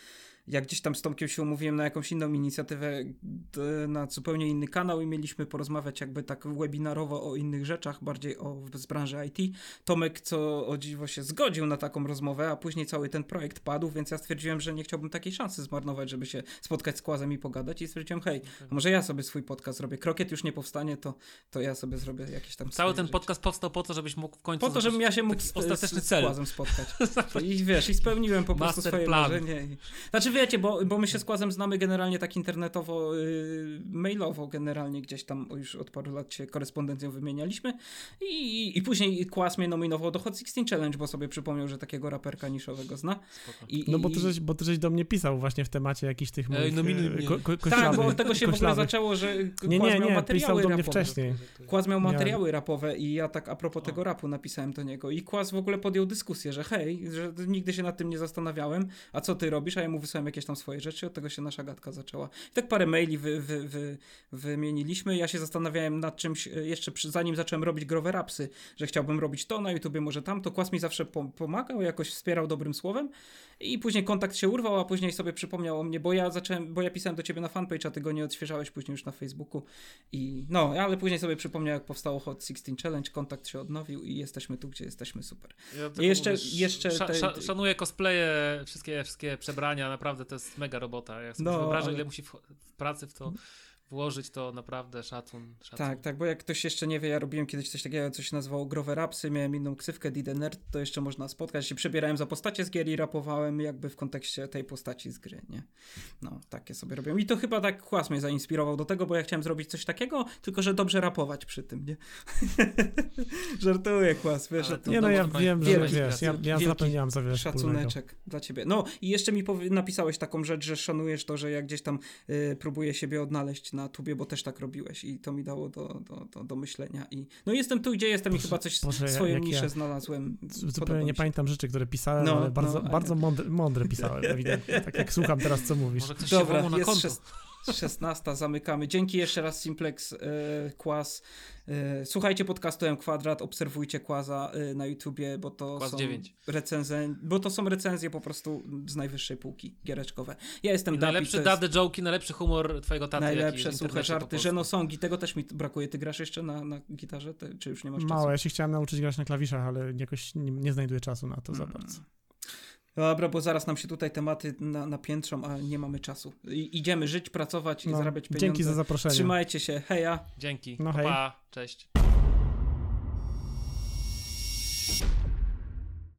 jak gdzieś tam z Tomkiem się umówiłem na jakąś inną inicjatywę, na zupełnie inny kanał i mieliśmy porozmawiać jakby tak webinarowo o innych rzeczach, bardziej o, z branży I T. Tomek, co o dziwo się zgodził na taką rozmowę, a później cały ten projekt padł, więc ja stwierdziłem, że nie chciałbym takiej szansy zmarnować, żeby się spotkać z Kłazem i pogadać i stwierdziłem, hej, może ja sobie swój podcast zrobię. Krokiet już nie powstanie, to, to ja sobie zrobię jakieś tam... Cały ten rzeczy. podcast powstał po to, żebyś mógł w końcu... Po to, żebym ja się mógł z, ostateczny z, z cel. Kłazem spotkać. I wiesz, i spełniłem po prostu Master swoje plan. marzenie. I... Znaczy wiecie, bo, bo my się z Kłazem znamy generalnie tak internetowo, yy, mailowo generalnie gdzieś tam już od paru lat się korespondencją wymienialiśmy i, i później Kłaz mnie nominował do Hot szesnaście Challenge, bo sobie przypomniał, że takiego raperka niszowego zna. I, no bo i... ty, żeś, bo ty żeś do mnie pisał właśnie w temacie jakichś tych moich... Ej, nominuj mnie. Ko, ko, tak, bo od tego się w ogóle zaczęło, że Kłaz nie, nie, miał nie, materiały pisał do mnie rapowe. wcześniej. Kłaz miał Miałem. materiały rapowe i ja tak a propos O. tego rapu napisałem do niego i Kłaz w ogóle podjął dyskusję, że hej, że nigdy się nad tym nie zastanawiałem, a co ty robisz, a ja mu wysłałem jakieś tam swoje rzeczy, od tego się nasza gadka zaczęła. I tak parę maili wy, wy, wy, wymieniliśmy, ja się zastanawiałem nad czymś jeszcze przy, zanim zacząłem robić growe rapsy, że chciałbym robić to na YouTubie, może tamto. Kłaz mi zawsze po, pomagał, jakoś wspierał dobrym słowem i później kontakt się urwał, a później sobie przypomniał o mnie, bo ja zacząłem, bo ja pisałem do ciebie na fanpage, a ty go nie odświeżałeś później już na Facebooku i no, ale później sobie przypomniał, jak powstało Hot szesnaście Challenge, kontakt się odnowił i jesteśmy tu, gdzie jesteśmy, super. Ja I jeszcze, mówię, jeszcze sza, te, sza, szanuję cosplaye, wszystkie, wszystkie przebrania, naprawdę to jest mega robota. Jak sobie No, wyobrażam, ale- ile musi w, w pracy w to włożyć, to naprawdę szacun. szacun. Tak, tak, bo jak ktoś jeszcze nie wie, ja robiłem kiedyś coś takiego, co się nazywało Growe Rapsy, miałem inną ksywkę D D Nerd, to jeszcze można spotkać, się przebierałem za postacie z gier i rapowałem jakby w kontekście tej postaci z gry, nie? No, takie sobie robiłem. I to chyba tak Kłas mnie zainspirował do tego, bo ja chciałem zrobić coś takiego, tylko że dobrze rapować przy tym, nie? Żartuję, Kłas, wiesz, Ale że to... Nie no, ja no, wiem, że wielki, wiesz, ja, ja wielki zapomniałem za wiele wspólnego. Szacuneczek dla ciebie. No i jeszcze mi powie- napisałeś taką rzecz, że szanujesz to, że ja gdzieś tam y, próbuję siebie odnaleźć na tubie, bo też tak robiłeś i to mi dało do, do, do, do myślenia. I no jestem tu, gdzie jestem Boże, i chyba coś Boże, swoją jak niszę ja znalazłem. Zupełnie Podoba nie mi się. pamiętam rzeczy, które pisałem, No, ale bardzo, no, bardzo ale- mądre, mądre pisałem, ewidentnie. Tak jak słucham teraz, co mówisz. Może ktoś się Dobra, włamał na jest konto. szes- szesnasta, zamykamy. Dzięki jeszcze raz Simplex, y, Kłaz. Y, słuchajcie podcastu M Kwadrat, obserwujcie Kłaza y, na YouTubie, bo to Kłaz są dziewięć. recenzje, bo to są recenzje po prostu z najwyższej półki, giereczkowe. Ja jestem I Dapit, najlepszy to jest dady joke'i, najlepszy humor twojego taty. najlepsze jaki w suche internecie po żarty, polsku. żenosongi, tego też mi brakuje. Ty grasz jeszcze na, na gitarze, Ty, czy już nie masz czasu? Mało, ja się chciałem nauczyć grać na klawiszach, ale jakoś nie, nie znajduję czasu na to za Mm. bardzo. Dobra, bo zaraz nam się tutaj tematy na, napiętrzą, a nie mamy czasu. I, idziemy żyć, pracować i No, zarabiać pieniądze. dzięki za zaproszenie. Trzymajcie się, heja! Dzięki. No Pa, hej. pa. Cześć.